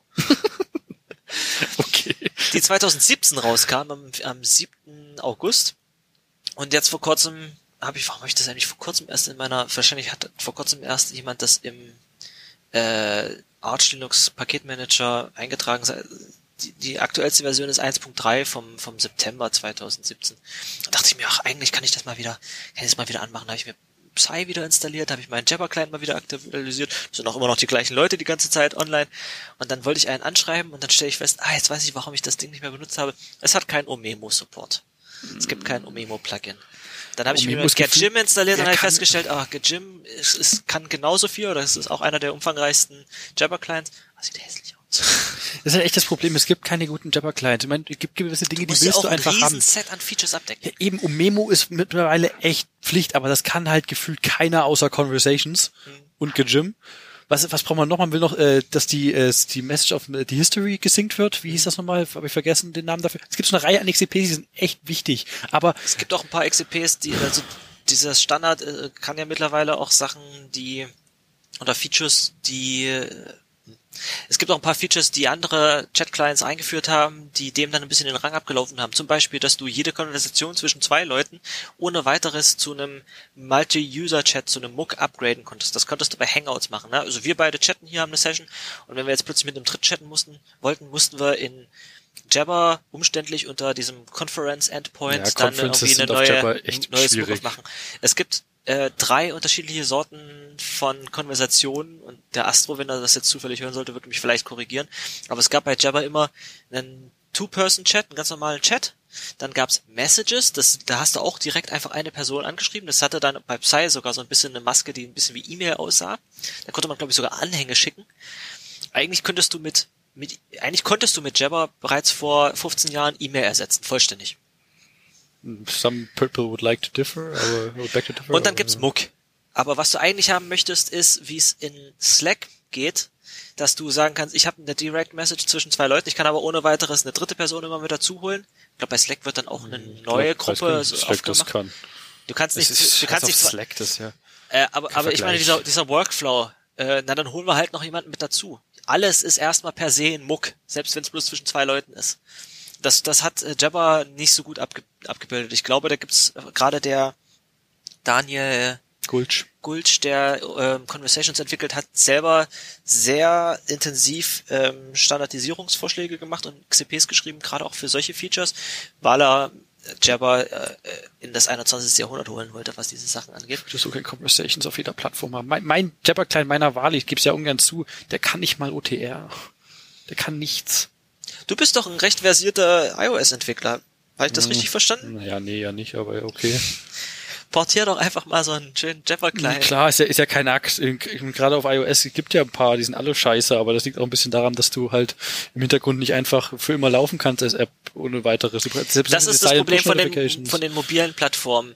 Okay. Die 2017 rauskam, am 7. August. Und jetzt vor kurzem warum habe ich das eigentlich vor kurzem erst wahrscheinlich hat vor kurzem erst jemand das im Arch Linux Paketmanager eingetragen. Die aktuellste Version ist 1.3 vom September 2017. Da dachte ich mir, eigentlich kann ich das mal wieder anmachen. Da habe ich mir Psy wieder installiert, habe ich meinen Jabber-Client mal wieder aktualisiert. Das sind auch immer noch die gleichen Leute die ganze Zeit online. Und dann wollte ich einen anschreiben und dann stelle ich fest, jetzt weiß ich, warum ich das Ding nicht mehr benutzt habe. Es hat keinen Omemo-Support. Es gibt kein Omemo-Plugin. Dann habe ich mir Gejim installiert und habe festgestellt, Gejim kann genauso viel, oder es ist auch einer der umfangreichsten Jabber-Clients. Das sieht hässlich aus. Das ist halt echt das Problem, es gibt keine guten Jabber-Clients. Ich meine, es gibt gewisse Dinge, die willst du einfach haben. Du musst ja auch ein Set an Features abdecken. Ja, eben, Omemo ist mittlerweile echt Pflicht, aber das kann halt gefühlt keiner außer Conversations und Gejim. Was braucht man noch? Man will noch, dass die Message of die History gesynkt wird. Wie hieß das nochmal? Habe ich vergessen den Namen dafür. Es gibt so eine Reihe an XCPs, die sind echt wichtig. Aber es gibt auch ein paar XCPs, dieser Standard kann ja mittlerweile auch Sachen, Features, es gibt auch ein paar Features, die andere Chat-Clients eingeführt haben, die dem dann ein bisschen den Rang abgelaufen haben. Zum Beispiel, dass du jede Konversation zwischen 2 Leuten ohne weiteres zu einem Multi-User-Chat, zu einem MOOC upgraden konntest. Das konntest du bei Hangouts machen. Ne? Also wir beide chatten hier, haben eine Session, und wenn wir jetzt plötzlich mit einem Dritt chatten mussten wir in Jabber umständlich unter diesem Conference-Endpoint dann irgendwie eine neues MOOC aufmachen. Es gibt 3 unterschiedliche Sorten von Konversationen, und der Astro, wenn er das jetzt zufällig hören sollte, wird mich vielleicht korrigieren, aber es gab bei Jabber immer einen Two-Person-Chat, einen ganz normalen Chat, dann gab's Messages, da hast du auch direkt einfach eine Person angeschrieben, das hatte dann bei Psy sogar so ein bisschen eine Maske, die ein bisschen wie E-Mail aussah, da konnte man, glaube ich, sogar Anhänge schicken. Eigentlich konntest du mit Jabber bereits vor 15 Jahren E-Mail ersetzen, vollständig. Some people would like to differ, Und dann gibt's MOOC. Aber was du eigentlich haben möchtest, ist, wie es in Slack geht, dass du sagen kannst, ich habe eine Direct Message zwischen 2 Leuten, ich kann aber ohne weiteres eine dritte Person immer mit dazu holen. Ich glaube, bei Slack wird dann auch eine neue Gruppe aufgemacht. Du kannst nicht Slack das, ja. Aber ich meine, dieser Workflow, dann holen wir halt noch jemanden mit dazu. Alles ist erstmal per se ein MOOC, selbst wenn es bloß zwischen 2 Leuten ist. Das hat Jabber nicht so gut abgebildet. Ich glaube, da gibt's gerade der Daniel Gulch. Gulch, der Conversations entwickelt hat, selber sehr intensiv Standardisierungsvorschläge gemacht und XCPs geschrieben, gerade auch für solche Features, weil er Jabber in das 21. Jahrhundert holen wollte, was diese Sachen angeht. Ich will so keine Conversations auf jeder Plattform haben. Mein Jabber-Client meiner Wahl, ich gebe es ja ungern zu, der kann nicht mal OTR. Der kann nichts. Du bist doch ein recht versierter iOS-Entwickler. Habe ich das richtig verstanden? Naja, nee, ja nicht, aber okay. Portier doch einfach mal so einen schönen Jabber-Client. Klar, ist ja kein Axt. Gerade auf iOS gibt ja ein paar, die sind alle scheiße, aber das liegt auch ein bisschen daran, dass du halt im Hintergrund nicht einfach für immer laufen kannst als App ohne weiteres. Das ist das Problem von den mobilen Plattformen.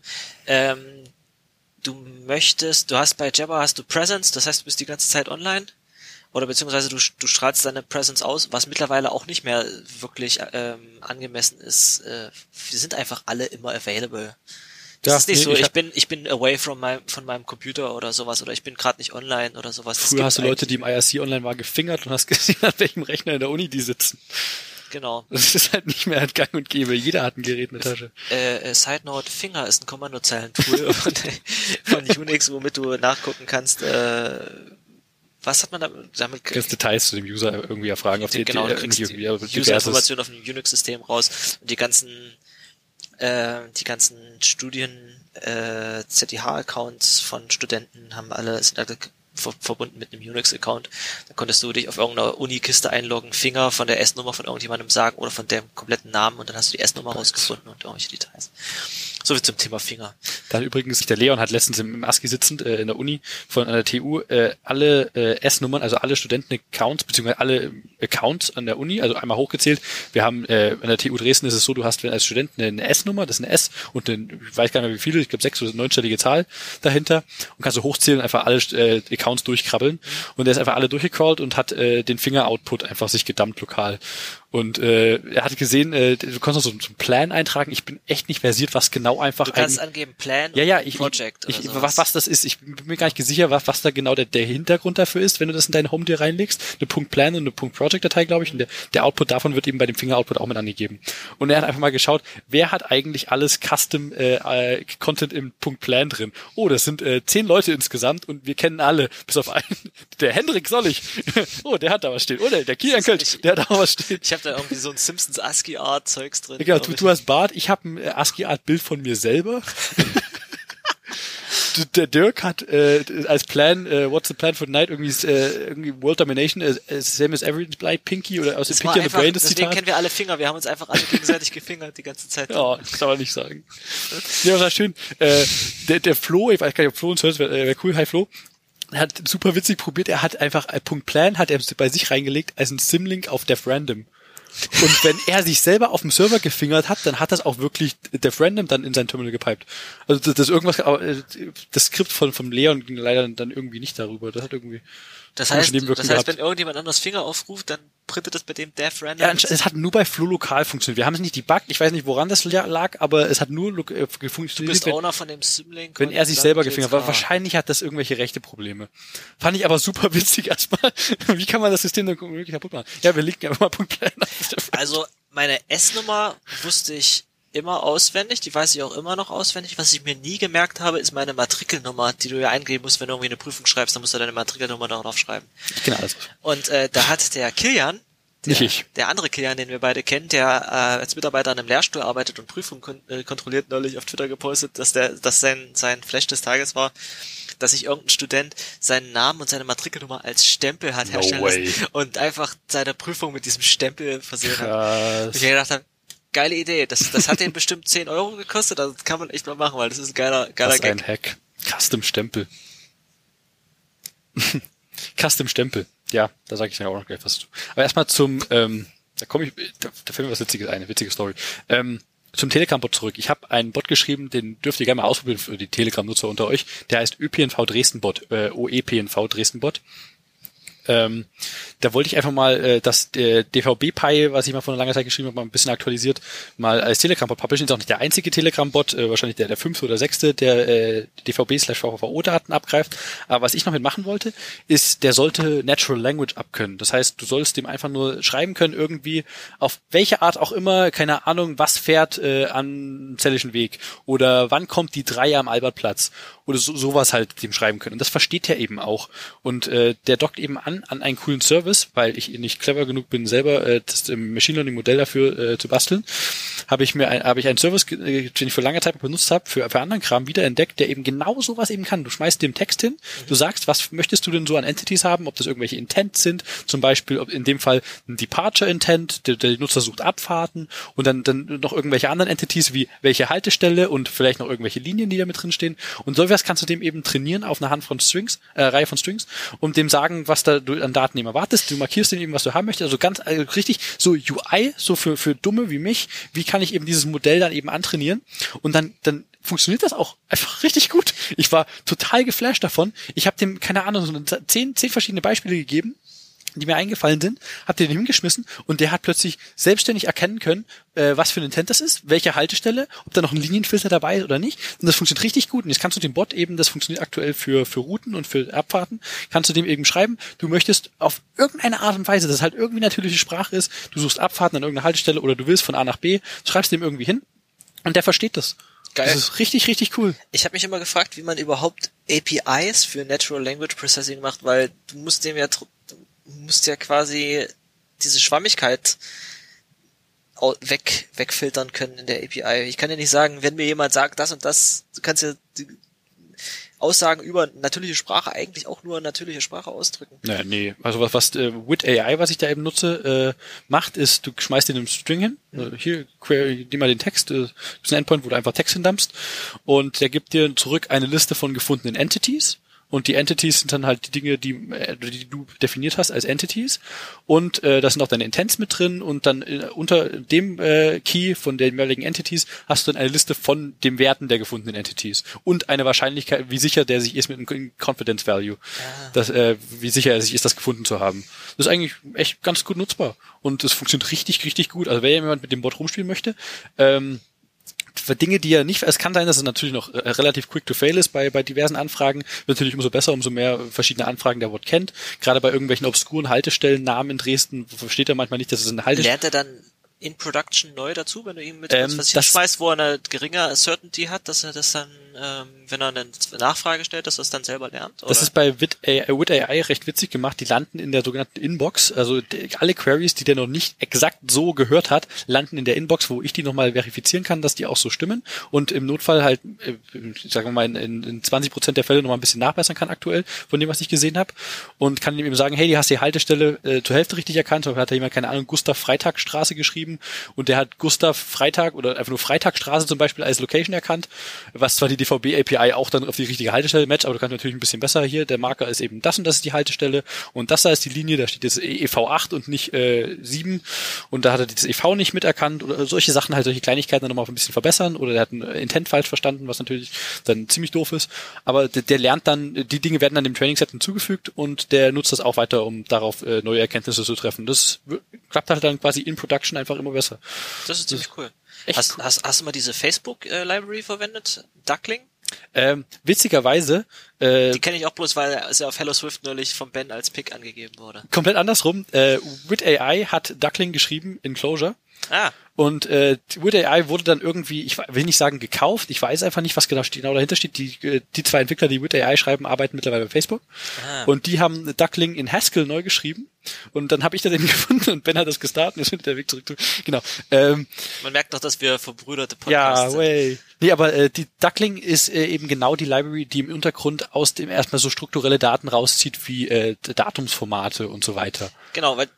Du hast bei Jabber hast du Presence, das heißt, du bist die ganze Zeit online. Oder beziehungsweise du strahlst deine Presence aus, was mittlerweile auch nicht mehr wirklich angemessen ist. Wir sind einfach alle immer available. Das ist nicht so, ich bin away von meinem Computer oder sowas, oder ich bin gerade nicht online oder sowas. Früher hast du Leute, die im IRC online waren, gefingert und hast gesehen, an welchem Rechner in der Uni die sitzen. Genau. Das ist halt nicht mehr gang und gäbe. Jeder hat ein Gerät in der Tasche. Side Note, Finger ist ein Kommandozeilentool von Unix, womit du nachgucken kannst, was hat man damit? Ganz Details zu dem User irgendwie erfragen. Du kriegst die User-Informationen auf dem Unix-System raus und die ganzen Studien, ZDH-Accounts von Studenten sind alle verbunden mit einem Unix-Account. Da konntest du dich auf irgendeiner Uni-Kiste einloggen, Finger von der S-Nummer von irgendjemandem sagen oder von dem kompletten Namen und dann hast du die S-Nummer rausgefunden und irgendwelche Details. So viel zum Thema Finger. Dann übrigens, der Leon hat letztens im ASCII sitzend in der Uni an der TU alle S-Nummern, also alle Studenten-Accounts, beziehungsweise alle Accounts an der Uni, also einmal hochgezählt. Wir haben an der TU Dresden ist es so, du hast als Student eine S-Nummer, das ist eine S und ich weiß gar nicht mehr wie viele, ich glaube 6- oder 9-stellige Zahl dahinter und kannst du hochzählen und einfach alle Accounts durchkrabbeln und der ist einfach alle durchgecrawlt und hat den Finger-Output einfach sich gedumpt lokal. Und er hat gesehen, du kannst noch so einen Plan eintragen. Ich bin echt nicht versiert, was genau einfach... Du kannst angeben Plan und Project oder sowas. Was das ist. Ich bin mir gar nicht sicher, was da genau der Hintergrund dafür ist, wenn du das in deine Home dir reinlegst. Eine .plan und eine .project-Datei, glaube ich. Und der Output davon wird eben bei dem Finger-Output auch mit angegeben. Und er hat einfach mal geschaut, wer hat eigentlich alles Custom Content im .plan drin. Oh, das sind 10 Leute insgesamt und wir kennen alle, bis auf einen. Der Hendrik Sollig. Oh, der hat da was stehen. Oder der Kilian Kölsch, der hat da was stehen. Ich habe da irgendwie so ein Simpsons ASCII-Art-Zeugs drin. Ja, du hast Bart, ich habe ein ASCII-Art-Bild von mir selber. Der Dirk hat als Plan, what's the plan for tonight, irgendwie World Domination, same as every blind Pinky oder aus dem Pinky and the Brain das Zitat. Deswegen kennen wir alle Finger, wir haben uns einfach alle gegenseitig gefingert die ganze Zeit. Ja, kann man nicht sagen. Ja, das war schön. Der Flo, ich weiß gar nicht, ob Flo uns hört, wäre cool, hi Flo. Er hat super witzig probiert, er hat einfach .plan hat er bei sich reingelegt als ein Symlink auf DevRandom. Und wenn er sich selber auf dem Server gefingert hat, dann hat das auch wirklich DevRandom dann in sein Terminal gepiped. Also das Skript vom Leon ging leider dann irgendwie nicht darüber. Das hat irgendwie Das heißt, wenn irgendjemand anders Finger aufruft, dann printet das bei dem DevRandom. Ja, es hat nur bei Flo lokal funktioniert. Wir haben es nicht debuggt. Ich weiß nicht, woran das lag, aber es hat nur funktioniert. Du bist Owner von dem Symlink. Wenn er sich selber gefingert hat. Wahrscheinlich hat das irgendwelche rechte Probleme. Fand ich aber super witzig erstmal. Wie kann man das System dann wirklich kaputt machen? Ja, wir legen einfach mal .plan. Also, meine S-Nummer wusste ich immer auswendig, die weiß ich auch immer noch auswendig. Was ich mir nie gemerkt habe, ist meine Matrikelnummer, die du ja eingeben musst, wenn du irgendwie eine Prüfung schreibst, dann musst du deine Matrikelnummer darauf schreiben. Genau. Also. Und da hat der Kilian, der andere Kilian, den wir beide kennen, der als Mitarbeiter an einem Lehrstuhl arbeitet und Prüfungen kontrolliert, neulich auf Twitter gepostet, dass sein Flash des Tages war, dass sich irgendein Student seinen Namen und seine Matrikelnummer als Stempel hat herstellen lassen und einfach seine Prüfung mit diesem Stempel versehen hat. Und ich gedacht habe, geile Idee. Das hat den bestimmt 10 € gekostet, also das kann man echt mal machen, weil das ist ein geiler das ist Gag. Ein Hack. Custom-Stempel. Custom-Stempel. Ja, da sage ich dann auch noch gleich was zu. Aber erstmal zum, da fällt mir was Witziges ein, eine witzige Story. Zum Telegram-Bot zurück. Ich habe einen Bot geschrieben, den dürft ihr gerne mal ausprobieren für die Telegram-Nutzer unter euch. Der heißt ÖPNV Dresden-Bot, OEPNV Dresden-Bot. Da wollte ich einfach mal das DVB-Pi, was ich mal vor einer langen Zeit geschrieben habe, mal ein bisschen aktualisiert, mal als Telegram-Bot publishen. Ist auch nicht der einzige Telegram-Bot, wahrscheinlich der 5. oder 6., der DVB/VVO-Daten abgreift. Aber was ich noch mitmachen wollte, ist, der sollte Natural Language abkönnen. Das heißt, du sollst dem einfach nur schreiben können, irgendwie auf welche Art auch immer, keine Ahnung, was fährt am Zellischen Weg oder wann kommt die 3 am Albertplatz oder sowas halt dem schreiben können. Und das versteht er eben auch. Und der dockt eben an einen coolen Service, weil ich nicht clever genug bin, selber das Machine Learning Modell dafür zu basteln, habe ich einen Service, den ich für lange Zeit benutzt habe, für anderen Kram wiederentdeckt, der eben genau sowas eben kann. Du schmeißt dem Text hin, du sagst, was möchtest du denn so an Entities haben, ob das irgendwelche Intents sind, zum Beispiel in dem Fall ein Departure Intent, der Nutzer sucht Abfahrten und dann noch irgendwelche anderen Entities wie welche Haltestelle und vielleicht noch irgendwelche Linien, die da mit drin stehen. Und sowas kannst du dem eben trainieren auf einer Reihe von Strings und dem sagen, was da du an Daten eben erwartest. Du markierst dem eben, was du haben möchtest. Also ganz richtig so UI, so für Dumme wie mich. Wie kann ich eben dieses Modell dann eben antrainieren? Und dann funktioniert das auch einfach richtig gut. Ich war total geflasht davon. Ich habe dem, keine Ahnung, so 10 verschiedene Beispiele gegeben, die mir eingefallen sind, hab den hingeschmissen und der hat plötzlich selbstständig erkennen können, was für ein Intent das ist, welche Haltestelle, ob da noch ein Linienfilter dabei ist oder nicht. Und das funktioniert richtig gut. Und jetzt kannst du dem Bot eben, das funktioniert aktuell für Routen und für Abfahrten, kannst du dem eben schreiben, du möchtest auf irgendeine Art und Weise, dass es halt irgendwie natürliche Sprache ist, du suchst Abfahrten an irgendeiner Haltestelle oder du willst von A nach B, schreibst dem irgendwie hin und der versteht das. Geil. Das ist richtig, richtig cool. Ich habe mich immer gefragt, wie man überhaupt APIs für Natural Language Processing macht, weil du musst ja quasi diese Schwammigkeit wegfiltern können in der API. Ich kann ja nicht sagen, wenn mir jemand sagt, das und das, du kannst ja die Aussagen über natürliche Sprache eigentlich auch nur natürliche Sprache ausdrücken. Nee. Also was Wit AI, was ich da eben nutze, macht, ist, du schmeißt den im String hin. Hier, query, nimm mal den Text, das ist ein Endpoint, wo du einfach Text hindumpst und der gibt dir zurück eine Liste von gefundenen Entities. Und die Entities sind dann halt die Dinge, die du definiert hast als Entities. Und da sind auch deine Intents mit drin. Und dann unter dem Key von den jeweiligen Entities hast du dann eine Liste von den Werten der gefundenen Entities. Und eine Wahrscheinlichkeit, wie sicher der sich ist mit einem Confidence Value. Wie sicher er sich ist, das gefunden zu haben. Das ist eigentlich echt ganz gut nutzbar. Und es funktioniert richtig, richtig gut. Also wenn jemand mit dem Bot rumspielen möchte, für Dinge, die ja nicht, es kann sein, dass es natürlich noch relativ quick to fail ist bei diversen Anfragen, wird natürlich umso besser, umso mehr verschiedene Anfragen der Bot kennt. Gerade bei irgendwelchen obskuren Haltestellennamen in Dresden versteht er manchmal nicht, dass es eine Haltestelle. Lernt er dann in Production neu dazu, wenn du ihm mit was hinschmeißt, wo er eine geringe Certainty hat, dass er das dann, wenn er eine Nachfrage stellt, dass er es dann selber lernt? Oder? Das ist bei Wit AI recht witzig gemacht. Die landen in der sogenannten Inbox. Also alle Queries, die der noch nicht exakt so gehört hat, landen in der Inbox, wo ich die nochmal verifizieren kann, dass die auch so stimmen. Und im Notfall halt, sagen wir mal, in 20% der Fälle nochmal ein bisschen nachbessern kann aktuell von dem, was ich gesehen habe. Und kann ihm eben sagen, hey, die hast die Haltestelle zur Hälfte richtig erkannt. Oder hat da jemand, keine Ahnung, Gustav Freitagstraße geschrieben und der hat Gustav Freitag oder einfach nur Freitagstraße zum Beispiel als Location erkannt, was zwar die DVB API auch dann auf die richtige Haltestelle matcht, aber du kannst natürlich ein bisschen besser hier, der Marker ist eben das und das ist die Haltestelle und das da ist die Linie, da steht jetzt EV8 und nicht 7 und da hat er das EV nicht miterkannt oder solche Sachen, halt solche Kleinigkeiten dann nochmal ein bisschen verbessern oder der hat ein Intent falsch verstanden, was natürlich dann ziemlich doof ist, aber der lernt dann, die Dinge werden dann dem Training-Set hinzugefügt und der nutzt das auch weiter, um darauf neue Erkenntnisse zu treffen. Das klappt halt dann quasi in Production einfach immer besser. Das ist ziemlich cool. Hast du mal diese Facebook-Library verwendet? Duckling? Witzigerweise. Die kenne ich auch bloß, weil es ja auf Hello Swift neulich von Ben als Pick angegeben wurde. Komplett andersrum. Wit AI hat Duckling geschrieben in Clojure. Und Wit AI wurde dann irgendwie, ich will nicht sagen gekauft, ich weiß einfach nicht, was genau dahinter steht. Die zwei Entwickler, die Wit AI schreiben, arbeiten mittlerweile bei Facebook. Und die haben Duckling in Haskell neu geschrieben. Und dann habe ich das eben gefunden und Ben hat das gestartet und jetzt findet der Weg zurück. Genau. Man merkt doch, dass wir verbrüderte Podcasts sind. Ja, nee, aber die Duckling ist eben genau die Library, die im Untergrund aus dem erstmal so strukturelle Daten rauszieht wie Datumsformate und so weiter. Genau, weil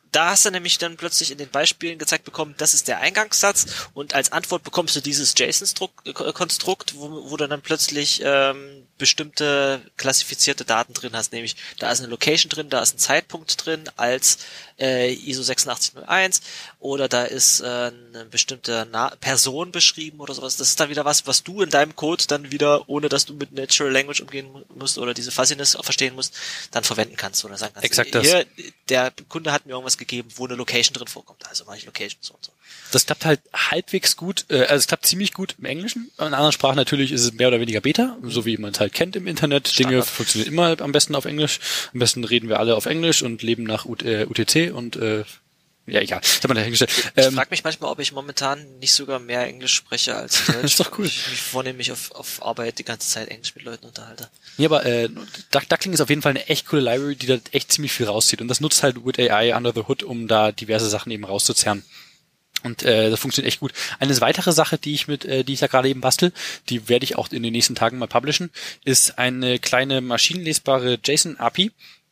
da hast du nämlich dann plötzlich in den Beispielen gezeigt bekommen, das ist der Eingangssatz und als Antwort bekommst du dieses JSON-Konstrukt, wo du dann plötzlich bestimmte klassifizierte Daten drin hast, nämlich da ist eine Location drin, da ist ein Zeitpunkt drin als ISO 8601 oder da ist eine bestimmte Person beschrieben oder sowas. Das ist dann wieder was du in deinem Code dann wieder, ohne dass du mit Natural Language umgehen musst oder diese Fuzziness auch verstehen musst, dann verwenden kannst oder sagen kannst, Exakt das. hier, der Kunde hat mir irgendwas gegeben, wo eine Location drin vorkommt, also mache ich Location so und so. Das klappt halt halbwegs gut, also es klappt ziemlich gut im Englischen. In anderen Sprachen natürlich ist es mehr oder weniger Beta, so wie man es halt kennt im Internet. Standard. Dinge funktionieren immer am besten auf Englisch. Am besten reden wir alle auf Englisch und leben nach UTC und ja, egal. Das hat man dahingestellt. Ich frage mich manchmal, ob ich momentan nicht sogar mehr Englisch spreche als Deutsch. Das ist doch cool. Ich mich vornehmlich auf Arbeit die ganze Zeit Englisch mit Leuten unterhalte. Ja, aber Duckling ist auf jeden Fall eine echt coole Library, die da echt ziemlich viel rauszieht. Und das nutzt halt with AI under the hood, um da diverse Sachen eben rauszuzerren. Und das funktioniert echt gut. Eine weitere Sache, die ich da gerade eben bastel, die werde ich auch in den nächsten Tagen mal publishen, ist eine kleine maschinenlesbare JSON-API,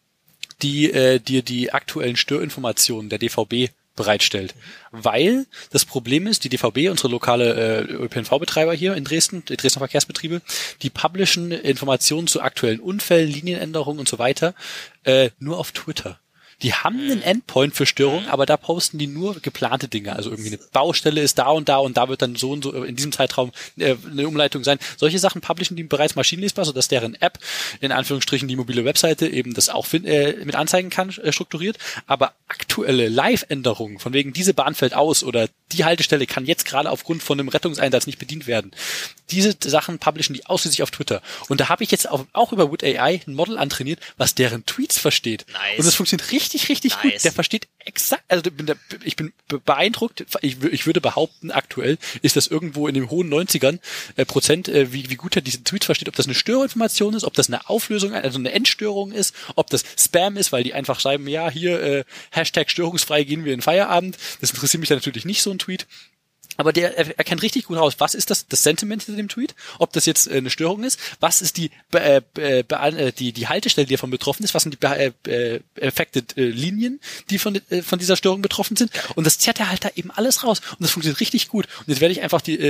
die dir die aktuellen Störinformationen der DVB bereitstellt. Weil das Problem ist, die DVB, unsere lokale ÖPNV-Betreiber hier in Dresden, die Dresdner Verkehrsbetriebe, die publishen Informationen zu aktuellen Unfällen, Linienänderungen und so weiter nur auf Twitter. Die haben einen Endpoint für Störungen, aber da posten die nur geplante Dinge. Also irgendwie eine Baustelle ist da und da wird dann so und so in diesem Zeitraum eine Umleitung sein. Solche Sachen publishen die bereits maschinenlesbar, sodass deren App, in Anführungsstrichen die mobile Webseite, eben das auch mit anzeigen kann, strukturiert. Aber aktuelle Live-Änderungen, von wegen diese Bahn fällt aus oder die Haltestelle kann jetzt gerade aufgrund von einem Rettungseinsatz nicht bedient werden. Diese Sachen publishen die ausschließlich auf Twitter. Und da habe ich jetzt auch über Wood AI ein Model antrainiert, was deren Tweets versteht. Nice. Und das funktioniert richtig gut. Der versteht exakt, also ich bin beeindruckt. Ich würde behaupten, aktuell ist das irgendwo in den hohen 90ern Prozent, wie gut er diese Tweets versteht, ob das eine Störinformation ist, ob das eine Auflösung, also eine Endstörung ist, ob das Spam ist, weil die einfach schreiben, ja, hier Hashtag störungsfrei gehen wir in Feierabend. Das interessiert mich dann natürlich nicht, so ein Tweet. Aber der erkennt richtig gut raus, was ist das Sentiment hinter dem Tweet, ob das jetzt eine Störung ist, was ist die Haltestelle, die davon betroffen ist, was sind die affected Linien, die von dieser Störung betroffen sind. Und das zerrt er halt da eben alles raus. Und das funktioniert richtig gut. Und jetzt werde ich einfach die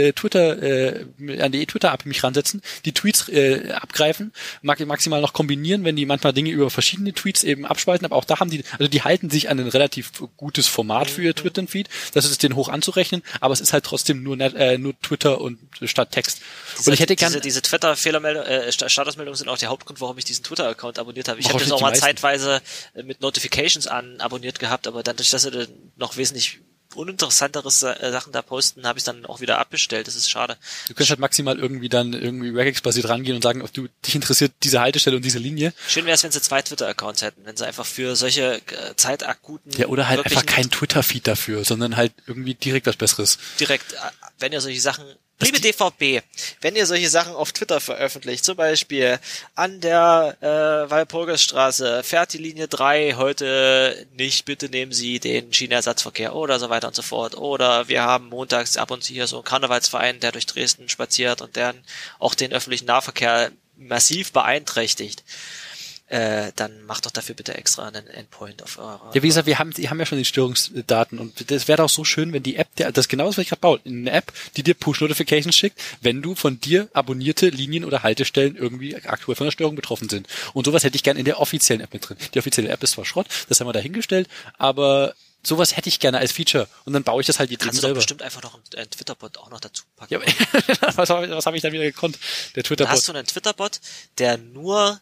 an die Twitter-API mich ransetzen, die Tweets abgreifen, maximal noch kombinieren, wenn die manchmal Dinge über verschiedene Tweets eben abspalten. Aber auch da haben die halten sich an ein relativ gutes Format für ihr Twitter-Feed. Das ist denen hoch anzurechnen. Aber es ist halt trotzdem nur Twitter und statt Text. Und ich hätte gerne diese Twitter-Fehlermeldungen, Statusmeldungen sind auch der Hauptgrund, warum ich diesen Twitter-Account abonniert habe. Ich habe das auch mal zeitweise mit Notifications abonniert gehabt, aber dann, durch dass sie noch wesentlich uninteressantere Sachen da posten, habe ich dann auch wieder abbestellt. Das ist schade. Du könntest halt maximal irgendwie Regex-basiert rangehen und sagen, ob dich interessiert diese Haltestelle und diese Linie. Schön wäre es, wenn sie 2 Twitter-Accounts hätten, wenn sie einfach für solche zeitakuten... Ja, oder halt einfach kein Twitter-Feed dafür, sondern halt irgendwie direkt was Besseres. Direkt, wenn ihr solche Sachen... Liebe DVB, wenn ihr solche Sachen auf Twitter veröffentlicht, zum Beispiel an der Walpurgisstraße fährt die Linie 3 heute nicht, bitte nehmen Sie den Schienenersatzverkehr oder so weiter und so fort. Oder wir haben montags ab und zu hier so einen Karnevalsverein, der durch Dresden spaziert und der auch den öffentlichen Nahverkehr massiv beeinträchtigt. Dann macht doch dafür bitte extra einen Endpoint auf eurer... Ja, wie gesagt, die haben ja schon die Störungsdaten und das wäre doch so schön, wenn die App, das genau das, was ich gerade baue, eine App, die dir Push-Notifications schickt, wenn du von dir abonnierte Linien oder Haltestellen irgendwie aktuell von der Störung betroffen sind. Und sowas hätte ich gern in der offiziellen App mit drin. Die offizielle App ist zwar Schrott, das haben wir dahingestellt, aber sowas hätte ich gerne als Feature und dann baue ich das halt jetzt Kannst eben selber. Kannst du bestimmt einfach noch einen Twitter-Bot auch noch dazu packen. Ja, was habe ich dann wieder gekonnt? Der Twitter-Bot. Da hast du einen Twitter-Bot, der nur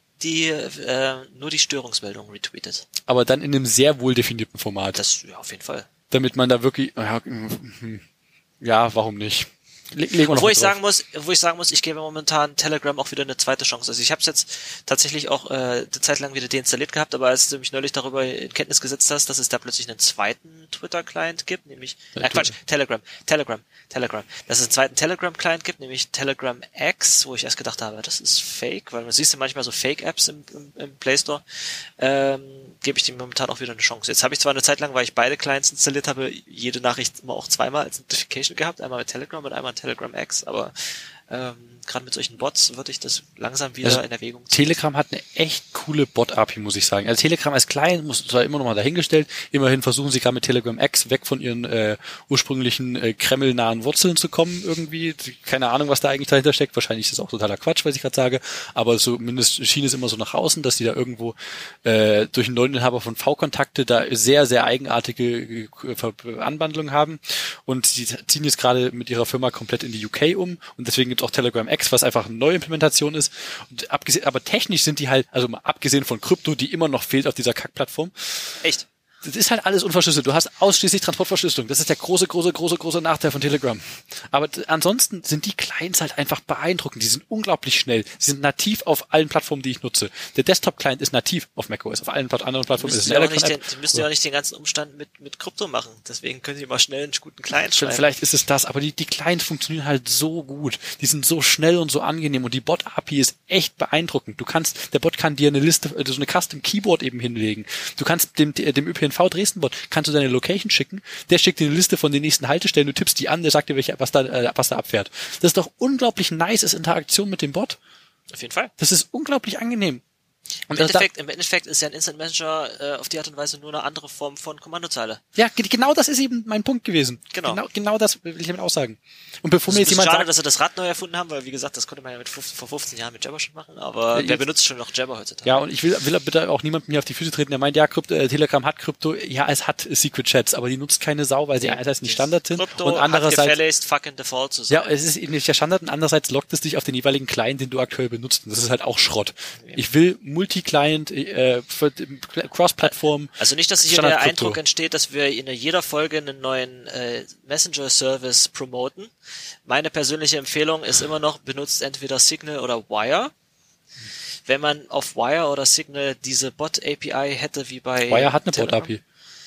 die Störungsmeldungen retweetet. Aber dann in einem sehr wohl definierten Format. Das, ja, auf jeden Fall. Damit man da wirklich, ja, warum nicht? Wo ich sagen muss, ich gebe momentan Telegram auch wieder eine zweite Chance. Also ich habe es jetzt tatsächlich auch eine Zeit lang wieder deinstalliert gehabt, aber als du mich neulich darüber in Kenntnis gesetzt hast, dass es da plötzlich einen zweiten Twitter-Client gibt, nämlich Telegram. Dass es einen zweiten Telegram-Client gibt, nämlich Telegram X, wo ich erst gedacht habe, das ist fake, weil man siehst ja manchmal so Fake-Apps im Play Store, gebe ich dem momentan auch wieder eine Chance. Jetzt habe ich zwar eine Zeit lang, weil ich beide Clients installiert habe, jede Nachricht immer auch zweimal als Notification gehabt, einmal mit Telegram und einmal Telegram X, aber Gerade mit solchen Bots würde ich das langsam wieder in Erwägung ziehen. Telegram hat eine echt coole Bot-API, muss ich sagen. Also Telegram als Client muss zwar immer noch mal dahingestellt, immerhin versuchen sie gerade mit Telegram X weg von ihren ursprünglichen kremlnahen Wurzeln zu kommen irgendwie. Keine Ahnung, was da eigentlich dahinter steckt. Wahrscheinlich ist das auch totaler Quatsch, was ich gerade sage. Aber zumindest schien es immer so nach außen, dass die da irgendwo durch einen neuen Inhaber von V-Kontakte da sehr, sehr eigenartige Anwandlungen haben. Und sie ziehen jetzt gerade mit ihrer Firma komplett in die UK um. Und deswegen gibt es auch Telegram X, was einfach eine neue Implementation ist. Und aber technisch sind die halt, also mal abgesehen von Krypto, die immer noch fehlt auf dieser Kackplattform. Echt? Das ist halt alles unverschlüsselt. Du hast ausschließlich Transportverschlüsselung. Das ist der große Nachteil von Telegram. Aber ansonsten sind die Clients halt einfach beeindruckend. Die sind unglaublich schnell. Sie sind nativ auf allen Plattformen, die ich nutze. Der Desktop-Client ist nativ auf macOS. Auf allen anderen Plattformen ist es eine Electron-App. Die müssen ja auch nicht den ganzen Umstand mit Krypto machen. Deswegen können sie mal schnell einen guten Client schreiben. Vielleicht ist es das, aber die Clients funktionieren halt so gut. Die sind so schnell und so angenehm und die Bot-API ist echt beeindruckend. Der Bot kann dir eine Liste, so eine Custom-Keyboard eben hinlegen. Du kannst dem ÖPNV Dresden-Bot kannst du deine Location schicken, der schickt dir eine Liste von den nächsten Haltestellen, du tippst die an, der sagt dir, was da abfährt. Das ist doch unglaublich nice Interaktion mit dem Bot. Auf jeden Fall. Das ist unglaublich angenehm. Und im Endeffekt ist ja ein Instant Messenger auf die Art und Weise nur eine andere Form von Kommandozeile. Ja, genau das ist eben mein Punkt gewesen. Genau das will ich damit aussagen. Und bevor mir jetzt jemand schade, sagt, dass sie das Rad neu erfunden haben, weil wie gesagt, das konnte man ja vor 15 Jahren mit Jabber schon machen, aber wer benutzt schon noch Jabber heutzutage? Ja, und ich will bitte auch niemandem hier auf die Füße treten, der meint, ja, Telegram hat Krypto, ja, es hat Secret Chats, aber die nutzt keine Sau, weil sie einerseits nicht Standard sind Krypto und andererseits hat gefälligst fucking Default zu sein. Ja, es ist eben nicht der Standard und andererseits lockt es dich auf den jeweiligen Client, den du aktuell benutzt. Und das ist halt auch Schrott. Ja. Ich will Multi-Client, Cross-Plattform. Also nicht, dass hier der Eindruck entsteht, dass wir in jeder Folge einen neuen Messenger-Service promoten. Meine persönliche Empfehlung ist immer noch, benutzt entweder Signal oder Wire. Wenn man auf Wire oder Signal diese Bot-API hätte, wie bei Wire hat eine Bot-API.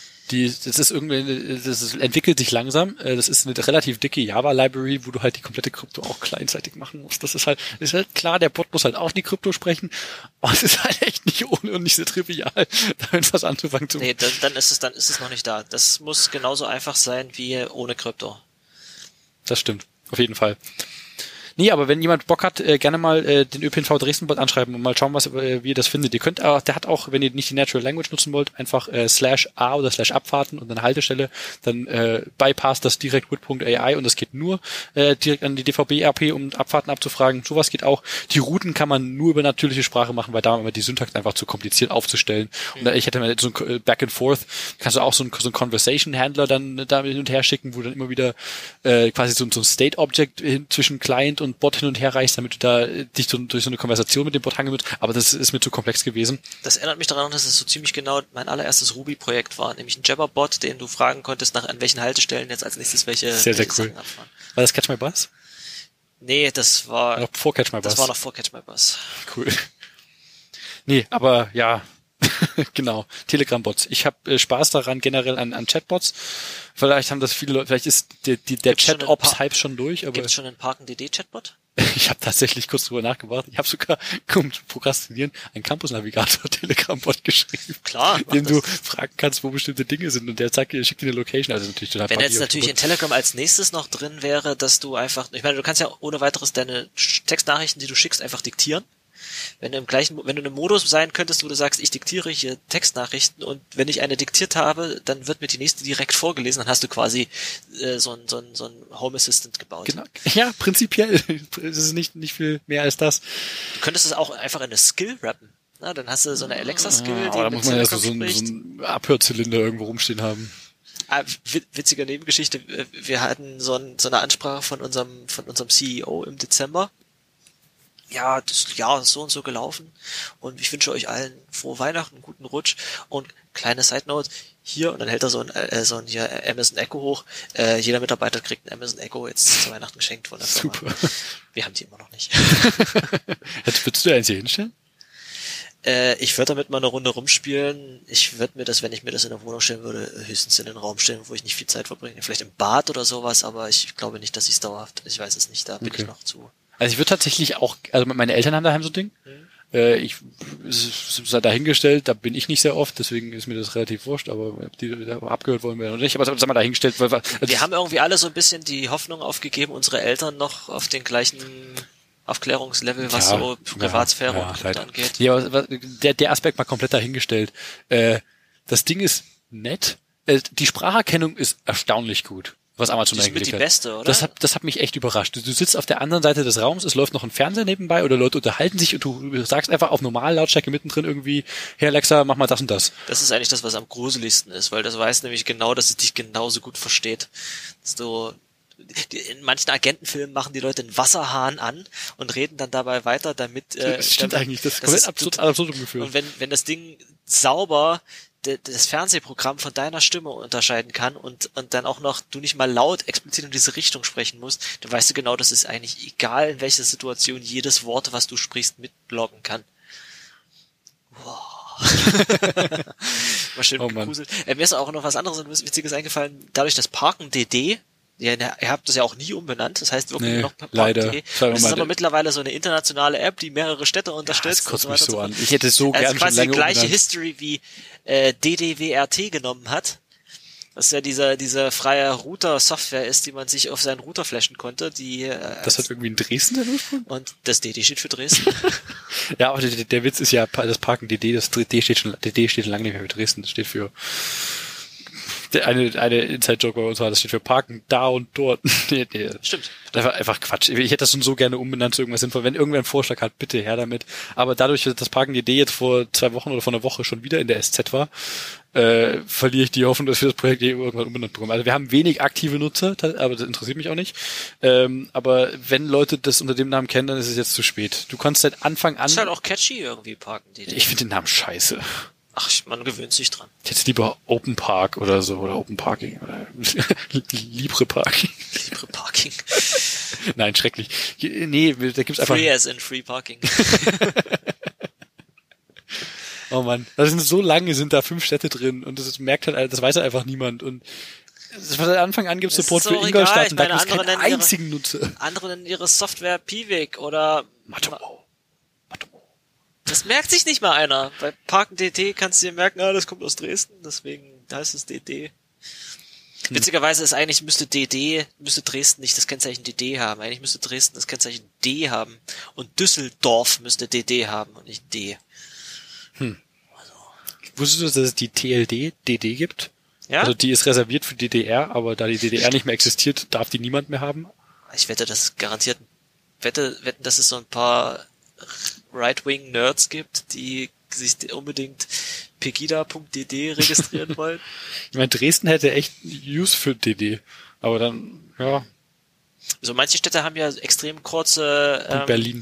Das entwickelt sich langsam. Das ist eine relativ dicke Java-Library, wo du halt die komplette Krypto auch kleinseitig machen musst. Das ist halt klar, der Bot muss halt auch die Krypto sprechen. Aber es ist halt echt nicht ohne und nicht so trivial, damit was anzufangen zu machen. Nee, dann ist es noch nicht da. Das muss genauso einfach sein wie ohne Krypto. Das stimmt. Auf jeden Fall. Nee, aber wenn jemand Bock hat, gerne mal den ÖPNV Dresden-Bot anschreiben und mal schauen, wie ihr das findet. Ihr könnt, der hat auch, wenn ihr nicht die Natural Language nutzen wollt, einfach /a oder /abfahrten und eine Haltestelle, dann bypass das direkt with.ai und das geht nur direkt an die DVB-RP, um Abfahrten abzufragen. Sowas geht auch. Die Routen kann man nur über natürliche Sprache machen, weil da immer die Syntax einfach zu kompliziert aufzustellen. Und ich hätte mal so ein Back and Forth, kannst du auch so ein Conversation-Handler dann da hin und her schicken, wo dann immer wieder quasi so ein State-Object zwischen Client und Bot hin und her reichst, damit du da dich durch so eine Konversation mit dem Bot hangeln würdest. Aber das ist mir zu komplex gewesen. Das erinnert mich daran, dass es so ziemlich genau mein allererstes Ruby-Projekt war, nämlich ein Jabber-Bot, den du fragen konntest, an welchen Haltestellen jetzt als nächstes welche sehr cool. abfahren. War das Catch My Bus? Nee, das war noch vor Catch My Bus. Das war noch vor Catch My Bus. Cool. Nee, aber ja, genau, Telegram-Bots. Ich habe Spaß daran generell an Chatbots. Vielleicht haben das viele Leute, vielleicht ist der Chat-Ops-Hype schon durch. Aber gibt es schon einen Parken-DD-Chatbot? Ich habe tatsächlich kurz drüber nachgedacht. Ich habe sogar, um zu prokrastinieren, einen Campus-Navigator Telegram-Bot geschrieben. Klar. Den du fragen kannst, wo bestimmte Dinge sind und der schickt dir eine Location. Also natürlich total. Wenn jetzt natürlich in Telegram als nächstes noch drin wäre, dass du einfach, ich meine, du kannst ja ohne weiteres deine Textnachrichten, die du schickst, einfach diktieren. Wenn du in einem Modus sein könntest, wo du sagst, ich diktiere hier Textnachrichten und wenn ich eine diktiert habe, dann wird mir die nächste direkt vorgelesen, dann hast du quasi so ein Home Assistant gebaut. Genau. Ja, prinzipiell. Es ist nicht viel mehr als das. Du könntest es auch einfach in eine Skill rappen. Na, dann hast du so eine Alexa-Skill, die aber da muss man ja so einen Abhörzylinder irgendwo rumstehen haben. Witzige Nebengeschichte. Wir hatten so eine Ansprache von unserem CEO im Dezember. Ja, das Jahr ist so und so gelaufen und ich wünsche euch allen frohe Weihnachten, einen guten Rutsch und kleine Side Note hier und dann hält er so ein hier Amazon Echo hoch. Jeder Mitarbeiter kriegt ein Amazon Echo jetzt zu Weihnachten geschenkt von der Firma. Super. Wir haben die immer noch nicht. Würdest du eins hier hinstellen? Ich würde damit mal eine Runde rumspielen. Ich würde mir das, wenn ich mir das in der Wohnung stellen würde, höchstens in den Raum stellen, wo ich nicht viel Zeit verbringe. Vielleicht im Bad oder sowas, aber ich glaube nicht, dass ich es dauerhaft, ich weiß es nicht, da bin ich noch zu. Also ich würde tatsächlich auch, also meine Eltern haben daheim so ein Ding, Ich sei dahingestellt, da bin ich nicht sehr oft, deswegen ist mir das relativ wurscht, aber ob die abgehört wollen werden oder nicht, aber sag mal dahingestellt. Weil, wir haben irgendwie alle so ein bisschen die Hoffnung aufgegeben, unsere Eltern noch auf den gleichen Aufklärungslevel, was so Privatsphäre und angeht. Ja, aber der Aspekt mal komplett dahingestellt. Das Ding ist nett. Die Spracherkennung ist erstaunlich gut. Was Amazon eigentlich die beste, oder? Das hat mich echt überrascht. Du sitzt auf der anderen Seite des Raums, es läuft noch ein Fernseher nebenbei oder Leute unterhalten sich und du sagst einfach auf Normallautstärke mittendrin irgendwie, hey Alexa, mach mal das und das. Das ist eigentlich das, was am gruseligsten ist, weil das weiß nämlich genau, dass es dich genauso gut versteht. Dass du, in manchen Agentenfilmen machen die Leute einen Wasserhahn an und reden dann dabei weiter, damit... Das stimmt eigentlich, das ist komplett absurd gefühlt. Und wenn das Ding sauber das Fernsehprogramm von deiner Stimme unterscheiden kann und dann auch noch du nicht mal laut explizit in diese Richtung sprechen musst, dann weißt du genau, dass es eigentlich egal in welcher Situation jedes Wort, was du sprichst, mitbloggen kann. Wow. Mal schön gegruselt. Mir ist auch noch was anderes und Witziges eingefallen. Dadurch, dass Parken.dd, ja, ihr habt das ja auch nie umbenannt, das heißt wirklich noch Parken.dd. Das ist aber mittlerweile so eine internationale App, die mehrere Städte unterstützt. Ja, das kotzt mich so an. Ich hätte es so gern schon lange die gleiche History wie DDWRT genommen hat. Was ja diese freie Router-Software ist, die man sich auf seinen Router flashen konnte. Das hat irgendwie in Dresden den Ursprung? Und das DD steht für Dresden. Ja, aber der Witz ist ja, das Parken.dd, das DD steht schon lange nicht mehr für Dresden, das steht für eine Inside-Joke bei uns war, das steht für Parken da und dort. Nee. Stimmt. Einfach Quatsch. Ich hätte das schon so gerne umbenannt zu irgendwas sinnvoll. Wenn irgendwer einen Vorschlag hat, bitte her damit. Aber dadurch, dass das Parken.dd jetzt vor 2 Wochen oder vor einer Woche schon wieder in der SZ war, verliere ich die Hoffnung, dass wir das Projekt irgendwann umbenannt bekommen. Also wir haben wenig aktive Nutzer, aber das interessiert mich auch nicht. Aber wenn Leute das unter dem Namen kennen, dann ist es jetzt zu spät. Du kannst seit Anfang an... Das ist halt auch catchy irgendwie, Parken.dd. Ich finde den Namen scheiße. Ach, man gewöhnt sich dran. Ich hätte lieber Open Park oder so, oder Open Parking, oder Libre Parking. Libre Parking. Nein, schrecklich. Nee, da gibt's einfach... Free as in Free Parking. Oh Mann, sind da 5 Städte drin und das merkt halt, das weiß halt einfach niemand und von Anfang an gibt es Support für Ingolstadt und da gibt es keinen einzigen Nutzer. Andere nennen ihre Software Piwik oder Matomo. Das merkt sich nicht mal einer. Bei Parken.dt kannst du dir merken, das kommt aus Dresden, deswegen heißt es DD. Witzigerweise ist eigentlich, müsste Dresden nicht das Kennzeichen DD haben. Eigentlich müsste Dresden das Kennzeichen D haben. Und Düsseldorf müsste DD haben und nicht D. Also. Wusstest du, dass es die TLD DD gibt? Ja? Also die ist reserviert für DDR, aber da die DDR nicht mehr existiert, darf die niemand mehr haben? Ich wette, dass es garantiert, wetten, dass es so ein paar Right-Wing-Nerds gibt, die sich unbedingt pegida.dd registrieren wollen. Ich meine, Dresden hätte echt Use für DD, aber dann, ja. So manche Städte haben ja extrem kurze Berlin.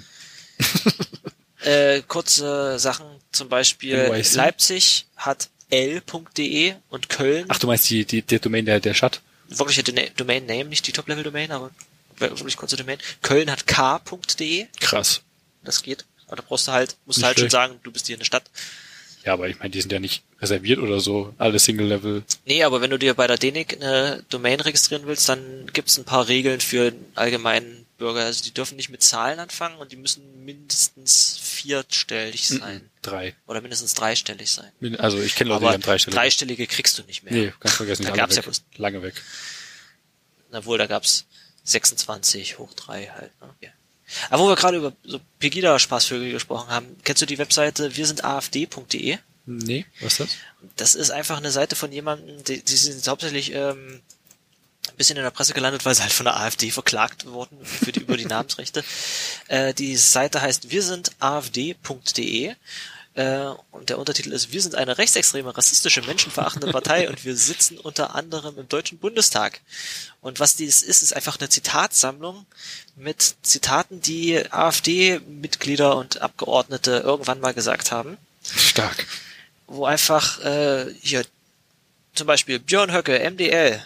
Kurze Sachen, zum Beispiel NYC. Leipzig hat l.de und Köln. Ach, du meinst der Domain, der Stadt? Wirkliche Domain Name, nicht die Top-Level-Domain, aber wirklich kurze Domain. Köln hat k.de. Krass. Das geht. Aber da musst du halt schon sagen, du bist hier eine Stadt. Ja, aber ich meine, die sind ja nicht reserviert oder so, alle Single-Level. Nee, aber wenn du dir bei der DENIC eine Domain registrieren willst, dann gibt's ein paar Regeln für den allgemeinen Bürger. Also die dürfen nicht mit Zahlen anfangen und die müssen mindestens 4-stellig sein. 3. Oder mindestens 3-stellig sein. Also ich kenne Leute, die haben 3-stellig. 3-stellige kriegst du nicht mehr. Nee, ganz vergessen. Da gab's ja lange weg. Obwohl, da gab's 26 hoch 3 halt. Ne? Ja. Aber wo wir gerade über so Pegida-Spaßvögel gesprochen haben, kennst du die Webseite wirsindafd.de? Nee, was ist das? Das ist einfach eine Seite von jemandem, die sind hauptsächlich ein bisschen in der Presse gelandet, weil sie halt von der AfD verklagt wurden über die Namensrechte. Die Seite heißt wirsindafd.de und der Untertitel ist: Wir sind eine rechtsextreme, rassistische, menschenverachtende Partei und wir sitzen unter anderem im Deutschen Bundestag. Und was dies ist einfach eine Zitatsammlung mit Zitaten, die AfD-Mitglieder und Abgeordnete irgendwann mal gesagt haben. Stark. Wo einfach hier zum Beispiel Björn Höcke, MDL,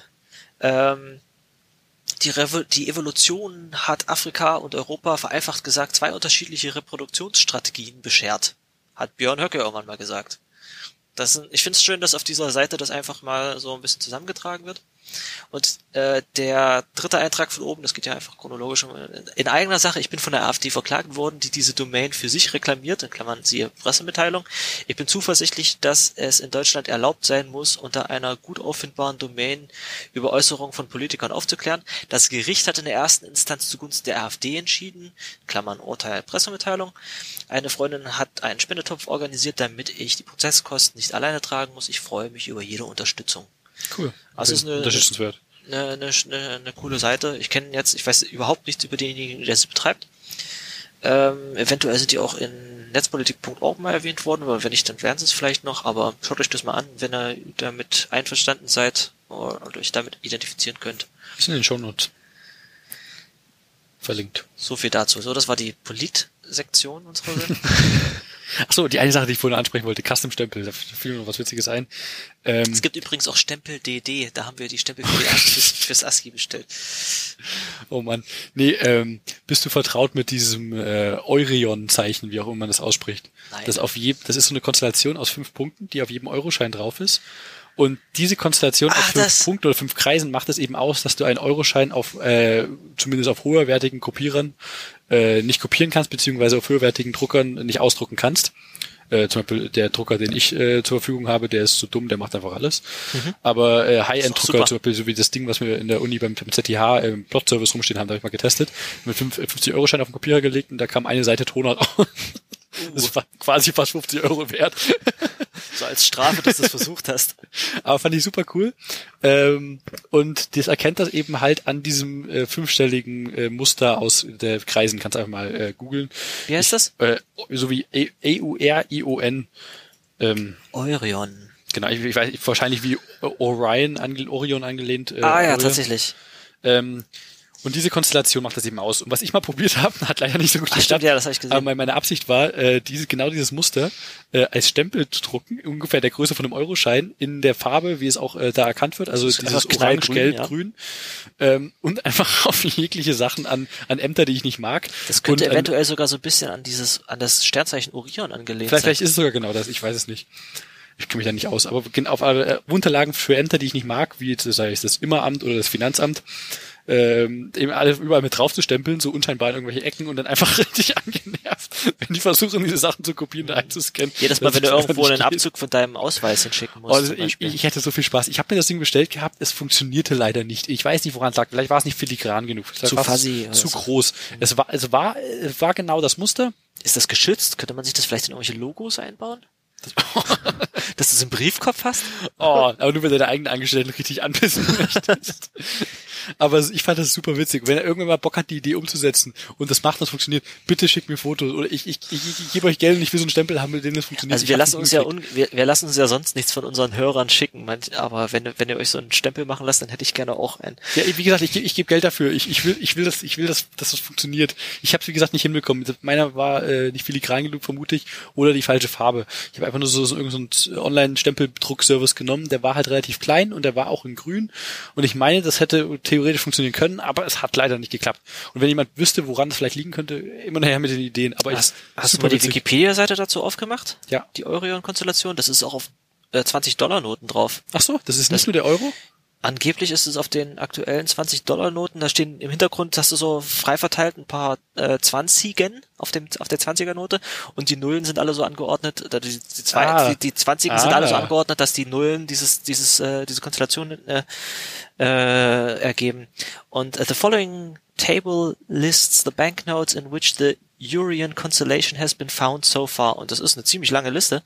die Evolution hat Afrika und Europa vereinfacht gesagt 2 unterschiedliche Reproduktionsstrategien beschert. Hat Björn Höcke irgendwann mal gesagt. Ich finde es schön, dass auf dieser Seite das einfach mal so ein bisschen zusammengetragen wird. Und der dritte Eintrag von oben, das geht ja einfach chronologisch in eigener Sache, ich bin von der AfD verklagt worden, die diese Domain für sich reklamiert, in Klammern siehe Pressemitteilung. Ich bin zuversichtlich, dass es in Deutschland erlaubt sein muss, unter einer gut auffindbaren Domain über Äußerungen von Politikern aufzuklären. Das Gericht hat in der ersten Instanz zugunsten der AfD entschieden, in Klammern Urteil Pressemitteilung. Eine Freundin hat einen Spendetopf organisiert, damit ich die Prozesskosten nicht alleine tragen muss. Ich freue mich über jede Unterstützung. Cool. Also es ist unterstützenswert. Eine coole Seite. Ich weiß überhaupt nichts über denjenigen, der sie betreibt. Eventuell sind die auch in netzpolitik.org mal erwähnt worden, aber wenn nicht, dann werden sie es vielleicht noch, aber schaut euch das mal an, wenn ihr damit einverstanden seid oder euch damit identifizieren könnt. Ist in den Shownotes verlinkt. So viel dazu. So, das war die Polit-Sektion unserer Sendung. Achso, die eine Sache, die ich vorhin ansprechen wollte, Custom-Stempel, da fiel mir noch was Witziges ein. Es gibt übrigens auch Stempel DD, da haben wir die Stempel fürs ASCII bestellt. Oh Mann. Nee, bist du vertraut mit diesem Eurion-Zeichen, wie auch immer man das ausspricht? Nein. Das ist so eine Konstellation aus 5 Punkten, die auf jedem Euroschein drauf ist. Und diese Konstellation auf 5 Punkten oder 5 Kreisen macht es eben aus, dass du einen Euroschein auf zumindest auf höherwertigen Kopierern nicht kopieren kannst, beziehungsweise auf höherwertigen Druckern nicht ausdrucken kannst. Zum Beispiel der Drucker, den ich zur Verfügung habe, der ist so dumm, der macht einfach alles. Aber High-End-Drucker, zum Beispiel so wie das Ding, was wir in der Uni beim ZTH im Plot-Service rumstehen haben, da habe ich mal getestet, mit 50-Euro-Schein auf den Kopierer gelegt und da kam eine Seite Ton raus. Das war quasi fast 50 Euro wert. So als Strafe, dass du es versucht hast. Aber fand ich super cool. Und das erkennt das eben halt an diesem 5-stelligen Muster aus der Kreisen. Kannst einfach mal googeln. Wie heißt das? So wie Eurion. Eurion. Genau, ich weiß, wahrscheinlich wie Orion angelehnt. Ja, Orion. Tatsächlich. Und diese Konstellation macht das eben aus. Und was ich mal probiert habe, hat leider nicht so gut geklappt. Ja, das habe ich gesehen. Aber meine Absicht war, dieses Muster als Stempel zu drucken, ungefähr der Größe von einem Euroschein, in der Farbe, wie es auch da erkannt wird, also dieses Orange, Gelb, Grün. Und einfach auf jegliche Sachen an Ämter, die ich nicht mag. Das könnte eventuell sogar so ein bisschen an das Sternzeichen Orion angelehnt sein. Vielleicht ist es sogar genau das, ich weiß es nicht. Ich kenne mich da nicht aus. Aber auf Unterlagen für Ämter, die ich nicht mag, wie sei es das Immeramt oder das Finanzamt, eben alle überall mit drauf zu stempeln, so unscheinbar in irgendwelche Ecken und dann einfach richtig angenervt, wenn die versuchen, diese Sachen zu kopieren und einzuscannen. Jedes Mal, wenn du irgendwo einen Abzug von deinem Ausweis hinschicken musst. Also ich hätte so viel Spaß. Ich habe mir das Ding bestellt gehabt, es funktionierte leider nicht. Ich weiß nicht, woran es lag. Vielleicht war es nicht filigran genug. Zu fuzzy. Zu groß. Es war genau das Muster. Ist das geschützt? Könnte man sich das vielleicht in irgendwelche Logos einbauen? Dass du so einen Briefkopf hast? Oh, aber nur wenn deine eigenen Angestellten richtig anpissen möchtest. Aber ich fand das super witzig. Wenn er irgendwann mal Bock hat, die Idee umzusetzen und das macht, das funktioniert, bitte schickt mir Fotos. Oder ich gebe euch Geld und ich will so einen Stempel haben, mit dem das funktioniert. Also wir lassen uns ja sonst nichts von unseren Hörern schicken. Aber wenn ihr euch so einen Stempel machen lasst, dann hätte ich gerne auch einen. Ja, wie gesagt, ich gebe Geld dafür. Ich will, dass das funktioniert. Ich habe es, wie gesagt, nicht hinbekommen. Meiner war nicht filigran genug, vermute ich, oder die falsche Farbe. Ich habe einfach nur so irgendeinen Online-Stempeldruckservice genommen. Der war halt relativ klein und der war auch in grün. Und ich meine, das hätte theoretisch funktionieren können, aber es hat leider nicht geklappt. Und wenn jemand wüsste, woran es vielleicht liegen könnte, immer nachher mit den Ideen. Aber hast du mal die Wikipedia-Seite dazu aufgemacht? Ja. Die Eurion-Konstellation, das ist auch auf $20-Noten drauf. Ach so, das ist nicht nur der Euro? Angeblich ist es auf den aktuellen $20-Noten, da stehen im Hintergrund, hast du so frei verteilt ein paar 20 auf der 20er-Note und die Nullen sind alle so angeordnet, die 20er sind alle so angeordnet, dass die Nullen diese Konstellation ergeben. Und the following table lists the banknotes in which the Eurion constellation has been found so far. Und das ist eine ziemlich lange Liste.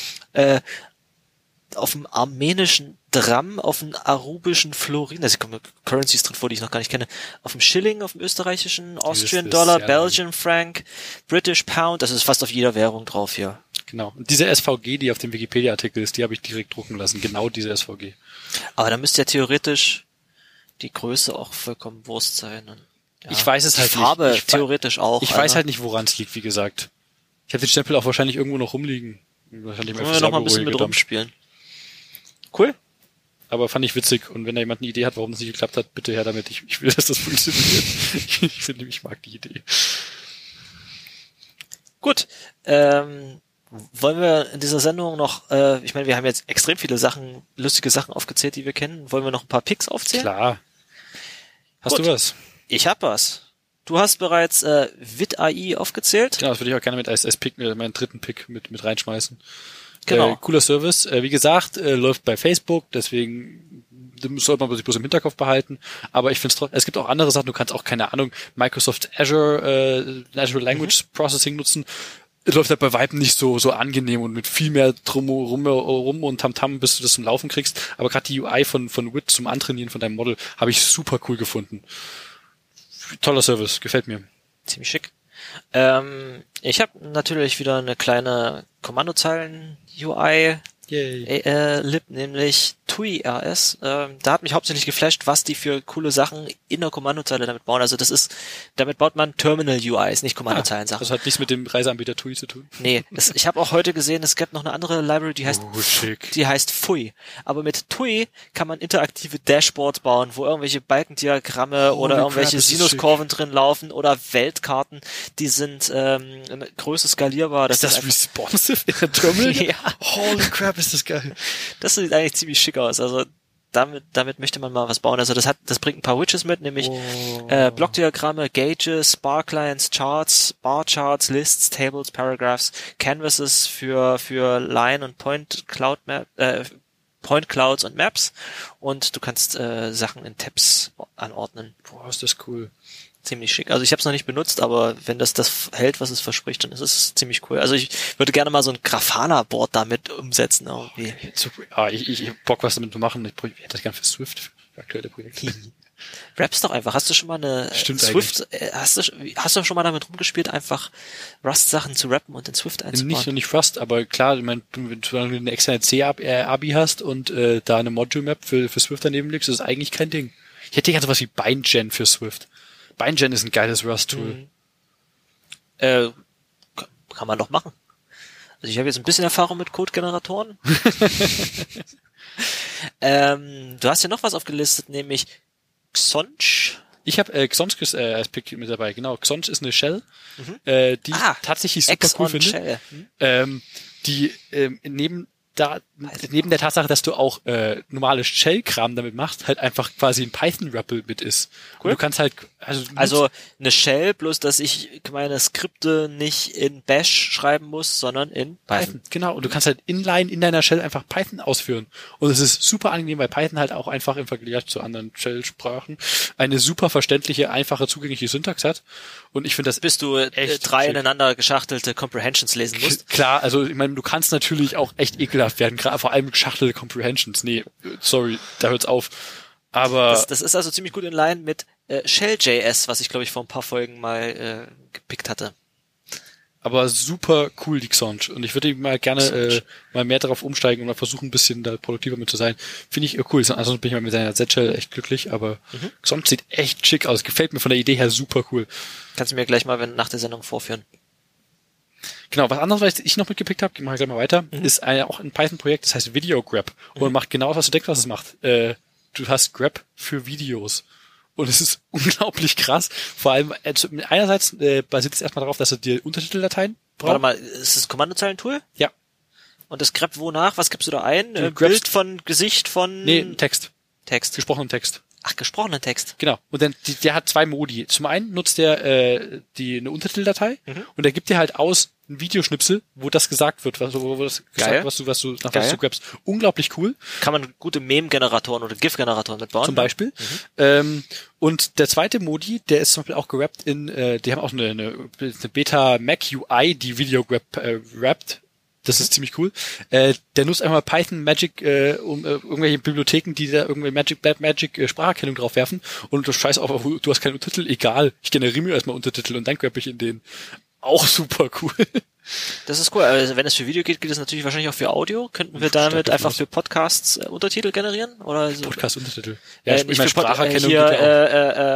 Auf dem armenischen Dram, auf dem arubischen Florin, da kommen Currencies drin vor, die ich noch gar nicht kenne, auf dem Schilling, auf dem österreichischen Austrian Dollar, Belgian Franc, British Pound, das ist fast auf jeder Währung drauf hier. Genau. Und diese SVG, die auf dem Wikipedia-Artikel ist, die habe ich direkt drucken lassen. Genau diese SVG. Aber da müsste ja theoretisch die Größe auch vollkommen Wurst sein. Und, ja, ich weiß es halt nicht. Die Farbe theoretisch auch. Ich weiß halt nicht, woran es liegt, wie gesagt. Ich habe den Stempel auch wahrscheinlich irgendwo noch rumliegen. Wahrscheinlich können wir noch mal ein bisschen mit rumspielen. Cool. Aber fand ich witzig. Und wenn da jemand eine Idee hat, warum das nicht geklappt hat, bitte her damit. Ich will, dass das funktioniert. Ich mag die Idee. Gut. Wollen wir in dieser Sendung noch, ich meine, wir haben jetzt extrem viele Sachen, lustige Sachen aufgezählt, die wir kennen. Wollen wir noch ein paar Picks aufzählen? Klar. Hast du was? Ich hab was. Du hast bereits VidAI aufgezählt. Genau, das würde ich auch gerne mit als Pick, meinen dritten Pick mit reinschmeißen. Genau. Cooler Service. Wie gesagt, läuft bei Facebook, deswegen sollte man sich bloß im Hinterkopf behalten. Aber ich finde es gibt auch andere Sachen. Du kannst auch, keine Ahnung, Microsoft Azure Natural Language Processing nutzen. Es läuft halt bei Weitem nicht so angenehm und mit viel mehr rum und Tamtam, bis du das zum Laufen kriegst. Aber gerade die UI von Wit zum Antrainieren von deinem Model habe ich super cool gefunden. Toller Service, gefällt mir. Ziemlich schick. Ich habe natürlich wieder eine kleine Kommandozeilen-UI Lib, nämlich TUI-RS. Da hat mich hauptsächlich geflasht, was die für coole Sachen in der Kommandozeile damit bauen. Also damit baut man Terminal-UIs, nicht Kommandozeilen-Sachen. Das hat nichts mit dem Reiseanbieter TUI zu tun? Nee, ich habe auch heute gesehen, es gibt noch eine andere Library, die heißt FUI. Aber mit TUI kann man interaktive Dashboards bauen, wo irgendwelche Balkendiagramme oder irgendwelche Sinuskurven drin laufen oder Weltkarten, die sind in Größe skalierbar. Ist das responsive in der Terminal? Ja. Holy crap, ist das geil. Das sieht eigentlich ziemlich schick aus. Also damit möchte man mal was bauen. Also das bringt ein paar Widgets mit, nämlich Blockdiagramme, Gauges, Bar Clients, Charts, Bar Charts, Lists, Tables, Paragraphs, Canvases für Line und Point Clouds und Maps, und du kannst Sachen in Tabs anordnen. Boah, ist das cool. Ziemlich schick. Also ich habe es noch nicht benutzt, aber wenn das hält, was es verspricht, dann ist es ziemlich cool. Also ich würde gerne mal so ein Grafana-Board damit umsetzen irgendwie. Ich hab Bock, was damit zu machen. Ich hätte das gerne für Swift, für aktuelle Projekte. Rapp's doch einfach. Hast du schon mal eine Swift, hast du schon mal damit rumgespielt, einfach Rust-Sachen zu rappen und in Swift einzubauen? Nicht Rust, aber klar, ich meine, wenn du eine externe C-Abi hast und da eine Module-Map für Swift daneben legst, ist das eigentlich kein Ding. Ich hätte gerne sowas wie BindGen für Swift. BindGen ist ein geiles Rust-Tool. Kann man doch machen. Also ich habe jetzt ein bisschen Erfahrung mit Code-Generatoren. Du hast ja noch was aufgelistet, nämlich Xonch. Ich habe Xonch als Pick mit dabei. Genau, Xonch ist eine Shell, die ich tatsächlich super cool finde. Die neben der Tatsache, dass du auch normale Shell-Kram damit machst, halt einfach quasi ein Python-REPL mit ist. Cool. Und du kannst halt also eine Shell, bloß dass ich meine Skripte nicht in Bash schreiben muss, sondern in Python. Genau, und du kannst halt inline in deiner Shell einfach Python ausführen. Und es ist super angenehm, weil Python halt auch einfach im Vergleich zu anderen Shell-Sprachen eine super verständliche, einfache, zugängliche Syntax hat. Und ich finde das bis du drei ineinander geschachtelte Comprehensions lesen musst. Klar, also ich meine, du kannst natürlich auch echt ekelhaft werden, gerade vor allem geschachtelte Comprehensions. Nee, sorry, da hört's auf. Aber das ist also ziemlich gut in Line mit Shell.js, was ich glaube ich vor ein paar Folgen mal gepickt hatte. Aber super cool, die Xonch. Und ich würde mal gerne mal mehr darauf umsteigen und mal versuchen, ein bisschen da produktiver mit zu sein. Finde ich cool. Ansonsten bin ich mal mit seiner Z-Shell echt glücklich, aber Xonch sieht echt schick aus. Gefällt mir von der Idee her super cool. Kannst du mir gleich mal nach der Sendung vorführen. Genau, was anderes, was ich noch mitgepickt habe, mache ich gleich mal weiter, ist auch ein Python-Projekt, das heißt VideoGrab. Und man macht genau, was du denkst, was es macht. Du hast Grab für Videos. Und es ist unglaublich krass. Vor allem, einerseits basiert es erstmal darauf, dass du dir Untertiteldateien brauchst. Warte mal, ist das ein Kommandozeilen-Tool? Ja. Und das Grab wonach? Was gibst du da ein? Bild von Gesicht von... Nee, Text. Gesprochenen Text. Ach, gesprochenen Text. Genau. Und dann, der hat zwei Modi. Zum einen nutzt der eine Untertiteldatei und der gibt dir halt aus ein Videoschnipsel, wo das gesagt wird, was du grabst. Unglaublich cool. Kann man gute Meme-Generatoren oder GIF-Generatoren mitbauen. Zum Beispiel. Und der zweite Modi, der ist zum Beispiel auch gerappt die haben auch eine Beta Mac UI, die VideoGrab rappt. Das ist ziemlich cool. Der nutzt einmal Python Magic, irgendwelche Bibliotheken, die da irgendwie Magic Spracherkennung drauf werfen, und du scheiß auf, du hast keinen Untertitel, egal, ich generiere mir erstmal Untertitel und dann grab ich in den. Auch super cool. Das ist cool. Also wenn es für Video geht, geht es natürlich wahrscheinlich auch für Audio. Könnten wir damit einfach für Podcasts Untertitel generieren? Oder so? Podcast-Untertitel. Ja, ich meine, Spracherkennung geht ja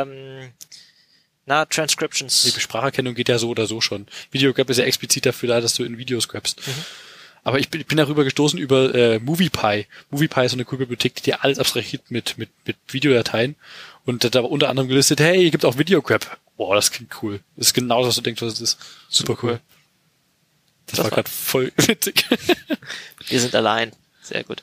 auch. Transcriptions. Die Spracherkennung geht ja so oder so schon. VideoGrab ist ja explizit dafür da, dass du in Videos grabst. Aber ich bin darüber gestoßen über MoviePy. MoviePy ist so eine coole Bibliothek, die dir alles abstrahiert mit Videodateien. Und da war unter anderem gelistet, hey, hier gibt auch VideoGrab. Boah, das klingt cool. Das ist genau das, was du denkst, was es ist. Super cool. Das war gerade voll witzig. Wir sind allein. Sehr gut.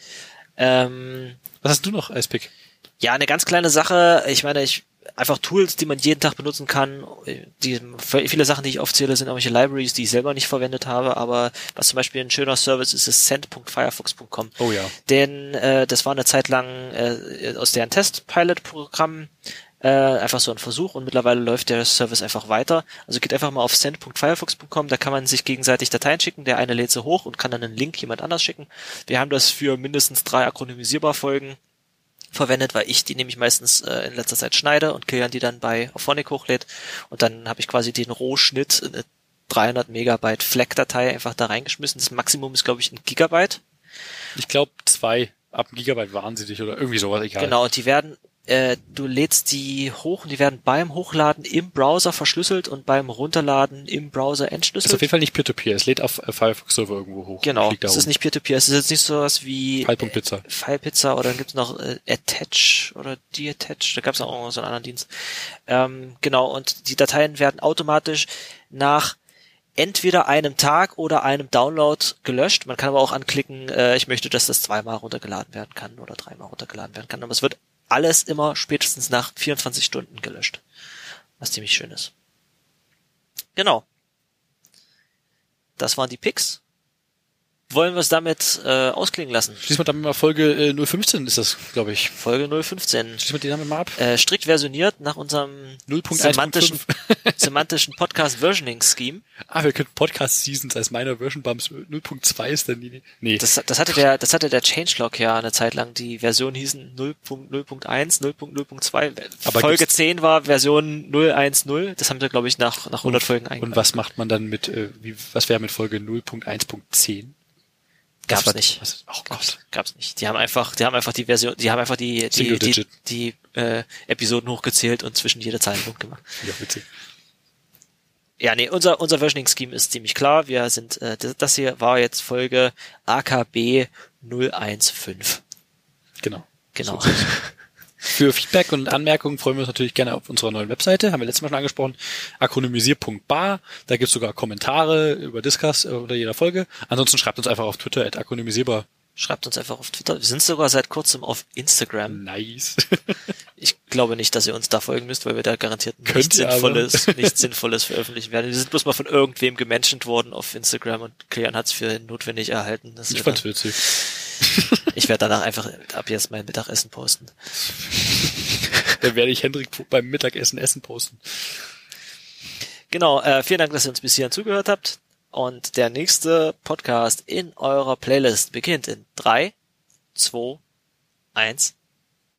Was hast du noch als Pick? Ja, eine ganz kleine Sache. Ich meine, einfach Tools, die man jeden Tag benutzen kann. Viele Sachen, die ich aufzähle, sind irgendwelche Libraries, die ich selber nicht verwendet habe, aber was zum Beispiel ein schöner Service ist send.firefox.com. Oh ja. Denn das war eine Zeit lang aus deren Test-Pilot-Programm einfach so ein Versuch und mittlerweile läuft der Service einfach weiter. Also geht einfach mal auf send.firefox.com, da kann man sich gegenseitig Dateien schicken, der eine lädt sie hoch und kann dann einen Link jemand anders schicken. Wir haben das für mindestens 3 Akronymisierbar-Folgen verwendet, weil ich die nämlich meistens in letzter Zeit schneide und Kilian die dann bei Auphonic hochlädt und dann habe ich quasi den Rohschnitt, eine 300 Megabyte FLAC-Datei einfach da reingeschmissen. Das Maximum ist, glaube ich, 1 Gigabyte. Ich glaube 2, ab 1 Gigabyte wahnsinnig oder irgendwie sowas, egal. Genau, und die werden du lädst die hoch und die werden beim Hochladen im Browser verschlüsselt und beim Runterladen im Browser entschlüsselt. Das ist auf jeden Fall nicht Peer-to-Peer. Es lädt auf Firefox-Server irgendwo hoch. Genau, es ist nicht Peer-to-Peer. Es ist jetzt nicht sowas wie File.pizza. File.pizza oder dann gibt's noch Attach oder Deattach. Da gab's auch so einen anderen Dienst. Genau, und die Dateien werden automatisch nach entweder einem Tag oder einem Download gelöscht. Man kann aber auch anklicken, ich möchte, dass das 2-mal runtergeladen werden kann oder 3-mal runtergeladen werden kann. Aber es wird alles immer spätestens nach 24 Stunden gelöscht. Was ziemlich schön ist. Genau. Das waren die Picks. Wollen wir es damit ausklingen lassen? Schließen wir damit mal Folge 015 ist das, glaube ich. Folge 015. Schließen wir den damit mal ab. Strikt versioniert nach unserem 0.1.5. semantischen Podcast-Versioning-Scheme. Wir könnten Podcast-Seasons als meiner Version Bumps 0.2 ist dann die... Nee. Das hatte der Changelog ja eine Zeit lang. Die Versionen hießen 0.0.1, 0.0.2. Folge 10 war Version 0.1.0. Das haben wir, glaube ich, nach 100 Folgen eingebaut. Und was macht man dann mit, was wäre mit Folge 0.1.10? Gab's nicht. Oh Gott. Gab's nicht. Die haben einfach die Version, die haben einfach die Episoden hochgezählt und zwischen jede Zeile Punkt gemacht. Ja, witzig. Ja, nee, unser Versioning-Scheme ist ziemlich klar. Wir sind, das hier war jetzt Folge AKB 015. Genau. Genau. So. Für Feedback und Anmerkungen freuen wir uns natürlich gerne auf unserer neuen Webseite. Haben wir letztes Mal schon angesprochen. Akronymisir.bar. Da gibt's sogar Kommentare über Discuss unter jeder Folge. Ansonsten schreibt uns einfach auf Twitter @akronymisierbar. Schreibt uns einfach auf Twitter. Wir sind sogar seit kurzem auf Instagram. Nice. Ich glaube nicht, dass ihr uns da folgen müsst, weil wir da garantiert nichts Sinnvolles veröffentlichen werden. Wir sind bloß mal von irgendwem gemenschent worden auf Instagram und Kilian hat's für notwendig erhalten. Ich fand's witzig. Ich werde danach einfach ab jetzt mein Mittagessen posten. Dann werde ich Hendrik beim Mittagessen posten. Genau, vielen Dank, dass ihr uns bis hierhin zugehört habt. Und der nächste Podcast in eurer Playlist beginnt in 3, 2, 1.